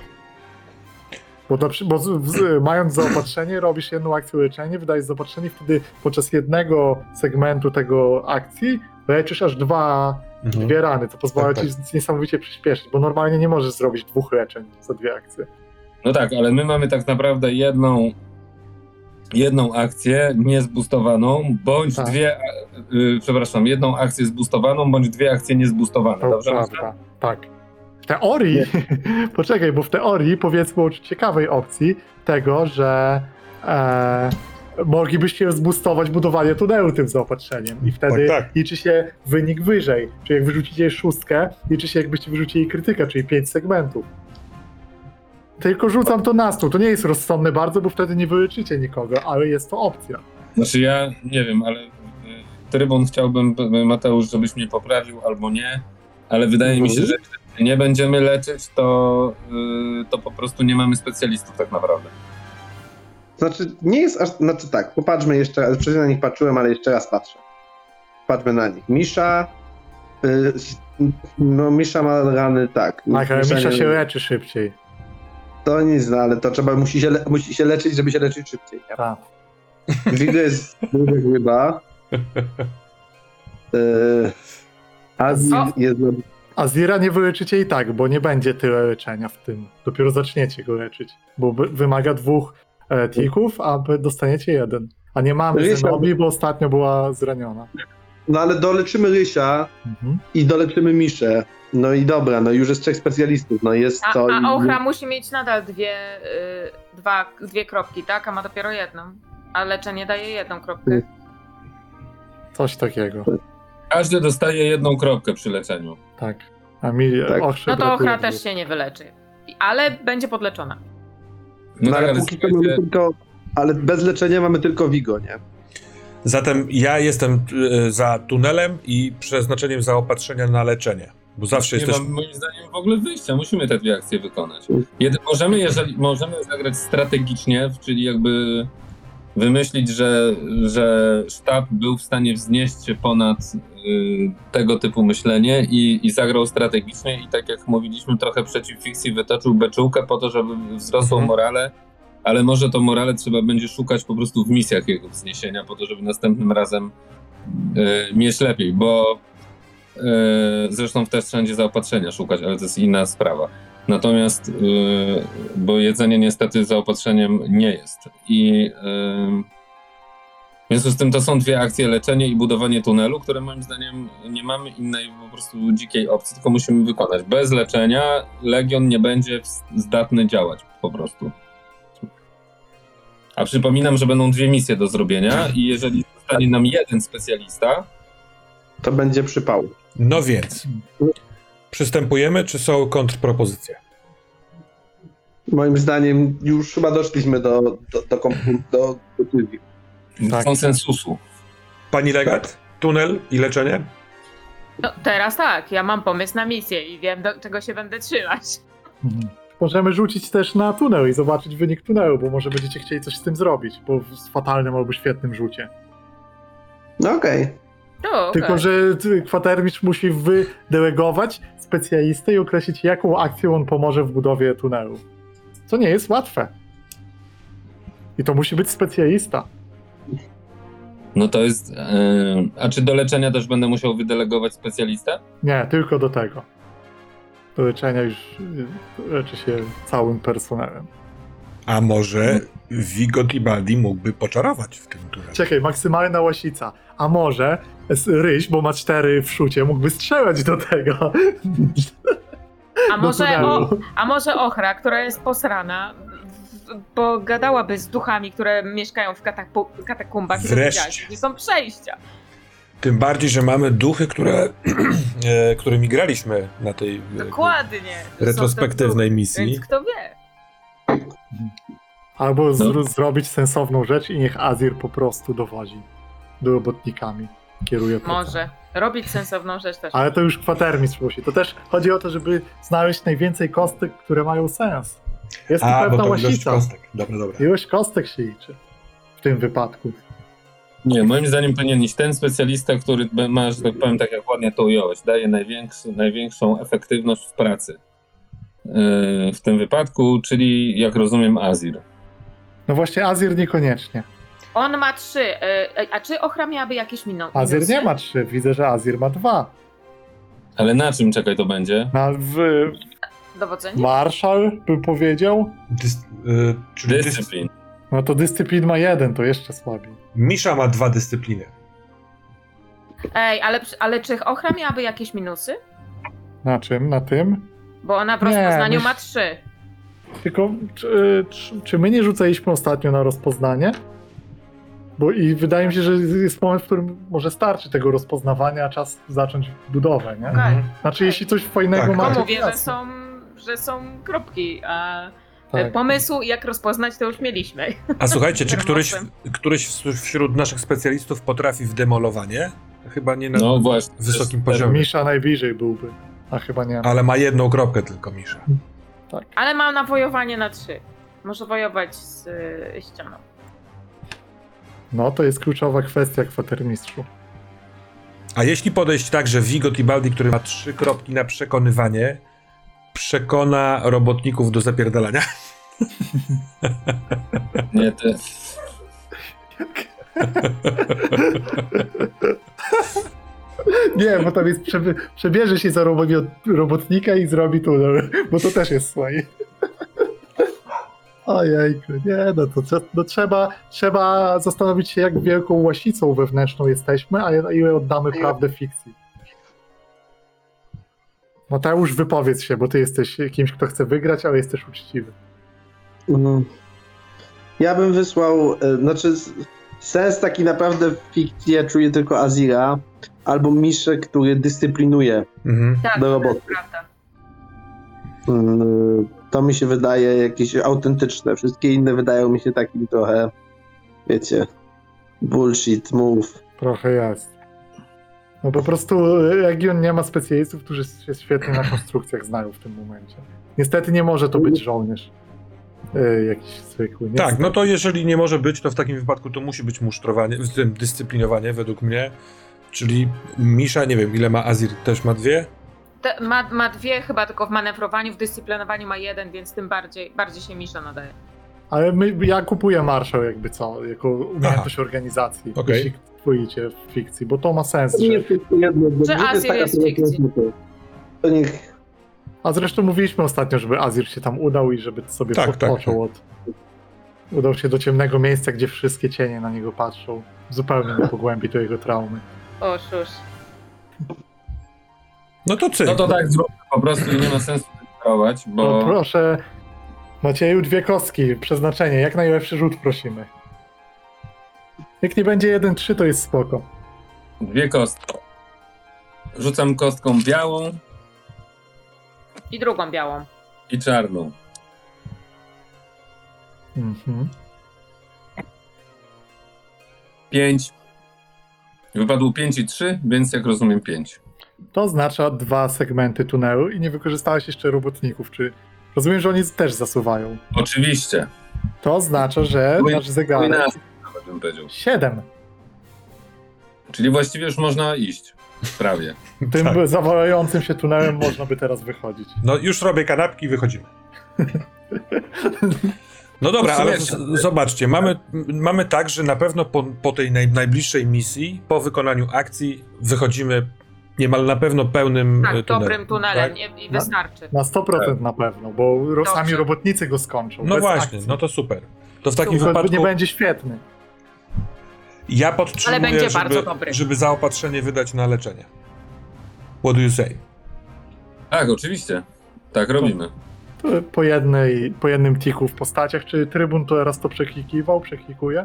Mając zaopatrzenie, robisz jedną akcję leczenia, wydajesz zaopatrzenie i wtedy podczas jednego segmentu tego akcji leczysz aż dwie rany, co pozwala Tak, ci niesamowicie przyspieszyć, bo normalnie nie możesz zrobić 2 leczeń za 2 akcje. No tak, ale my mamy tak naprawdę jedną akcję niezboostowaną, bądź Tak. jedną akcję zboostowaną, bądź 2 akcje niezboostowane, To dobrze? prawda, tak. W teorii, poczekaj, bo w teorii powiedzmy o ciekawej opcji tego, że moglibyście zboostować budowanie tunelu tym zaopatrzeniem i wtedy Tak. liczy się wynik wyżej. Czyli jak wyrzucicie 6, liczy się jakbyście wyrzucili krytykę, czyli 5 segmentów. Tylko rzucam to na stół. To nie jest rozsądne bardzo, bo wtedy nie wyleczycie nikogo, ale jest to opcja. Znaczy ja nie wiem, ale Trybun chciałbym, Mateusz, żebyś mnie poprawił albo nie, ale wydaje mi się, że jeśli nie będziemy leczyć, to po prostu nie mamy specjalistów tak naprawdę. Znaczy, nie jest aż... Znaczy tak, popatrzmy jeszcze raz. Wcześniej na nich patrzyłem, ale jeszcze raz patrzę. Patrzmy na nich. Misza... no, Misza ma rany, tak. Tak, ale Misza nie- się leczy szybciej. To nic, no, ale to trzeba... Musi się leczyć, żeby się leczyć szybciej. Nie? Tak. Widzę jest duży chyba. Azir O! jest... Azira nie wyleczycie i tak, bo nie będzie tyle leczenia w tym. Dopiero zaczniecie go leczyć, bo wymaga 2 tików, a wy dostaniecie 1. A nie mamy Rysia- Zenobi, bo ostatnio była zraniona. No ale doleczymy Rysia Mhm. i doleczymy Miszę. No i dobra, no już jest 3 specjalistów, no jest to... A Ochra musi mieć nadal dwie kropki, tak? A ma dopiero jedną. A leczenie daje 1 kropkę. Coś takiego. Każdy dostaje 1 kropkę przy leczeniu. Tak. A mi Tak. Ochrze No to brakuje Ochra 2. też się nie wyleczy. Ale będzie podleczona. No, tak, ale póki co mamy tylko... Ale bez leczenia mamy tylko Vigo, nie? Zatem ja jestem za tunelem i przeznaczeniem zaopatrzenia na leczenie. Bo zawsze nie jesteś... mam moim zdaniem w ogóle wyjścia, musimy te 2 akcje wykonać. Jeżeli możemy zagrać strategicznie, czyli jakby wymyślić, że sztab był w stanie wznieść się ponad tego typu myślenie i zagrał strategicznie i tak jak mówiliśmy, trochę przeciw fikcji wytoczył beczułkę po to, żeby wzrosło morale, ale może to morale trzeba będzie szukać po prostu w misjach jego wzniesienia po to, żeby następnym razem mieć lepiej, bo zresztą też wszędzie zaopatrzenia szukać, ale to jest inna sprawa. Natomiast, bo jedzenie niestety zaopatrzeniem nie jest. I w związku z tym to są 2 akcje, leczenie i budowanie tunelu, które moim zdaniem nie mamy innej po prostu dzikiej opcji, tylko musimy wykonać. Bez leczenia Legion nie będzie zdatny działać po prostu. A przypominam, że będą 2 misje do zrobienia i jeżeli zostanie nam 1 specjalista, To będzie przypał. No więc, przystępujemy, czy są kontrpropozycje? Moim zdaniem już chyba doszliśmy do decyzji. Tak. konsensusu. Pani Legat, tunel i leczenie? No teraz tak, ja mam pomysł na misję i wiem, do czego się będę trzymać. Mhm. Możemy rzucić też na tunel i zobaczyć wynik tunelu, bo może będziecie chcieli coś z tym zrobić, po fatalnym albo świetnym rzucie. No okej. To, Tylko, że kwatermistrz musi wydelegować specjalistę i określić, jaką akcją on pomoże w budowie tunelu. Co nie jest łatwe. I to musi być specjalista. No to jest. A czy do leczenia też będę musiał wydelegować specjalistę? Nie, tylko do tego. Do leczenia już leczy się całym personelem. A może Vigo Tibaldi mógłby poczarować w tym tunelu? Czekaj, maksymalna łasica. A może Ryś, bo ma 4 w szucie, mógłby strzelać do tego. a może Ochra, która jest posrana, bo gadałaby z duchami, które mieszkają w katakumbach i Wreszcie. dowiedziałaś, gdzie są przejścia. Tym bardziej, że mamy duchy, którymi graliśmy na tej Dokładnie. retrospektywnej misji. Więc kto wie? Albo zrobić sensowną rzecz i niech Azir po prostu dowodzi robotnikami. Kieruje procesem. Może. Robić sensowną rzecz też. Ale to już kwatermistrz musi. To też chodzi o to, żeby znaleźć najwięcej kostek, które mają sens. Jest tu A, bo pewna to ilość łasica. kostek. Dobra. Ilość kostek się liczy w tym wypadku. Nie, moim zdaniem powinien iść ten specjalista, który ma, że tak powiem, tak jak ładnie to ująłeś, daje największą efektywność w pracy. W tym wypadku, czyli jak rozumiem Azir. No właśnie Azir niekoniecznie. On ma 3. A czy Ochra miałaby jakieś minusy? Azir nie ma 3. Widzę, że Azir ma 2. Ale na czym, czekaj, to będzie? Dowodzenie? Marszal by powiedział. Czyli Dyscyplin. No to dyscyplin ma 1, to jeszcze słabiej. Misza ma 2 dyscypliny. Ej, ale czy Ochra miałaby jakieś minusy? Na czym? Na tym? Bo ona w Nie, rozpoznaniu ma 3. Tylko czy my nie rzucaliśmy ostatnio na rozpoznanie? Bo i wydaje mi się, że jest moment, w którym może starczy tego rozpoznawania, a czas zacząć budowę, nie? Okej. Znaczy, jeśli coś fajnego Tak. macie, Tylko mówię, to że jasne. są kropki, a Tak. pomysł jak rozpoznać to już mieliśmy. A słuchajcie, czy Termosem. któryś wśród naszych specjalistów potrafi w demolowanie? Chyba nie na No właśnie. wysokim też- poziomie. Misza najbliżej byłby, a chyba nie. Ale ma 1 kropkę tylko Misza. Ale mam nawojowanie na 3. Może wojować z ścianą. No to jest kluczowa kwestia, kwatermistrzu. A jeśli podejść tak, że Vigo Tibaldi, który ma 3 kropki na przekonywanie, przekona robotników do zapierdalania? Nie, to... Nie, bo tam jest przebierze się za robotnika i zrobi tunel, bo to też jest słaj. Ojejku, nie, no to no trzeba zastanowić się, jak wielką łasicą wewnętrzną jesteśmy, a ile oddamy prawdę fikcji. Mateusz, wypowiedz się, bo ty jesteś kimś, kto chce wygrać, ale jesteś uczciwy. Ja bym wysłał, sens taki naprawdę w fikcji ja czuję tylko Azira, albo Miszę, który dyscyplinuje Tak, do roboty. to jest prawda. To mi się wydaje jakieś autentyczne. Wszystkie inne wydają mi się takim trochę, wiecie, bullshit move. Trochę jest. No po prostu Legion nie ma specjalistów, którzy się świetnie na konstrukcjach znają w tym momencie. Niestety nie może to być żołnierz. Jakiś zwykły. Niestety. Tak, no to jeżeli nie może być, to w takim wypadku to musi być musztrowanie, w tym dyscyplinowanie według mnie. Czyli Misza, nie wiem, ile ma Azir, też ma 2? Ma 2 chyba, tylko w manewrowaniu, w dyscyplinowaniu ma 1, więc tym bardziej się Misza nadaje. Ale ja kupuję Marshall jakby co, jako umiejętność organizacji, Okej. jeśli twoicie w fikcji, bo to ma sens. To nie jest jedno, bo Czy to Azir taka jest w fikcji? To niech... A zresztą mówiliśmy ostatnio, żeby Azir się tam udał i żeby sobie Tak, począł od... Udał się do ciemnego miejsca, gdzie wszystkie cienie na niego patrzą. Zupełnie nie pogłębi to jego traumy. O, szusz. No to cyk. No to tak zróbmy po prostu i nie ma sensu dyskutować, No bo proszę, Macieju, 2 kostki, przeznaczenie, jak najlepszy rzut prosimy. Jak nie będzie 1-3, to jest spoko. 2 kostki. Rzucam kostką białą I drugą białą. i czarną. Mhm. 5. Wypadło 5 i 3, więc jak rozumiem 5. To oznacza 2 segmenty tunelu i nie wykorzystałeś jeszcze robotników, czy... Rozumiem, że oni też zasuwają. Oczywiście. To oznacza, że nasz zegarek... Nawet bym powiedział. 7. Czyli właściwie już można iść. Prawie. Tym Tak. zawalającym się tunelem można by teraz wychodzić. No już robię kanapki i wychodzimy. No dobra, ale zobaczcie, mamy tak, że na pewno po tej najbliższej misji, po wykonaniu akcji wychodzimy niemal na pewno pełnym Tak, tunelem. dobrym tunelem Tak? i wystarczy. Na 100% Tak. na pewno, bo sami Dobrze. robotnicy go skończą. No bez właśnie, akcji. no to super. To w takim To wypadku nie będzie świetny. ja Ale podtrzymuję, będzie bardzo dobry. żeby zaopatrzenie wydać na leczenie. What do you say? Tak, oczywiście. Tak robimy. To po jednym tiku w postaciach. Czy Trybun teraz to przeklikuje?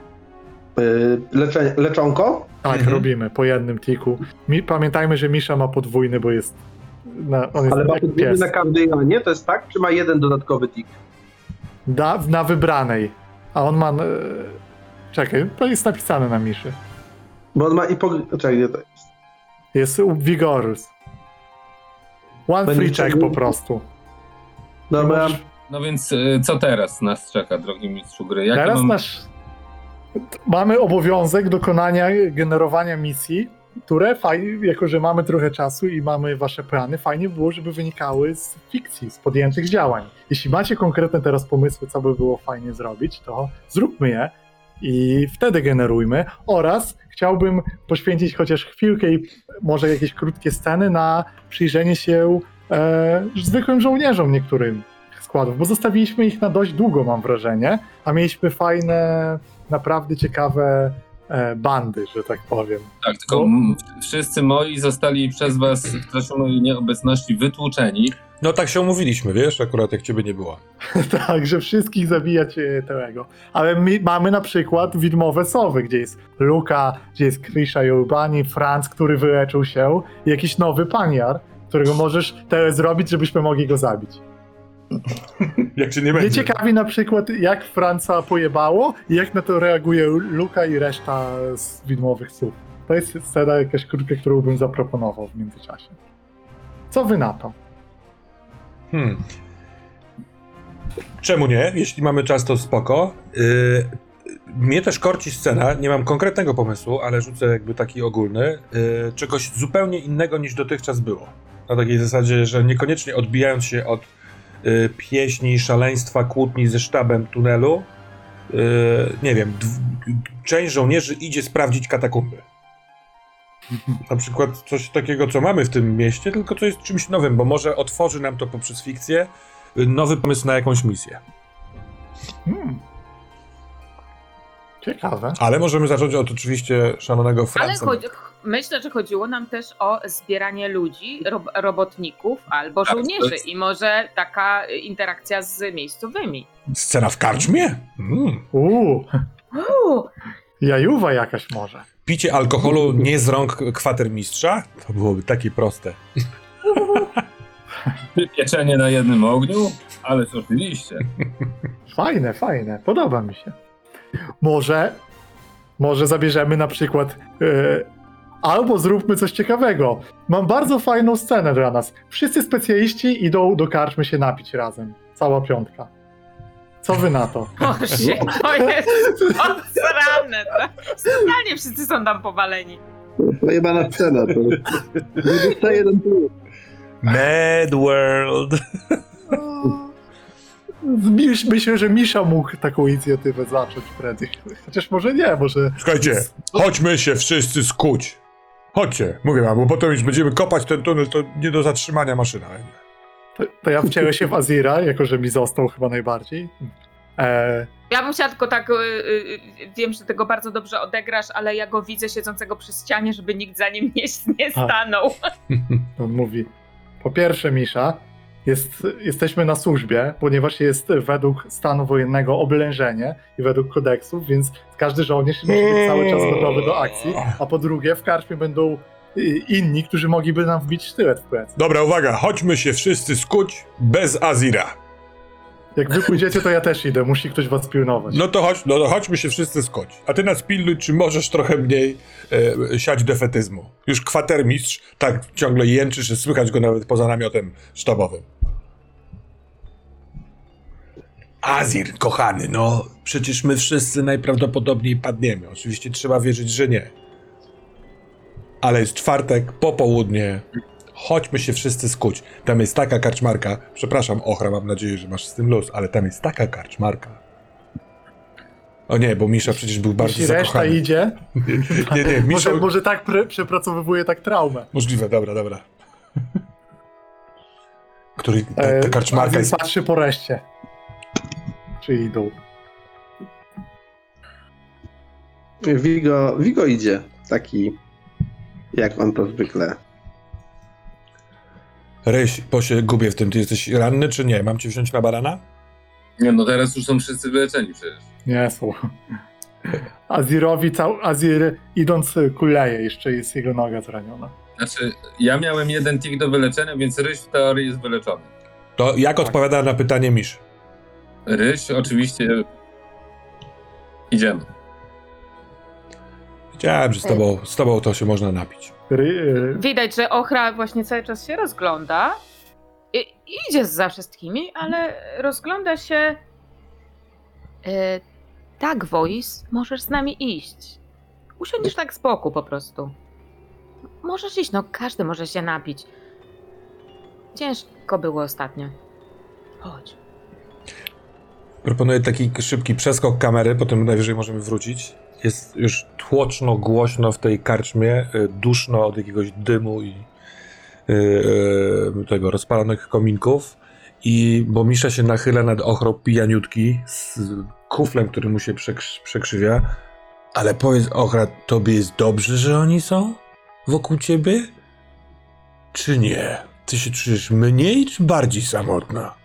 Leczonko? Tak, Mhm. robimy po jednym tiku. Pamiętajmy, że Misza ma podwójny, bo jest... on jest Ale ma jak podwójny pies. na każdej ranie, to jest tak? Czy ma jeden dodatkowy tik? Na wybranej. A on ma... Czekaj, to jest napisane na Miszy. Bo on ma i Czekaj, nie to jest. Jest Vigorous. One Będzie free check czego? po prostu. Dobra, No więc co teraz nas czeka, drogi mistrzu gry? Jakie Teraz mam... mamy obowiązek dokonania generowania misji, które fajnie, jako że mamy trochę czasu i mamy wasze plany, fajnie było, żeby wynikały z fikcji, z podjętych działań. Jeśli macie konkretne teraz pomysły, co by było fajnie zrobić, to zróbmy je i wtedy generujmy. Oraz chciałbym poświęcić chociaż chwilkę i może jakieś krótkie sceny na przyjrzenie się zwykłym żołnierzom niektórym składów, bo zostawiliśmy ich na dość długo, mam wrażenie, a mieliśmy fajne, naprawdę ciekawe bandy, że tak powiem. Tak, tylko wszyscy moi zostali przez was w czasie mojej nieobecności wytłuczeni. No tak się umówiliśmy, wiesz, akurat jak ciebie nie było. Tak, że wszystkich zabijać tego. Ale my mamy na przykład widmowe sowy, gdzie jest Luka, gdzie jest Krisha i Urbani, Franz, który wyleczył się i jakiś nowy paniar, którego możesz teraz zrobić, żebyśmy mogli go zabić. Jak się nie Mnie będzie. ciekawi na przykład, jak Franca pojebało i jak na to reaguje Luka i reszta z widmowych słów. To jest scena jakaś krótka, którą bym zaproponował w międzyczasie. Co wy na to? Czemu nie? Jeśli mamy czas, to spoko. mnie też korci scena, nie mam konkretnego pomysłu, ale rzucę jakby taki ogólny, czegoś zupełnie innego niż dotychczas było. Na takiej zasadzie, że niekoniecznie odbijając się od pieśni, szaleństwa, kłótni ze sztabem tunelu, nie wiem, część żołnierzy idzie sprawdzić katakumby. Na przykład coś takiego, co mamy w tym mieście, tylko co jest czymś nowym, bo może otworzy nam to poprzez fikcję nowy pomysł na jakąś misję. Ciekawe. Ale możemy zacząć od oczywiście szanonego Ale Franca. myślę, że chodziło nam też o zbieranie ludzi, robotników albo żołnierzy i może taka interakcja z miejscowymi. Scena w karczmie? Uuu, Jajuwa jakaś może. Picie alkoholu nie z rąk kwatermistrza? To byłoby takie proste. Pieczenie na jednym ogniu? Ależ oczywiście. Fajne, fajne. Podoba mi się. Może zabierzemy na przykład albo zróbmy coś ciekawego. Mam bardzo fajną scenę dla nas. Wszyscy specjaliści idą do karczmy się napić razem. Cała piątka. Co wy na to? Boże, to jest odsrane. Specjalnie wszyscy są tam powaleni. Pojebana scena, to nie dostaje jeden punkt. Mad World. Myślę, że Misza mógł taką inicjatywę zacząć prędzej. Chociaż może nie, może... Słuchajcie, chodźmy się wszyscy skuć. Chodźcie, mówię wam, bo potem już będziemy kopać ten tunel, to nie do zatrzymania maszyna. To ja wcielę się w Azira, jako że mi został chyba najbardziej. Ja bym chciała tylko tak, wiem, że tego bardzo dobrze odegrasz, ale ja go widzę siedzącego przy ścianie, żeby nikt za nim nie stanął. On mówi, po pierwsze Misza, jesteśmy na służbie, ponieważ jest według stanu wojennego oblężenie i według kodeksów, więc każdy żołnierz musi być cały czas gotowy do akcji, a po drugie w karczmie będą inni, którzy mogliby nam wbić sztylet w plecy. Dobra, uwaga, chodźmy się wszyscy skuć bez Azira. Jak wy pójdziecie, to ja też idę, musi ktoś was pilnować. No to chodźmy się wszyscy skuć. A ty nas pilnuj, czy możesz trochę mniej siać defetyzmu. Już kwatermistrz tak ciągle jęczy, że słychać go nawet poza namiotem sztabowym. Azir, kochany, no przecież my wszyscy najprawdopodobniej padniemy. Oczywiście trzeba wierzyć, że nie. Ale jest czwartek, popołudnie. Chodźmy się wszyscy skuć. Tam jest taka karczmarka. Przepraszam, Ochra, mam nadzieję, że masz z tym luz, ale tam jest taka karczmarka. O nie, bo Misza przecież był bardzo Jeśli reszta zakochany. idzie, Nie, Misza... może tak przepracowywuje tak traumę. Możliwe, dobra. Ta karczmarka jest... Patrzy po reszcie. Czy idą. Vigo idzie, taki jak on to zwykle. Ryś, bo się gubię w tym. Ty jesteś ranny, czy nie? Mam cię wziąć na barana? Nie, no teraz już są wszyscy wyleczeni przecież. Nie są. Azir idąc kuleje, jeszcze jest jego noga zraniona. Znaczy, ja miałem jeden tik do wyleczenia, więc Ryś w teorii jest wyleczony. To jak odpowiada na pytanie Misz? Ryś, oczywiście... Idziemy. Wiedziałem, że z tobą to się można napić. Widać, że Ochra właśnie cały czas się rozgląda. Idzie za wszystkimi, ale rozgląda się... Tak, Vois, możesz z nami iść. Usiądziesz tak z boku po prostu. Możesz iść, no każdy może się napić. Ciężko było ostatnio. Chodź. Proponuję taki szybki przeskok kamery, potem najwyżej możemy wrócić. Jest już tłoczno, głośno w tej karczmie, duszno od jakiegoś dymu i tego rozpalonych kominków. Bo Misza się nachyla nad Ochrą pijaniutki z kuflem, który mu się przekrzywia. Ale powiedz, Ochra, tobie jest dobrze, że oni są wokół ciebie? Czy nie? Ty się czujesz mniej czy bardziej samotna?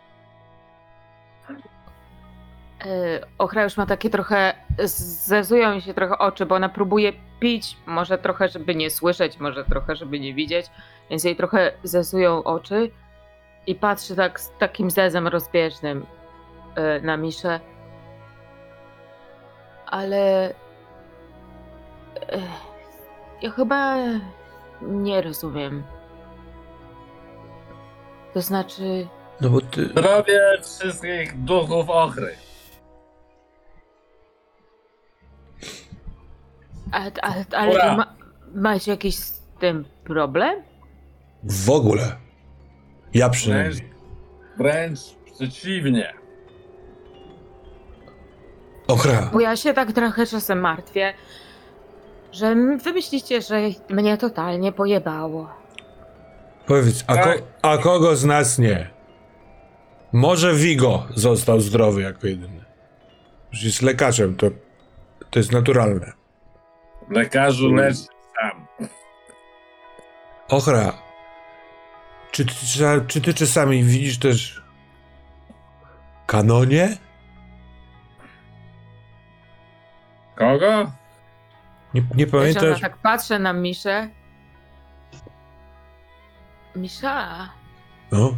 Ochra już ma takie trochę, zezują mi się trochę oczy, bo ona próbuje pić, może trochę, żeby nie słyszeć, może trochę, żeby nie widzieć, więc jej trochę zezują oczy i patrzy tak z takim zezem rozbieżnym na Miszę. Ale ja chyba nie rozumiem. To znaczy... No bo ty... Zdrowie wszystkich duchów Ochry. Ale Ura! to macie jakiś z tym problem? W ogóle. Ja przynajmniej. Wręcz przeciwnie. Ochra, Bo ja się tak trochę czasem martwię, że wy myślicie, że mnie totalnie pojebało. powiedz, a kogo z nas nie? Może Vigo został zdrowy jako jedyny. Już jest lekarzem, to jest naturalne. Lekarzu, lecz sam. Ochra, czy ty czasami widzisz też Kanonie? Kogo? Nie Wiesz, ona pamiętasz? tak patrzę na Miszę. Misza, No.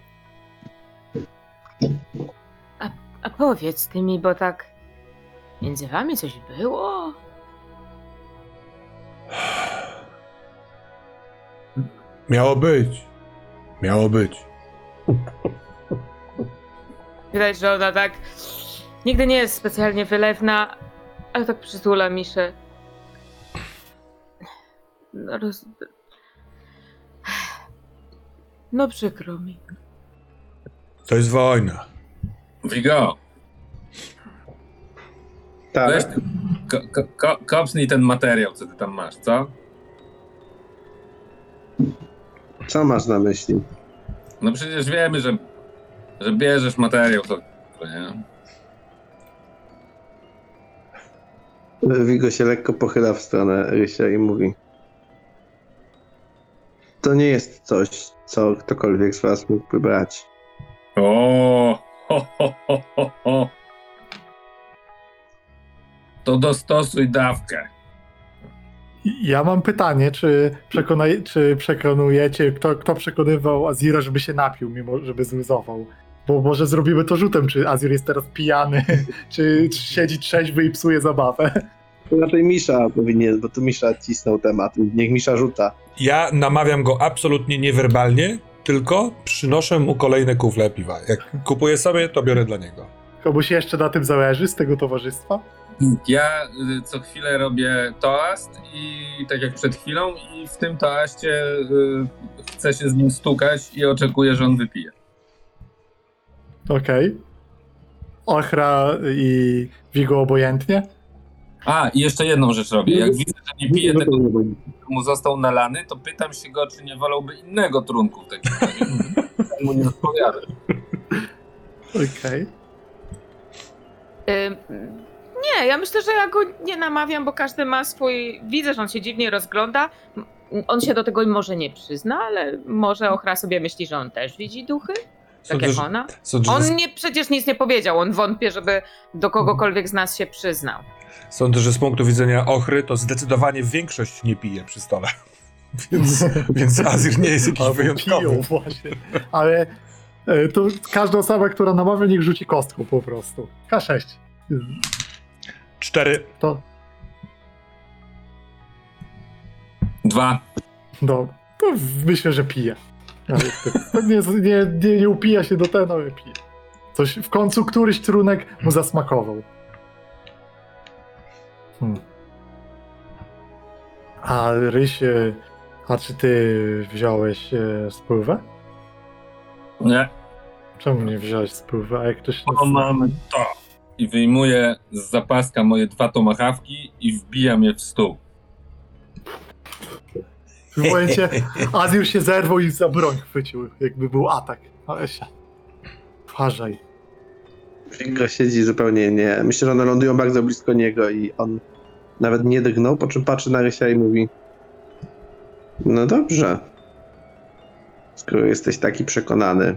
a powiedz ty mi, bo tak między wami coś było? Miało być. Miało być. Widać, że ona tak nigdy nie jest specjalnie wylewna, ale tak przytula Miszę. No przykro mi. To jest wojna. Vigo, Tak. weź kopsnij ten materiał, co ty tam masz, co? Co masz na myśli? No przecież wiemy, że bierzesz materiał, to nie? Vigo się lekko pochyla w stronę Rysia i mówi: to nie jest coś, co ktokolwiek z was mógłby brać. O, ho. To dostosuj dawkę. Ja mam pytanie, czy przekonujecie, kto przekonywał Azira, żeby się napił, mimo żeby zluzował? Bo może zrobimy to rzutem, czy Azir jest teraz pijany, czy siedzi trzeźwy i psuje zabawę. To raczej Misza powinien, bo tu Misza cisnął temat. Niech Misza rzuca. Ja namawiam go absolutnie niewerbalnie, tylko przynoszę mu kolejne kufle piwa. Jak kupuję sobie, to biorę dla niego. Komuś jeszcze na tym zależy z tego towarzystwa? Ja co chwilę robię toast i tak jak przed chwilą i w tym toaście chcę się z nim stukać i oczekuję, że on wypije. Okej. Ochra i Vigo obojętnie? A, i jeszcze jedną rzecz robię. Jak widzę, że nie pije tego, mu został nalany, to pytam się go, czy nie wolałby innego trunku w takim razie. Mu nie odpowiada. Okej. Nie, ja myślę, że ja go nie namawiam, bo każdy ma swój... Widzę, że on się dziwnie rozgląda. On się do tego może nie przyzna, ale może Ochra sobie myśli, że on też widzi duchy, tak jak ona. On przecież nic nie powiedział, on wątpi, żeby do kogokolwiek z nas się przyznał. Sądzę, że z punktu widzenia Ochry to zdecydowanie większość nie pije przy stole. Więc Azir nie jest jakiś Albo wyjątkowy. piją właśnie. Ale to każda osoba, która namawia, niech rzuci kostką po prostu. K6. 4. To 2. no, to myślę, że pije. Ale to nie upija się do tego, ale pije. Coś w końcu któryś trunek mu zasmakował. A Rysie, a czy ty wziąłeś spływę? Nie. Czemu nie wziąłeś spływy? A jak ktoś To mamy to. I wyjmuję z zapaska moje 2 tomahawki i wbijam je w stół. W momencie Azir się zerwał i za broń chwycił, jakby był atak. Ale się... Uważaj. Vigo siedzi zupełnie nie. Myślę, że one lądują bardzo blisko niego i on nawet nie drgnął, po czym patrzy na Rysia i mówi: no dobrze. Skoro jesteś taki przekonany.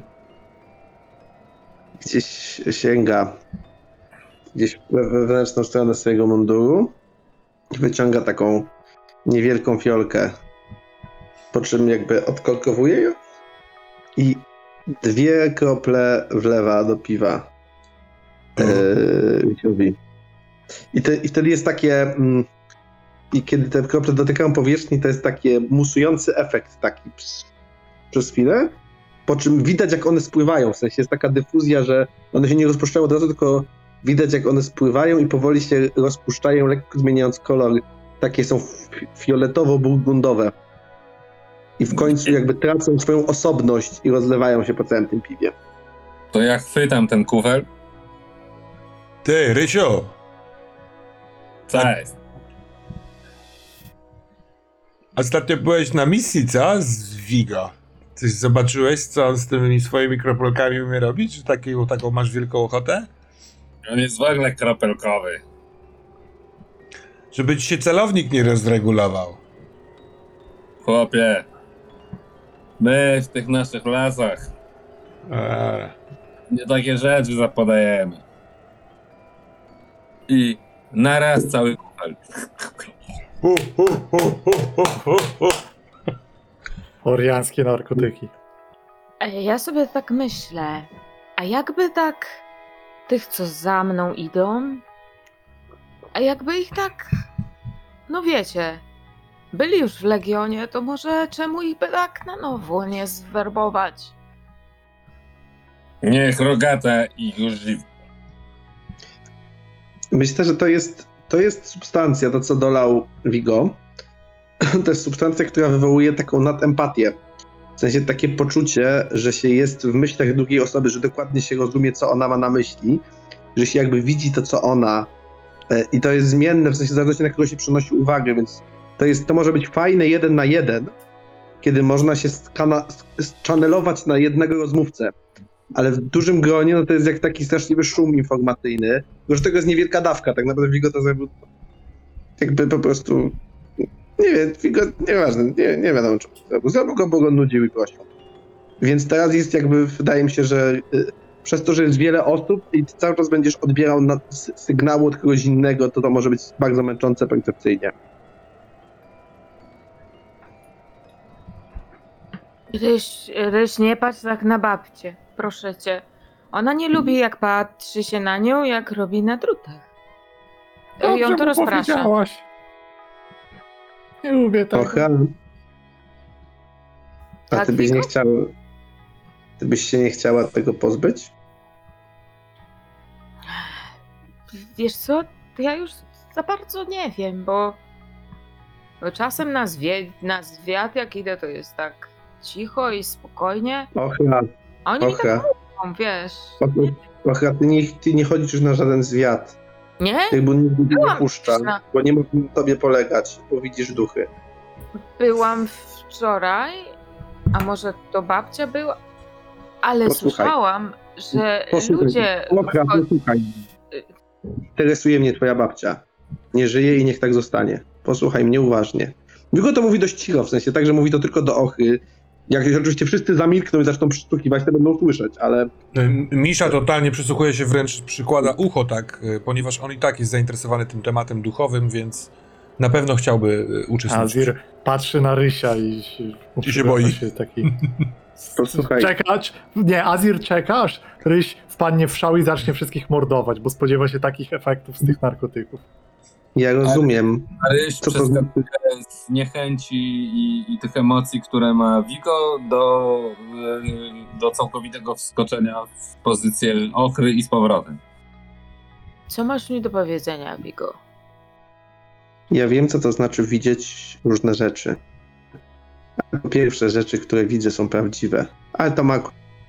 Gdzieś sięga gdzieś we wewnętrzną stronę swojego munduru i wyciąga taką niewielką fiolkę, po czym jakby odkorkowuje ją i 2 krople wlewa do piwa Rysiowi. I wtedy jest takie i kiedy te krople dotykają powierzchni, to jest takie musujący efekt taki przez chwilę, po czym widać, jak one spływają, w sensie jest taka dyfuzja, że one się nie rozpuszczają od razu, tylko widać, jak one spływają i powoli się rozpuszczają, lekko zmieniając kolor takie są fioletowo-burgundowe. I w końcu jakby tracą swoją osobność i rozlewają się po całym tym piwie. To ja chwytam ten kufel. Ty, Rysiu! Co jest? Ostatnio byłeś na misji, co? Z Vigo. Coś zobaczyłeś, co on z tymi swoimi kropelkami umie robić? Czy taką masz wielką ochotę? On jest w ogóle kropelkowy. Żeby ci się celownik nie rozregulował. Chłopie, my w tych naszych lasach nie takie rzeczy zapodajemy. I naraz cały kufel. Oriańskie narkotyki. Ja sobie tak myślę, a jakby tak tych, co za mną idą, a jakby ich tak, no wiecie, byli już w Legionie, to może czemu ich by tak na nowo nie zwerbować? Niech Rogata ich już żywi. Myślę, że to jest substancja, to co dolał Vigo. To jest substancja, która wywołuje taką nadempatię. W sensie takie poczucie, że się jest w myślach drugiej osoby, że dokładnie się rozumie, co ona ma na myśli, że się jakby widzi to, co ona. I to jest zmienne, w sensie w zależności na kogo się przenosi uwagę, więc to może być fajne 1 na 1, kiedy można się schannelować na jednego rozmówcę. Ale w dużym gronie no to jest jak taki straszliwy szum informacyjny. Tylko że tego jest niewielka dawka, tak naprawdę Vigo to zrobił jakby po prostu... Nie wiem, Vigo, nieważne, nie wiadomo czemu zrobił. Zrobił go, bo go nudził i prosił. Więc teraz jest jakby, wydaje mi się, że przez to, że jest wiele osób i ty cały czas będziesz odbierał sygnały od kogoś innego, to może być bardzo męczące percepcyjnie. Ryś, nie patrz tak na babcię, proszę cię. Ona nie lubi, jak patrzy się na nią, jak robi na drutach. I on to mu rozprasza. powiedziałaś. Nie lubię tego. Ochra. A Tak, ty byś Vigo? nie chciał... Ty byś się nie chciała tego pozbyć? Wiesz co, to ja już za bardzo nie wiem, bo czasem na zwiat jak idę, to jest tak cicho i spokojnie. Ochra. A oni mi tak Ochra. mówią, wiesz. Ochra, ty nie chodzisz już na żaden zwiat. Nie? Jakby nigdy nie Byłam puszcza, na- bo nie można na tobie polegać, bo widzisz duchy. Byłam wczoraj, a może to babcia była, ale Posłuchaj. słyszałam, że Posłuchaj. ludzie... Ochra, posłuchaj. Interesuje mnie twoja babcia. Nie żyje i niech tak zostanie. Posłuchaj mnie uważnie. Vigo to mówi dość cicho, w sensie tak, że mówi to tylko do Ochry. Jak oczywiście wszyscy zamilkną i zaczną przysłuchiwać, to będą słyszeć, ale Misza totalnie przysłuchuje się, wręcz przykłada ucho, tak, ponieważ on i tak jest zainteresowany tym tematem duchowym, więc na pewno chciałby uczestniczyć. Azir patrzy na Rysia i się boi. Się taki... posłuchaj. Czekać? Nie, Azir czeka, aż Ryś wpadnie w szał i zacznie wszystkich mordować, bo spodziewa się takich efektów z tych narkotyków. Ja rozumiem, Ryś co to przez znaczy. z niechęci i tych emocji, które ma Vigo, do całkowitego wskoczenia w pozycję Ochry i z powrotem. Co masz mi do powiedzenia, Vigo? Ja wiem, co to znaczy widzieć różne rzeczy. Pierwsze rzeczy, które widzę, są prawdziwe, ale to ma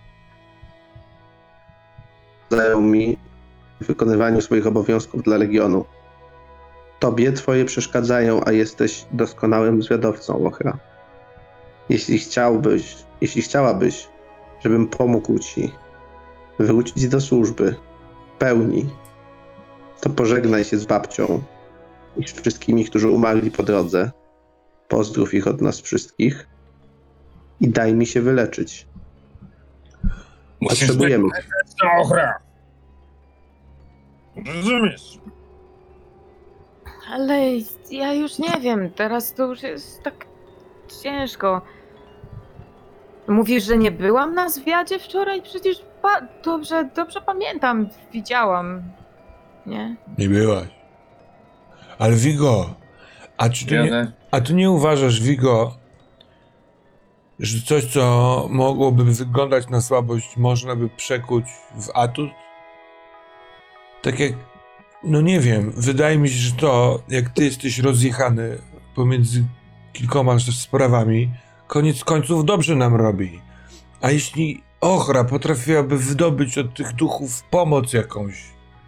zajął mi w wykonywaniu swoich obowiązków dla Legionu. Tobie twoje przeszkadzają, a jesteś doskonałym zwiadowcą, Ochra. Jeśli chciałabyś, żebym pomógł ci wrócić do służby w pełni, to pożegnaj się z babcią i z wszystkimi, którzy umarli po drodze. Pozdrów ich od nas wszystkich i daj mi się wyleczyć. Potrzebujemy. Ochra! Rozumiesz? Ale ja już nie wiem, teraz to już jest tak ciężko. Mówisz, że nie byłam na zwiadzie wczoraj? Przecież dobrze pamiętam, widziałam. Nie? Nie byłaś. Ale Vigo, a ty nie uważasz, Vigo, że coś, co mogłoby wyglądać na słabość, można by przekuć w atut? Tak jak No nie wiem, wydaje mi się, że to, jak ty jesteś rozjechany pomiędzy kilkoma sprawami, koniec końców dobrze nam robi. A jeśli Ochra potrafiłaby wydobyć od tych duchów pomoc jakąś,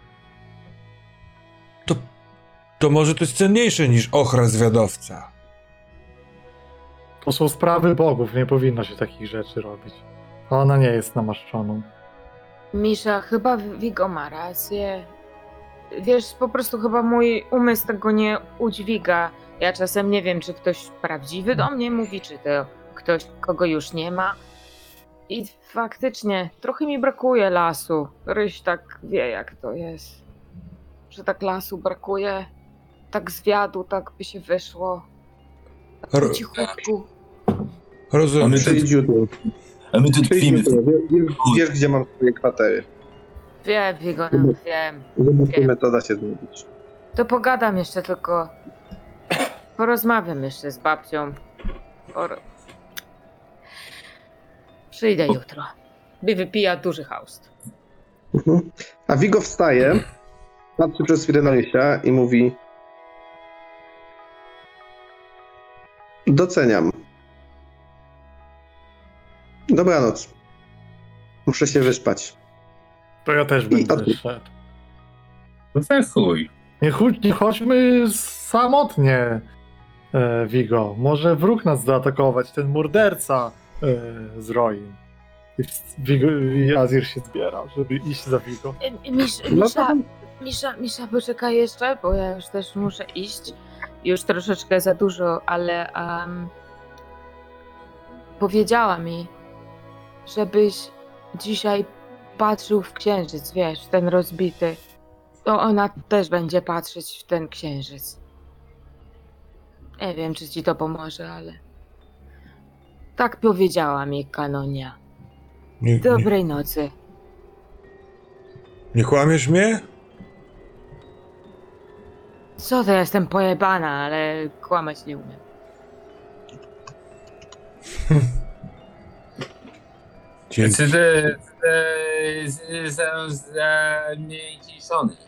to może to jest cenniejsze niż Ochra zwiadowca. To są sprawy bogów, nie powinno się takich rzeczy robić. Ona nie jest namaszczoną. Misza, chyba Vigo ma rację. Wiesz, po prostu chyba mój umysł tego nie udźwiga. Ja czasem nie wiem, czy ktoś prawdziwy do mnie mówi, czy to ktoś, kogo już nie ma. I faktycznie, trochę mi brakuje lasu. Ryś tak wie, jak to jest. Że tak lasu brakuje. Tak zwiadu, tak by się wyszło. Tak po cichutku. Rozumiem. Przyjdź jutro. A my tu Przyjdź tkwimy. jutro. Wiesz, gdzie mam swoje kwatery. Wiem, Vigo, wiem. Zobaczymy, to da się zrobić. To pogadam jeszcze tylko. Porozmawiam jeszcze z babcią. Przyjdę jutro. By wypija duży haust. Mhm. A Vigo wstaje, patrzy przez chwilę na Rysia i mówi: doceniam. Dobranoc. Muszę się wyspać. To ja też będę szedł. Za chuj. Nie chodźmy samotnie, Vigo. Może wróg nas zaatakować, ten morderca z Roin. I Azir się zbiera, żeby iść za Vigo. Misza, poczekaj jeszcze, bo ja już też muszę iść. Już troszeczkę za dużo, ale powiedziała mi, żebyś dzisiaj patrzył w księżyc, wiesz, ten rozbity. To ona też będzie patrzeć w ten księżyc. Nie wiem, czy ci to pomoże, ale... Tak powiedziała mi Kanonia. Dobrej nocy. Nie kłamiesz mnie? Co to, jestem pojebana, ale kłamać nie umiem. Dzięki. Czy ty są zanieciszony?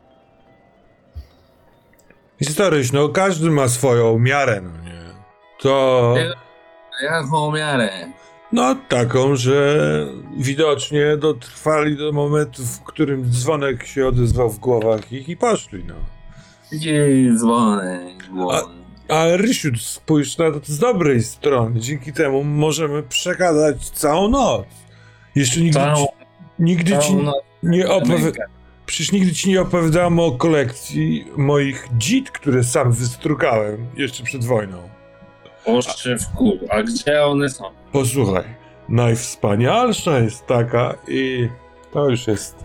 Staryś, no każdy ma swoją miarę, no nie? To... Jaką miarę? No taką, że widocznie dotrwali do momentu, w którym dzwonek się odezwał w głowach ich i poszli, no. Gdzie dzwonek? A Rysiu, spójrz na to z dobrej strony. Dzięki temu możemy przegadać całą noc. Jeszcze nigdy ci nie Przecież nigdy ci nie opowiadałem o kolekcji moich dzid, które sam wystrukałem jeszcze przed wojną. Oszczywku, a gdzie one są? Posłuchaj, najwspanialsza jest taka i to już jest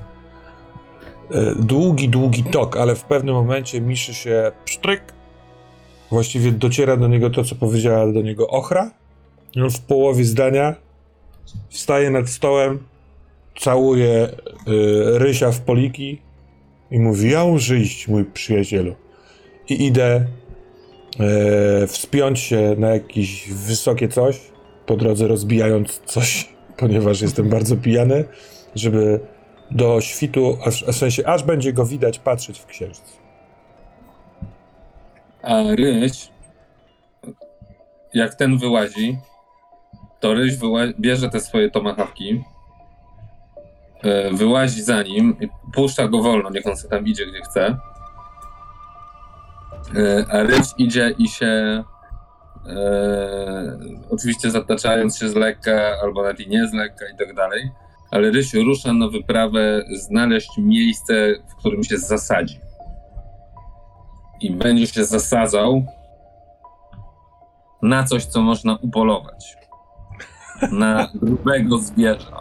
długi tok, ale w pewnym momencie miszy się psztryk. Właściwie dociera do niego to, co powiedziała do niego Ochra. I on w połowie zdania wstaje nad stołem, całuje Rysia w poliki i mówi: ja muszę iść, mój przyjacielu. I idę wspiąć się na jakieś wysokie coś, po drodze rozbijając coś, ponieważ jestem bardzo pijany, żeby do świtu, w sensie aż będzie go widać, patrzeć w księżyc. A Ryś, jak ten wyłazi, to Ryś bierze te swoje tomahawki, wyłazi za nim i puszcza go wolno, niech on sobie tam idzie, gdzie chce. A Ryś idzie i się oczywiście zataczając się z lekka, albo nawet i nie z lekka i tak dalej, ale Ryś rusza na wyprawę znaleźć miejsce, w którym się zasadzi. I będzie się zasadzał na coś, co można upolować. Na grubego zwierza.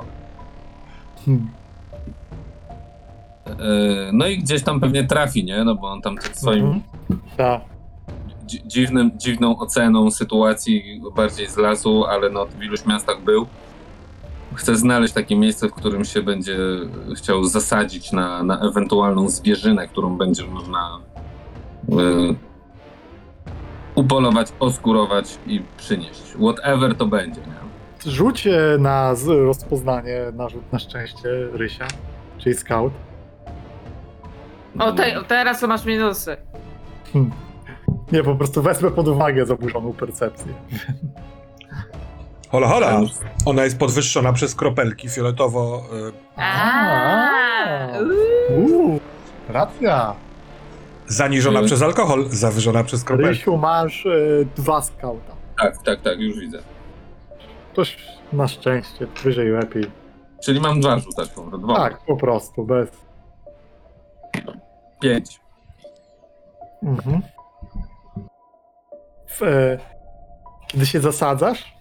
No i gdzieś tam pewnie trafi, nie? No bo on tam tym swoim dziwną oceną sytuacji, bardziej z lasu, ale no w iluś miastach był. Chce znaleźć takie miejsce, w którym się będzie chciał zasadzić na ewentualną zwierzynę, którą będzie można upolować, oskurować i przynieść. Whatever to będzie, nie? Rzucie na rozpoznanie, na rzut na szczęście Rysia, czyli scout. Teraz to masz minusy. Nie, po prostu wezmę pod uwagę zaburzoną percepcję. Hola, hola! Ona jest podwyższona przez kropelki fioletowo... Racja. Zaniżona przez alkohol, zawyżona przez kropelki. Rysiu, masz 2 skauta. Tak, już widzę. Toż na szczęście, wyżej lepiej. Czyli mam 2 rzucać po prostu. 2. Tak, po prostu, bez... 5. Mhm. Kiedy się zasadzasz,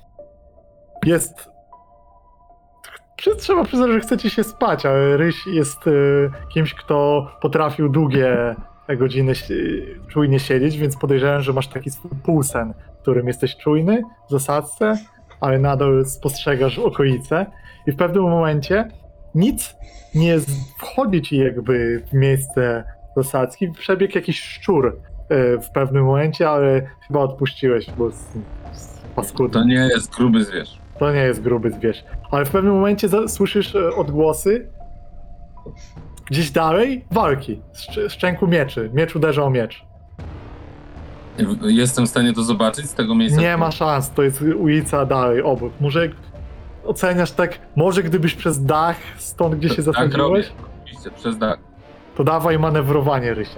trzeba przyznać, że chcecie się spać, ale Ryś jest kimś, kto potrafił długie godziny czujnie siedzieć, więc podejrzewam, że masz taki swój półsen, w którym jesteś czujny w zasadce, ale nadal spostrzegasz okolice i w pewnym momencie nic nie wchodzi ci jakby w miejsce zasadzki. Przebiegł jakiś szczur w pewnym momencie, ale chyba odpuściłeś, bo paskudny. To nie jest gruby zwierz. To nie jest gruby zwierz. Ale w pewnym momencie słyszysz odgłosy gdzieś dalej walki. Szczęku mieczy. Miecz uderza o miecz. Jestem w stanie to zobaczyć z tego miejsca? Nie ma szans, to jest ulica dalej, obok. Może oceniasz tak, może gdybyś przez dach stąd, gdzie się Tak zasadziłeś, robię, oczywiście, przez dach. to dawaj manewrowanie, Rysia.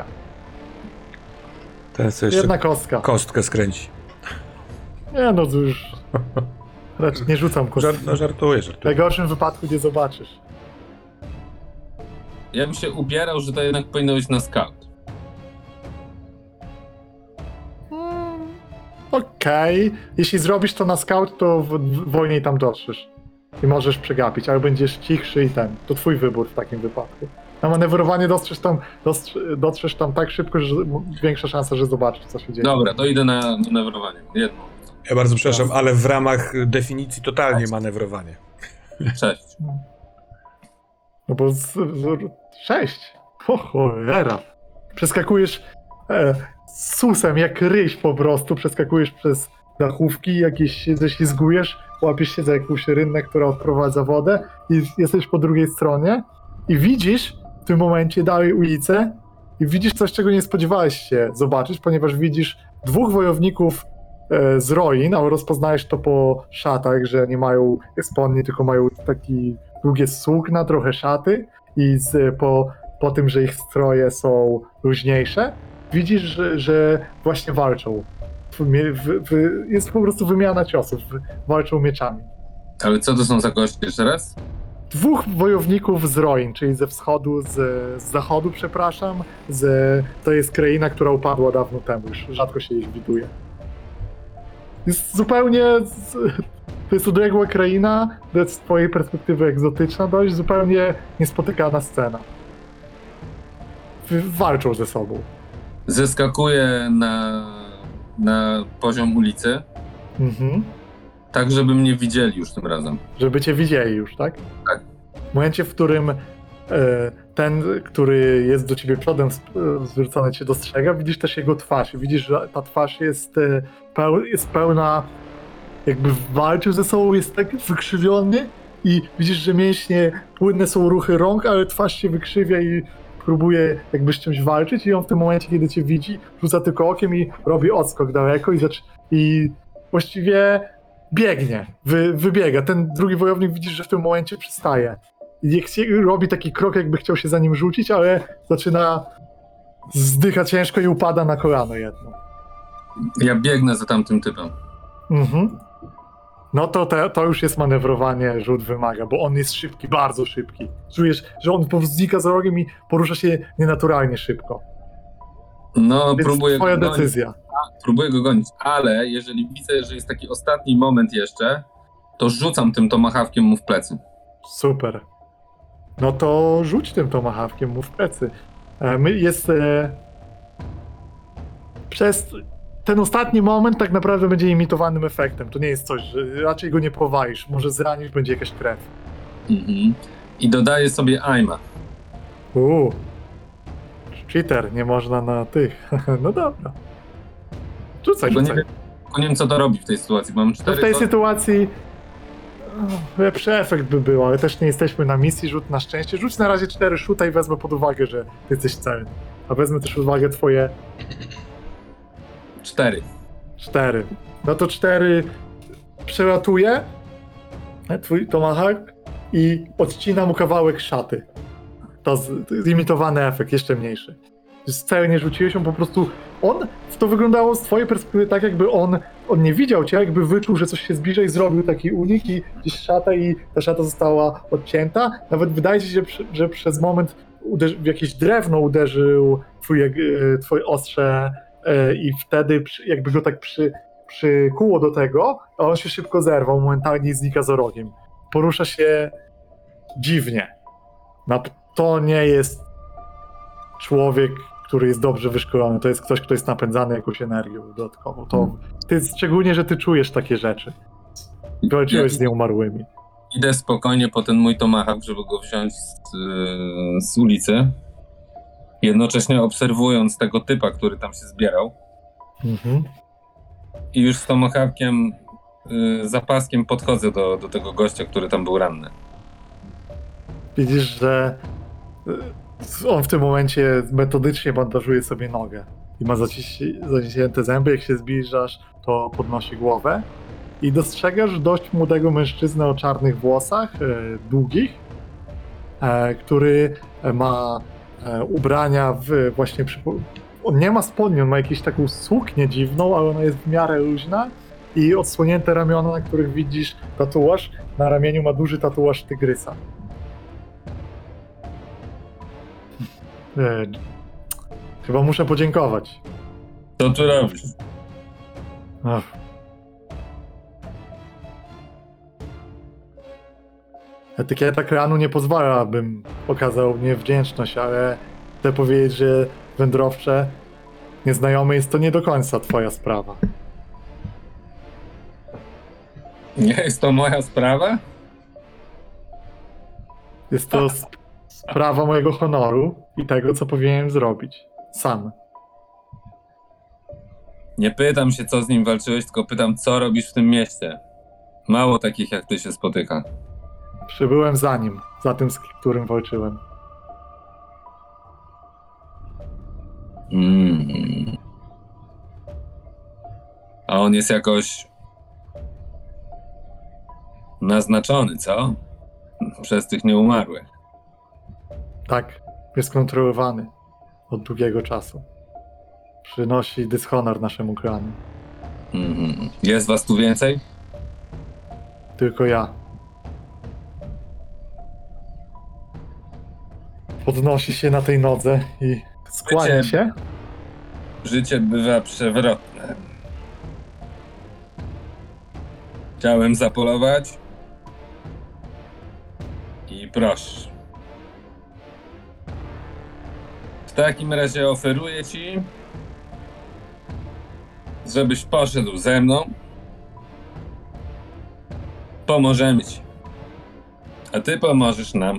Ten sobie jeszcze Jedna kostka. kostkę skręci. Nie no, to już... Raczej nie rzucam kostki. Żartuję. W najgorszym wypadku nie zobaczysz. Ja bym się ubierał, że to jednak powinno być na scout. Okej. Jeśli zrobisz to na scout, to wolniej tam dotrzesz. I możesz przegapić, ale będziesz cichszy i ten. To twój wybór w takim wypadku. Na manewrowanie dotrzesz tam tak szybko, że większa szansa, że zobaczysz, co się dzieje. Dobra, to idę na manewrowanie. Jedno. Ja bardzo przepraszam, ale w ramach definicji totalnie manewrowanie. 6. No bo 6. O cholera. Przeskakujesz susem jak ryś po prostu, przeskakujesz przez dachówki, jakieś się ześlizgujesz, łapiesz się za jakąś rynnę, która odprowadza wodę i jesteś po drugiej stronie i widzisz w tym momencie dalej ulicę i widzisz coś, czego nie spodziewałeś się zobaczyć, ponieważ widzisz 2 wojowników z Roin, ale rozpoznajesz to po szatach, że nie mają spodni, tylko mają taki długie sukna, trochę szaty i po tym, że ich stroje są luźniejsze, widzisz, że właśnie walczą. Jest po prostu wymiana ciosów, walczą mieczami. Ale co to są za goście jeszcze raz? 2 wojowników z Roin, czyli ze wschodu, z zachodu, przepraszam. To jest kraina, która upadła dawno temu, już rzadko się ich widuje. Jest zupełnie... To jest odległa kraina, to jest z twojej perspektywy egzotyczna dość, zupełnie niespotykana scena. Walczą ze sobą. Zeskakuję na poziom ulicy, Mhm. tak żeby mnie widzieli już tym razem. Żeby cię widzieli już, tak? Tak. W momencie, w którym ten, który jest do ciebie przodem zwrócony, cię dostrzega, widzisz też jego twarz. I widzisz, że ta twarz jest pełna, jakby walczył ze sobą, jest tak wykrzywiony i widzisz, że mięśnie, płynne są ruchy rąk, ale twarz się wykrzywia i próbuje jakby z czymś walczyć i on w tym momencie, kiedy cię widzi, rzuca tylko okiem i robi odskok daleko i właściwie biegnie, wybiega. Ten drugi wojownik widzisz, że w tym momencie przystaje. I robi taki krok, jakby chciał się za nim rzucić, ale zaczyna zdycha ciężko i upada na kolano jedno. Ja biegnę za tamtym typem. Mhm. No to już jest manewrowanie, rzut wymaga, bo on jest szybki, bardzo szybki. Czujesz, że on po prostu znika za rogiem i porusza się nienaturalnie szybko. No, Więc próbuję twoja go gonić. decyzja. Próbuję go gonić, ale jeżeli widzę, że jest taki ostatni moment jeszcze, to rzucam tym tomahawkiem mu w plecy. Super. No to rzuć tym tomahawkiem mu w plecy. Przez ten ostatni moment tak naprawdę będzie imitowanym efektem. To nie jest coś, że raczej go nie powalisz. Może zranisz, będzie jakaś krew. Mhm. I dodaję sobie aima. Cheater, nie można na tych. No dobra. Rzucaj. Tylko nie wiem, co to robi w tej sytuacji. Mam No 4 w tej sytuacji Lepszy efekt by był, ale też nie jesteśmy na misji, rzut na szczęście. Rzuć na razie 4 rzuta i wezmę pod uwagę, że ty jesteś celny. A wezmę też pod uwagę twoje 4. 4. No to 4 przelatuje twój tomahawk i odcina mu kawałek szaty. To zimitowany efekt, jeszcze mniejszy. Celnie rzuciłeś, on po prostu... To wyglądało z twojej perspektywy tak, jakby on nie widział cię, jakby wyczuł, że coś się zbliża i zrobił taki unik i gdzieś szatę i ta szata została odcięta. Nawet wydaje ci się, że przez moment w jakieś drewno uderzył twoje ostrze i wtedy jakby go tak przykuło do tego, a on się szybko zerwał, momentalnie znika za rogiem. Porusza się dziwnie. To nie jest człowiek, który jest dobrze wyszkolony. To jest ktoś, kto jest napędzany jakąś energią dodatkową. Szczególnie, że ty czujesz takie rzeczy. Walczyłeś z nieumarłymi. Idę spokojnie po ten mój tomahawk, żeby go wziąć z ulicy. Jednocześnie obserwując tego typa, który tam się zbierał. Mhm. I już z tomahawkiem, zapaskiem podchodzę do tego gościa, który tam był ranny. Widzisz, że on w tym momencie metodycznie bandażuje sobie nogę i ma zaciśnięte zęby. Jak się zbliżasz, to podnosi głowę i dostrzegasz dość młodego mężczyznę o czarnych włosach, długich, który ma ubrania właśnie on nie ma spodni, on ma jakąś taką suknię dziwną, ale ona jest w miarę luźna i odsłonięte ramiona, na których widzisz tatuaż. Na ramieniu ma duży tatuaż tygrysa. Chyba muszę podziękować. Co tu robisz? Ach. Etykieta kranu nie pozwala, abym okazał niewdzięczność, ale chcę powiedzieć, że wędrowcze, nieznajomy jest to nie do końca twoja sprawa. Nie jest to moja sprawa? Jest to sprawa mojego honoru i tego, co powinienem zrobić. Sam. Nie pytam się, co z nim walczyłeś, tylko pytam, co robisz w tym mieście. Mało takich jak ty się spotyka. Przybyłem za tym, z którym walczyłem. A on jest jakoś naznaczony, co? Przez tych nieumarłych. Tak, jest kontrolowany od długiego czasu. Przynosi dyshonor naszemu klanu. Jest was tu więcej? Tylko ja. Podnosi się na tej nodze i skłania się. Życie bywa przewrotne. Chciałem zapolować i proszę. W takim razie oferuję ci, żebyś poszedł ze mną. Pomożemy ci. A ty pomożesz nam.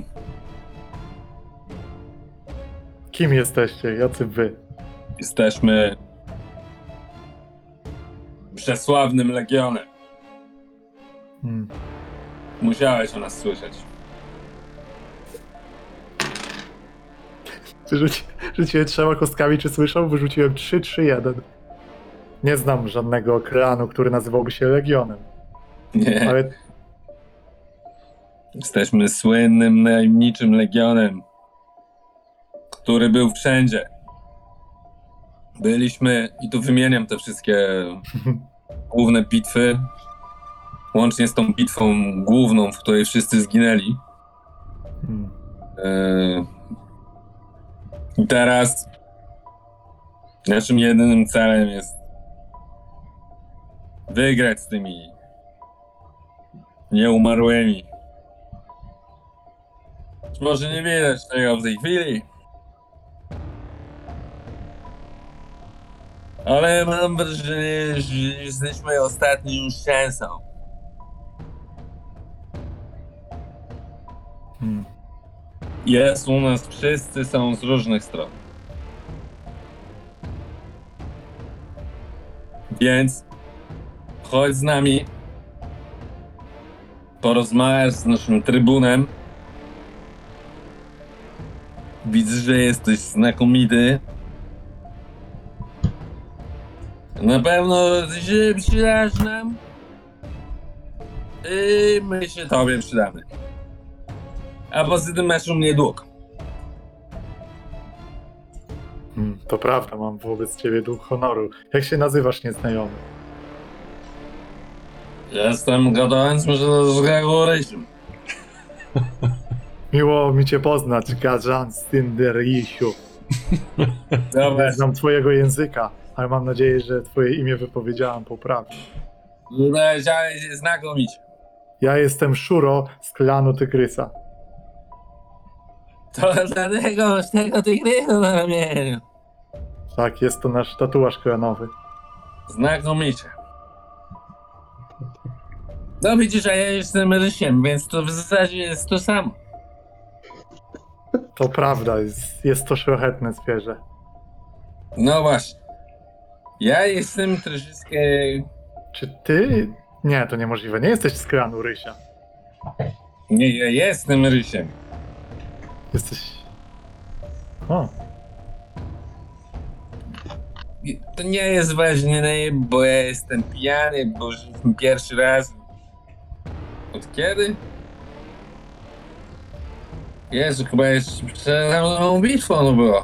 Kim jesteście? Jacy wy? Jesteśmy przesławnym legionem. Musiałeś o nas słyszeć. Rzuciłem 3 kostkami, czy słyszał? Wyrzuciłem 3, 3, 1. Nie znam żadnego klanu, który nazywałby się Legionem. Nie. Ale Jesteśmy słynnym, najemniczym legionem, który był wszędzie. Byliśmy, i tu wymieniam te wszystkie główne bitwy, łącznie z tą bitwą główną, w której wszyscy zginęli. I teraz naszym jedynym celem jest wygrać z tymi nieumarłymi. Może nie widać tego w tej chwili, ale mam wrażenie, że jesteśmy ostatnią już szansą. Jest u nas, wszyscy są z różnych stron. Więc chodź z nami. porozmawiasz z naszym trybunem. Widzę, że jesteś znakomity. Na pewno się przydasz nam. I my się tobie przydamy. A poza tym masz u mnie dług. To prawda, mam wobec ciebie dług honoru. Jak się nazywasz, nieznajomy? Jestem gotując, może do Gregoryczym. Miło mi cię poznać, Gajan Stynderisiu. Dobra, Nie znam twojego języka, ale mam nadzieję, że twoje imię wypowiedziałam poprawnie. wyleciałeś się znakomicie. Ja jestem Shuro z klanu Tygrysa. To dlatego masz tego tygrysa na ramieniu. Tak, jest to nasz tatuaż klanowy. Znakomicie. No widzisz, a ja jestem rysiem, więc to w zasadzie jest to samo. To prawda, jest to szlachetne zwierzę. No właśnie. Ja jestem troszeczkę... Czy ty... Nie, to niemożliwe. Nie jesteś z klanu Rysia. Nie, ja jestem rysiem. Jesteś... O, To nie jest ważne, bo ja jestem pijany, bo żyliśmy pierwszy raz. Od kiedy? Jezu, chyba jeszcze przed samą bitwą to było.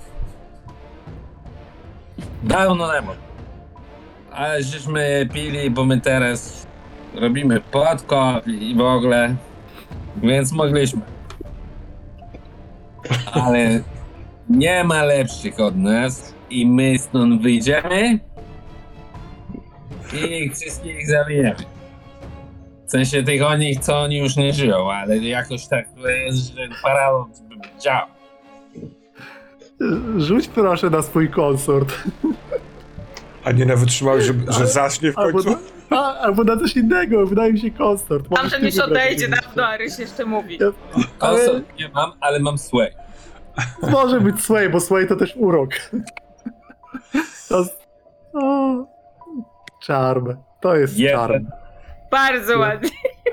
Dawno temu. Ale żeśmy pili, bo my teraz robimy podkop i w ogóle, więc mogliśmy. Ale nie ma lepszych od nas i my stąd wyjdziemy i ich wszystkich zabijemy. W sensie tych o nich, co oni już nie żyją, ale jakoś tak to jest, że paradoks działa. rzuć proszę na swój konsort. A nie wytrzymałeś, że zaśnie w końcu? Albo na coś innego, wydaje mi się konsort. Możesz Tamten ty już wybrać odejdzie jakiś. dawno, a Ryś jeszcze mówi. Konsort nie mam, ale mam sway. Może być Sway, bo Sway to też urok. To... O, charm. To jest Jeden. charm. Bardzo ładnie.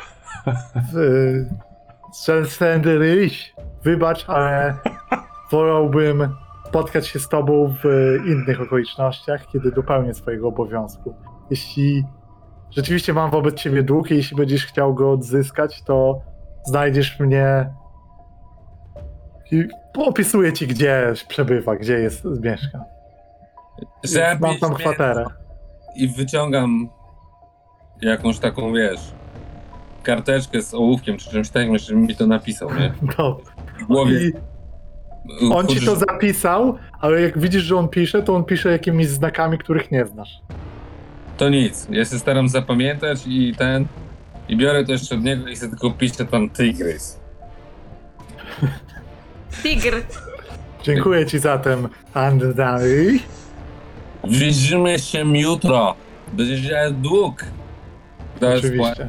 Szczęsny Ryś, wybacz, ale wolałbym spotkać się z tobą w innych okolicznościach, kiedy dopełnię swojego obowiązku. Jeśli rzeczywiście mam wobec ciebie dług i jeśli będziesz chciał go odzyskać, to znajdziesz mnie i opisuję ci, gdzie przebywa, gdzie mieszka. Mam tam kwaterę. I wyciągam jakąś taką, wiesz, karteczkę z ołówkiem czy czymś takim, jeszcze mi to napisał, nie? No. W głowie. I on ci to Kurczę, zapisał, ale jak widzisz, że on pisze, to on pisze jakimiś znakami, których nie znasz. To nic. Ja się staram zapamiętać i biorę to jeszcze od niego i sobie tylko piszę tam tygrys. Tigr. Dziękuję ci zatem, Andrzej. Widzimy się jutro. Będziesz miał dług. Do spłaty. Oczywiście.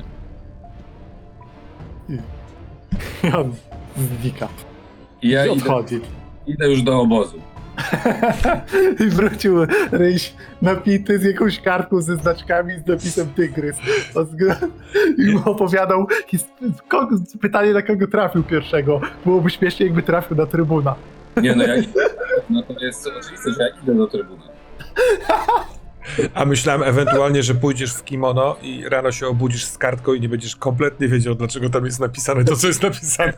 I on znika. I ja I idę, odchodzi. idę już do obozu. I wrócił Ryś napity z jakąś kartką ze znaczkami z napisem Tygrys. I mu opowiadał pytanie, na kogo trafił pierwszego. Byłoby śmiesznie, jakby trafił na trybuna. Nie no, ja idę. No to jest oczywiste, że ja idę do trybuny. A myślałem ewentualnie, że pójdziesz w kimono i rano się obudzisz z kartką i nie będziesz kompletnie wiedział, dlaczego tam jest napisane to, co jest napisane.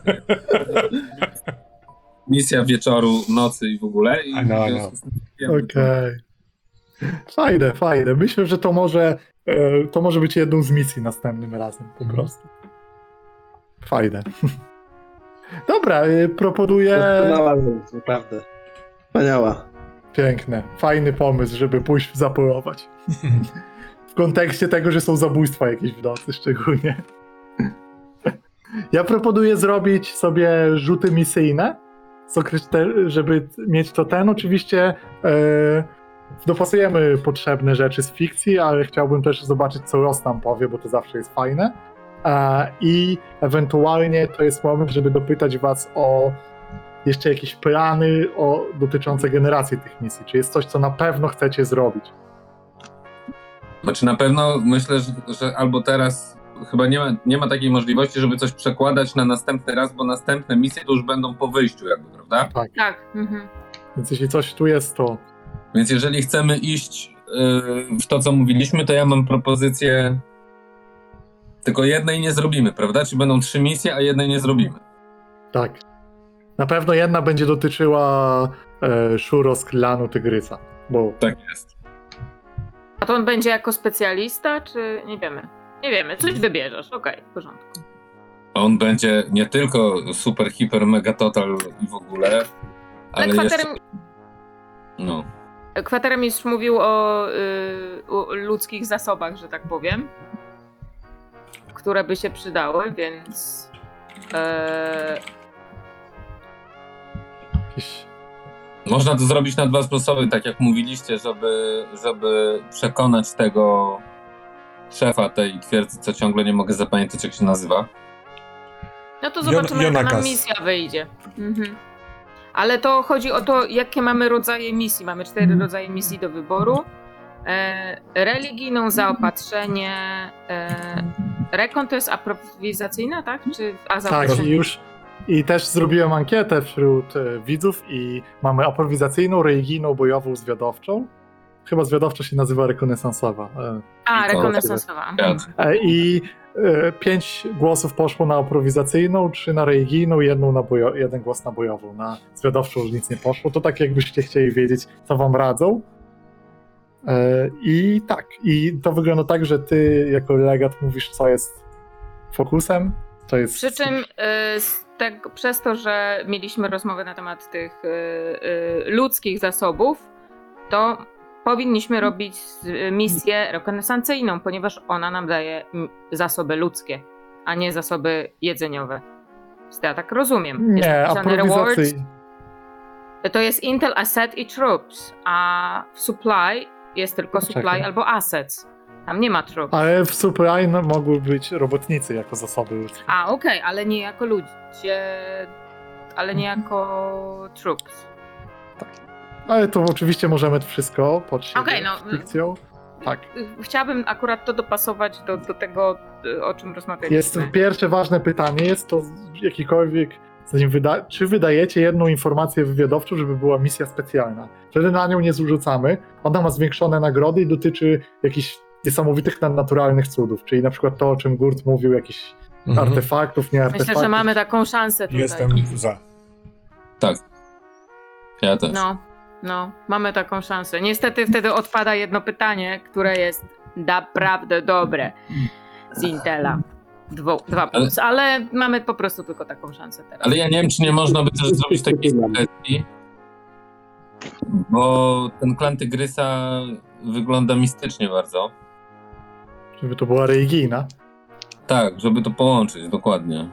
Misja wieczoru, nocy i w ogóle. I I know, w I związku z tym Okej. Fajne. Myślę, że to może być jedną z misji następnym razem po prostu. Fajne. Dobra, proponuję... Doskonała rzecz, naprawdę. Wspaniała. Piękne. Fajny pomysł, żeby pójść zapolować. W kontekście tego, że są zabójstwa jakieś w nocy szczególnie. Ja proponuję zrobić sobie rzuty misyjne, żeby mieć to oczywiście dopasujemy potrzebne rzeczy z fikcji, ale chciałbym też zobaczyć, co Ross nam powie, bo to zawsze jest fajne. I ewentualnie to jest moment, żeby dopytać was o jeszcze jakieś plany dotyczące generacji tych misji. Czy jest coś, co na pewno chcecie zrobić? Znaczy na pewno myślę, że albo teraz chyba nie ma takiej możliwości, żeby coś przekładać na następny raz, bo następne misje to już będą po wyjściu jakby, prawda? Tak. Mhm. Więc jeśli coś tu jest, to Więc jeżeli chcemy iść w to, co mówiliśmy, to ja mam propozycję, tylko jednej nie zrobimy, prawda? Czy będą 3 misje, a jednej nie zrobimy. tak. Na pewno jedna będzie dotyczyła Shuro z klanu Tygrysa, bo Tak jest. A to on będzie jako specjalista, czy nie wiemy? Nie wiemy, coś wybierzesz, okej, w porządku. On będzie nie tylko super, hiper, mega total i w ogóle, ale jeszcze... No. Kwatermistrz mówił o ludzkich zasobach, że tak powiem, które by się przydały, więc jakieś... Można to zrobić na 2 sposoby, tak jak mówiliście, żeby przekonać tego szefa tej twierdzy, co ciągle nie mogę zapamiętać, jak się nazywa. no to zobaczymy, jaka nam Jonakas. misja wyjdzie. Mhm. Ale to chodzi o to, jakie mamy rodzaje misji. Mamy 4 rodzaje misji do wyboru. Religijną, zaopatrzenie, rekon to jest aprowizacyjna, tak? Czy Tak, zaopatrzenie? i też zrobiłem ankietę wśród widzów i mamy aprowizacyjną, religijną, bojową, zwiadowczą. Chyba zwiadowcza się nazywa rekonesansowa. Rekonesansowa. I 5 głosów poszło na aprowizacyjną, 3 na religijną, 1 głos na bojową. Na zwiadowczą już nic nie poszło. To tak jakbyście chcieli wiedzieć, co wam radzą. I tak, i to wygląda tak, że ty jako legat mówisz, co jest fokusem, to jest... Przy czym przez to, że mieliśmy rozmowę na temat tych ludzkich zasobów, to powinniśmy robić misję rekonesancyjną, ponieważ ona nam daje zasoby ludzkie, a nie zasoby jedzeniowe. Ja tak rozumiem. Jest Nie, napisane rewards. aprowizacyjna. To jest Intel, Asset i Troops, a w Supply jest tylko Supply Czekaj. albo Assets. Tam nie ma Troops. Ale w Supply mogły być robotnicy jako zasoby ludzkie. Okej, ale nie jako ludzie, ale nie jako Troops. Ale to oczywiście możemy to wszystko pod siebie, Okej, no. z fikcją. Tak. Chciałabym akurat to dopasować do tego, o czym rozmawialiśmy. Jest pierwsze ważne pytanie, jest to jakikolwiek, czy wydajecie jedną informację wywiadowczą, żeby była misja specjalna. Wtedy na nią nie zrzucamy, ona ma zwiększone nagrody i dotyczy jakichś niesamowitych nadnaturalnych cudów, czyli na przykład to, o czym Gurt mówił, jakichś artefaktów, nie artefaktów. Myślę, że mamy taką szansę tutaj. Jestem za. Tak. Ja też. No, mamy taką szansę. Niestety wtedy odpada jedno pytanie, które jest naprawdę dobre z Intela. 2+, ale mamy po prostu tylko taką szansę teraz. Ale ja nie wiem, czy nie można by też zrobić takiej kwestii, bo ten klan Tygrysa wygląda mistycznie bardzo. Żeby to była religijna. Tak, żeby to połączyć, dokładnie.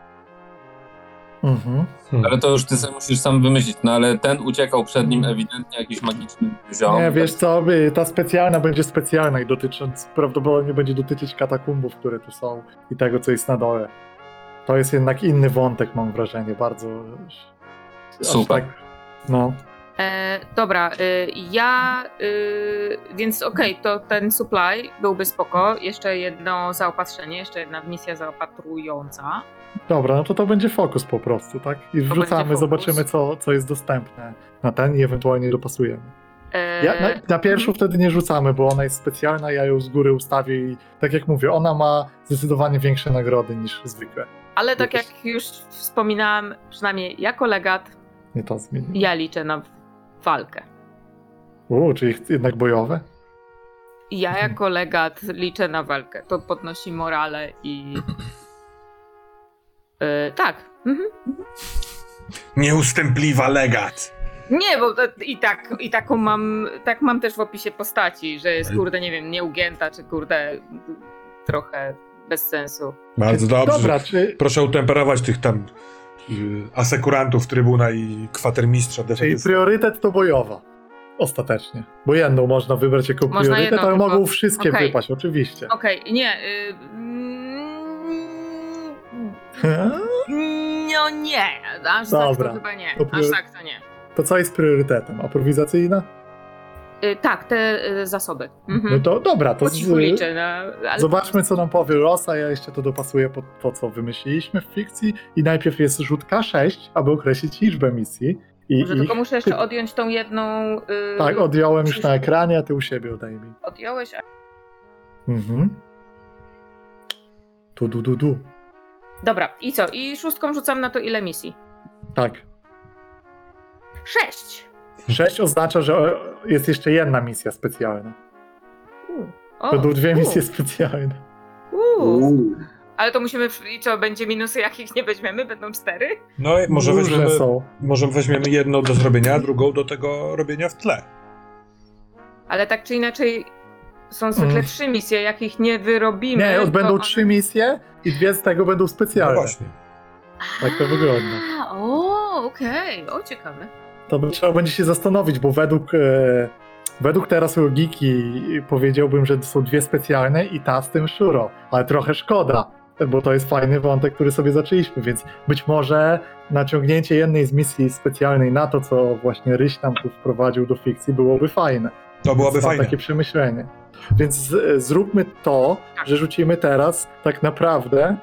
Mhm. Ale to już ty sobie musisz sam wymyślić, no ale ten uciekał przed nim ewidentnie jakiś magiczny ziom. Nie, wiesz co, ta specjalna będzie specjalna i prawdopodobnie będzie dotyczyć katakumbów, które tu są i tego, co jest na dole. To jest jednak inny wątek, mam wrażenie, bardzo... Super. Tak, no. Dobra, więc okej, to ten supply byłby spoko. Jeszcze jedno zaopatrzenie, jeszcze jedna misja zaopatrująca. Dobra, no to będzie fokus po prostu, tak? I będzie wrzucamy, fokus. zobaczymy, co jest dostępne na ten i ewentualnie dopasujemy. Na pierwszą wtedy nie rzucamy, bo ona jest specjalna, ja ją z góry ustawię i tak jak mówię, ona ma zdecydowanie większe nagrody niż zwykle. Ale tak jak już wspominałam, przynajmniej jako legat, Nie to zmieni. ja liczę na walkę. Czyli jednak bojowe? Ja jako legat liczę na walkę. To podnosi morale i... tak. Mhm. Nieustępliwa legat. Nie, bo i taką mam też w opisie postaci, że jest kurde, nie wiem, nieugięta, czy kurde trochę bez sensu. Bardzo dobrze. Dobra, Proszę utemperować tych tam asekurantów trybuna i kwatermistrza czyli defensywnego. priorytet to bojowa. Ostatecznie. Bo jedną można wybrać jako Można priorytet, jedną ale tylko. mogą wszystkie Okej. wypaść, oczywiście. Okej, nie. No nie, aż tak Dobra. to chyba nie. To Aż tak to nie. To co jest priorytetem? Aprowizacyjna? Tak, te zasoby. Mhm. No to dobra, to Po cichu liczę, no, ale zobaczmy, co nam powie Rosa. Ja jeszcze to dopasuję pod to, co wymyśliliśmy w fikcji. I najpierw jest rzut K6, aby określić liczbę misji. I Może tylko muszę jeszcze odjąć tą jedną... Tak, odjąłem już na ekranie, a ty u siebie odejmij. Odjąłeś, a... Mhm. Du. Dobra, i co? I 6 rzucam na to ile misji? Tak. 6! 6 oznacza, że jest jeszcze jedna misja specjalna. O, Będą 2 misje specjalne. Ale to musimy... I co, będzie minusy, jakich nie weźmiemy? Będą 4? No i Różne są. może weźmiemy jedną do zrobienia, a drugą do tego robienia w tle. Ale tak czy inaczej są zwykle 3 misje, jakich nie wyrobimy. Nie, to będą one- 3 misje i 2 z tego będą No specjalne. właśnie. Tak to wygląda. Okej. O, ciekawe. To by trzeba będzie się zastanowić, bo według teraz logiki powiedziałbym, że są 2 specjalne i ta z tym Shuro, ale trochę szkoda, bo to jest fajny wątek, który sobie zaczęliśmy, więc być może naciągnięcie jednej z misji specjalnej na to, co właśnie Ryś nam tu wprowadził do fikcji, byłoby fajne. To byłoby Więc mam fajne. takie przemyślenie. Więc zróbmy to, że rzucimy teraz tak naprawdę.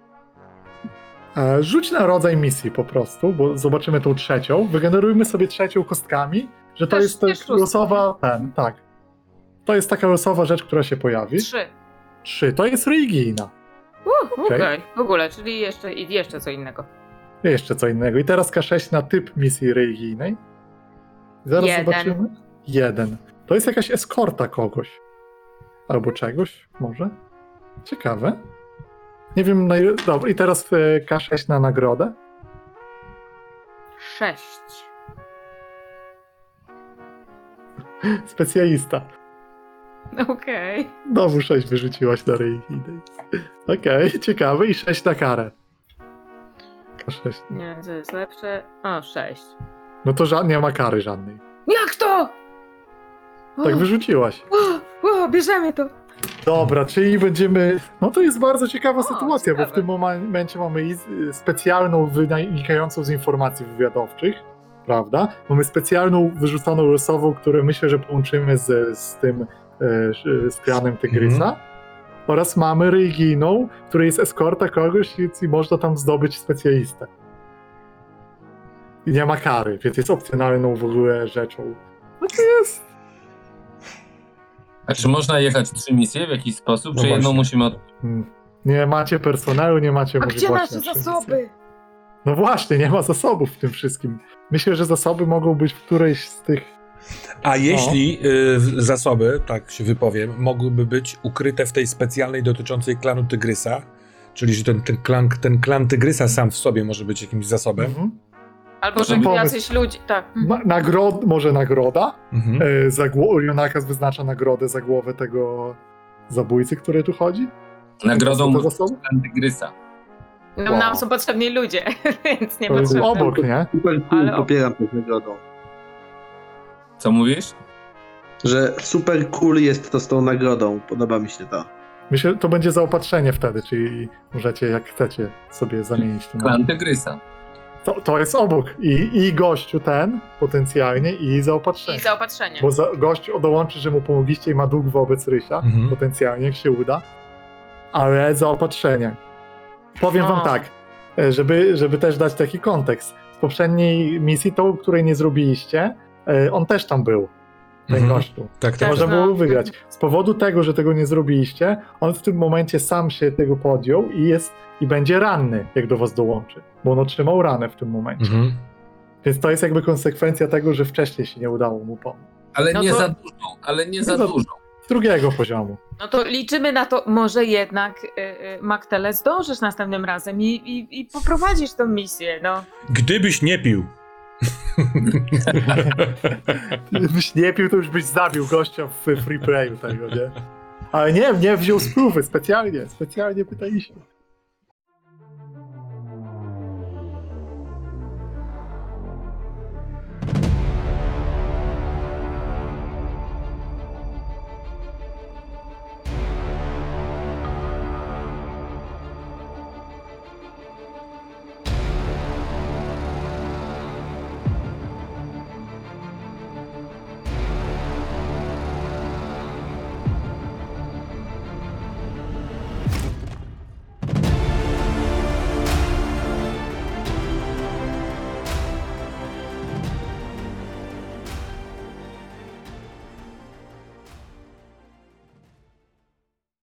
Rzuć na rodzaj misji po prostu, bo zobaczymy tą trzecią. Wygenerujmy sobie trzecią kostkami, że to Też- jest też szóstka. losowa. Tak. To jest taka losowa rzecz, która się pojawi. 3. 3. To jest religijna. Okej. W ogóle, czyli jeszcze co innego. Jeszcze co innego. I teraz K6 na typ misji religijnej. Zaraz 1. zobaczymy. 1. To jest jakaś eskorta kogoś. Albo czegoś, może. Ciekawe. Nie wiem, dobra, i teraz K6 na nagrodę. 6. Specjalista. Okej. Znowu 6 wyrzuciłaś na religijnej. Okej, ciekawe. I 6 na karę. K6. Nie, to jest lepsze. O, 6. No to nie ma kary żadnej. Jak to? Tak wyrzuciłaś. Bierzemy to. Dobra, czyli będziemy... No to jest bardzo ciekawa sytuacja, bo w ciekawe. tym momencie mamy specjalną wynikającą z informacji wywiadowczych, prawda? Mamy specjalną wyrzuconą losową, którą myślę, że połączymy z tym z klanem Tygrysa. Oraz mamy religijną, której jest eskorta kogoś i można tam zdobyć specjalistę. I nie ma kary, więc jest opcjonalną w ogóle rzeczą. No to jest... A czy można jechać 3 misje w jakiś sposób, No czy jedną właśnie. musimy Nie macie personelu, nie macie A gdzie możliwości nasze na trzy zasoby? misje. No właśnie, nie ma zasobów w tym wszystkim. Myślę, że zasoby mogą być w którejś z tych... A jeśli zasoby, tak się wypowiem, mogłyby być ukryte w tej specjalnej dotyczącej klanu Tygrysa, czyli że ten klan Tygrysa sam w sobie może być jakimś zasobem. Mhm. Albo że Pomysł. jacyś ludzie. Tak. Może nagroda? Mhm. Orionakas wyznacza nagrodę za głowę tego zabójcy, który tu chodzi? nagrodą To zasoby? Tygrysa? Nam są potrzebni ludzie, więc nie To jest potrzebne. obok, nie? Super Ale cool, popieram tę nagrodą. Co mówisz? Że super cool jest to z tą nagrodą. Podoba mi się to. Myślę, że to będzie zaopatrzenie wtedy, czyli możecie, jak chcecie, sobie zamienić to. Klan Tygrysa. To jest obok. I gościu ten, potencjalnie, i zaopatrzenie. I zaopatrzenie. Bo gościu dołączy, że mu pomogliście i ma dług wobec Rysia, Mhm. potencjalnie, jak się uda, ale zaopatrzenie. Powiem wam tak, żeby też dać taki kontekst. W poprzedniej misji, tą, której nie zrobiliście, on też tam był, ten Mhm. gościu. Tak, Tak. Można no. było wygrać. Z powodu tego, że tego nie zrobiliście, on w tym momencie sam się tego podjął i będzie ranny, jak do was dołączy, bo on otrzymał ranę w tym momencie. Mhm. Więc to jest jakby konsekwencja tego, że wcześniej się nie udało mu pomóc. Ale No nie to- za dużo, ale nie za za- dużo. Z drugiego poziomu. No to liczymy na to, może jednak Maktele zdążysz następnym razem i poprowadzisz tą misję, no. Gdybyś nie pił. Gdybyś nie pił, to już byś zabił gościa w free playu tego, nie? Ale nie wziął sprówy, specjalnie pytaliśmy.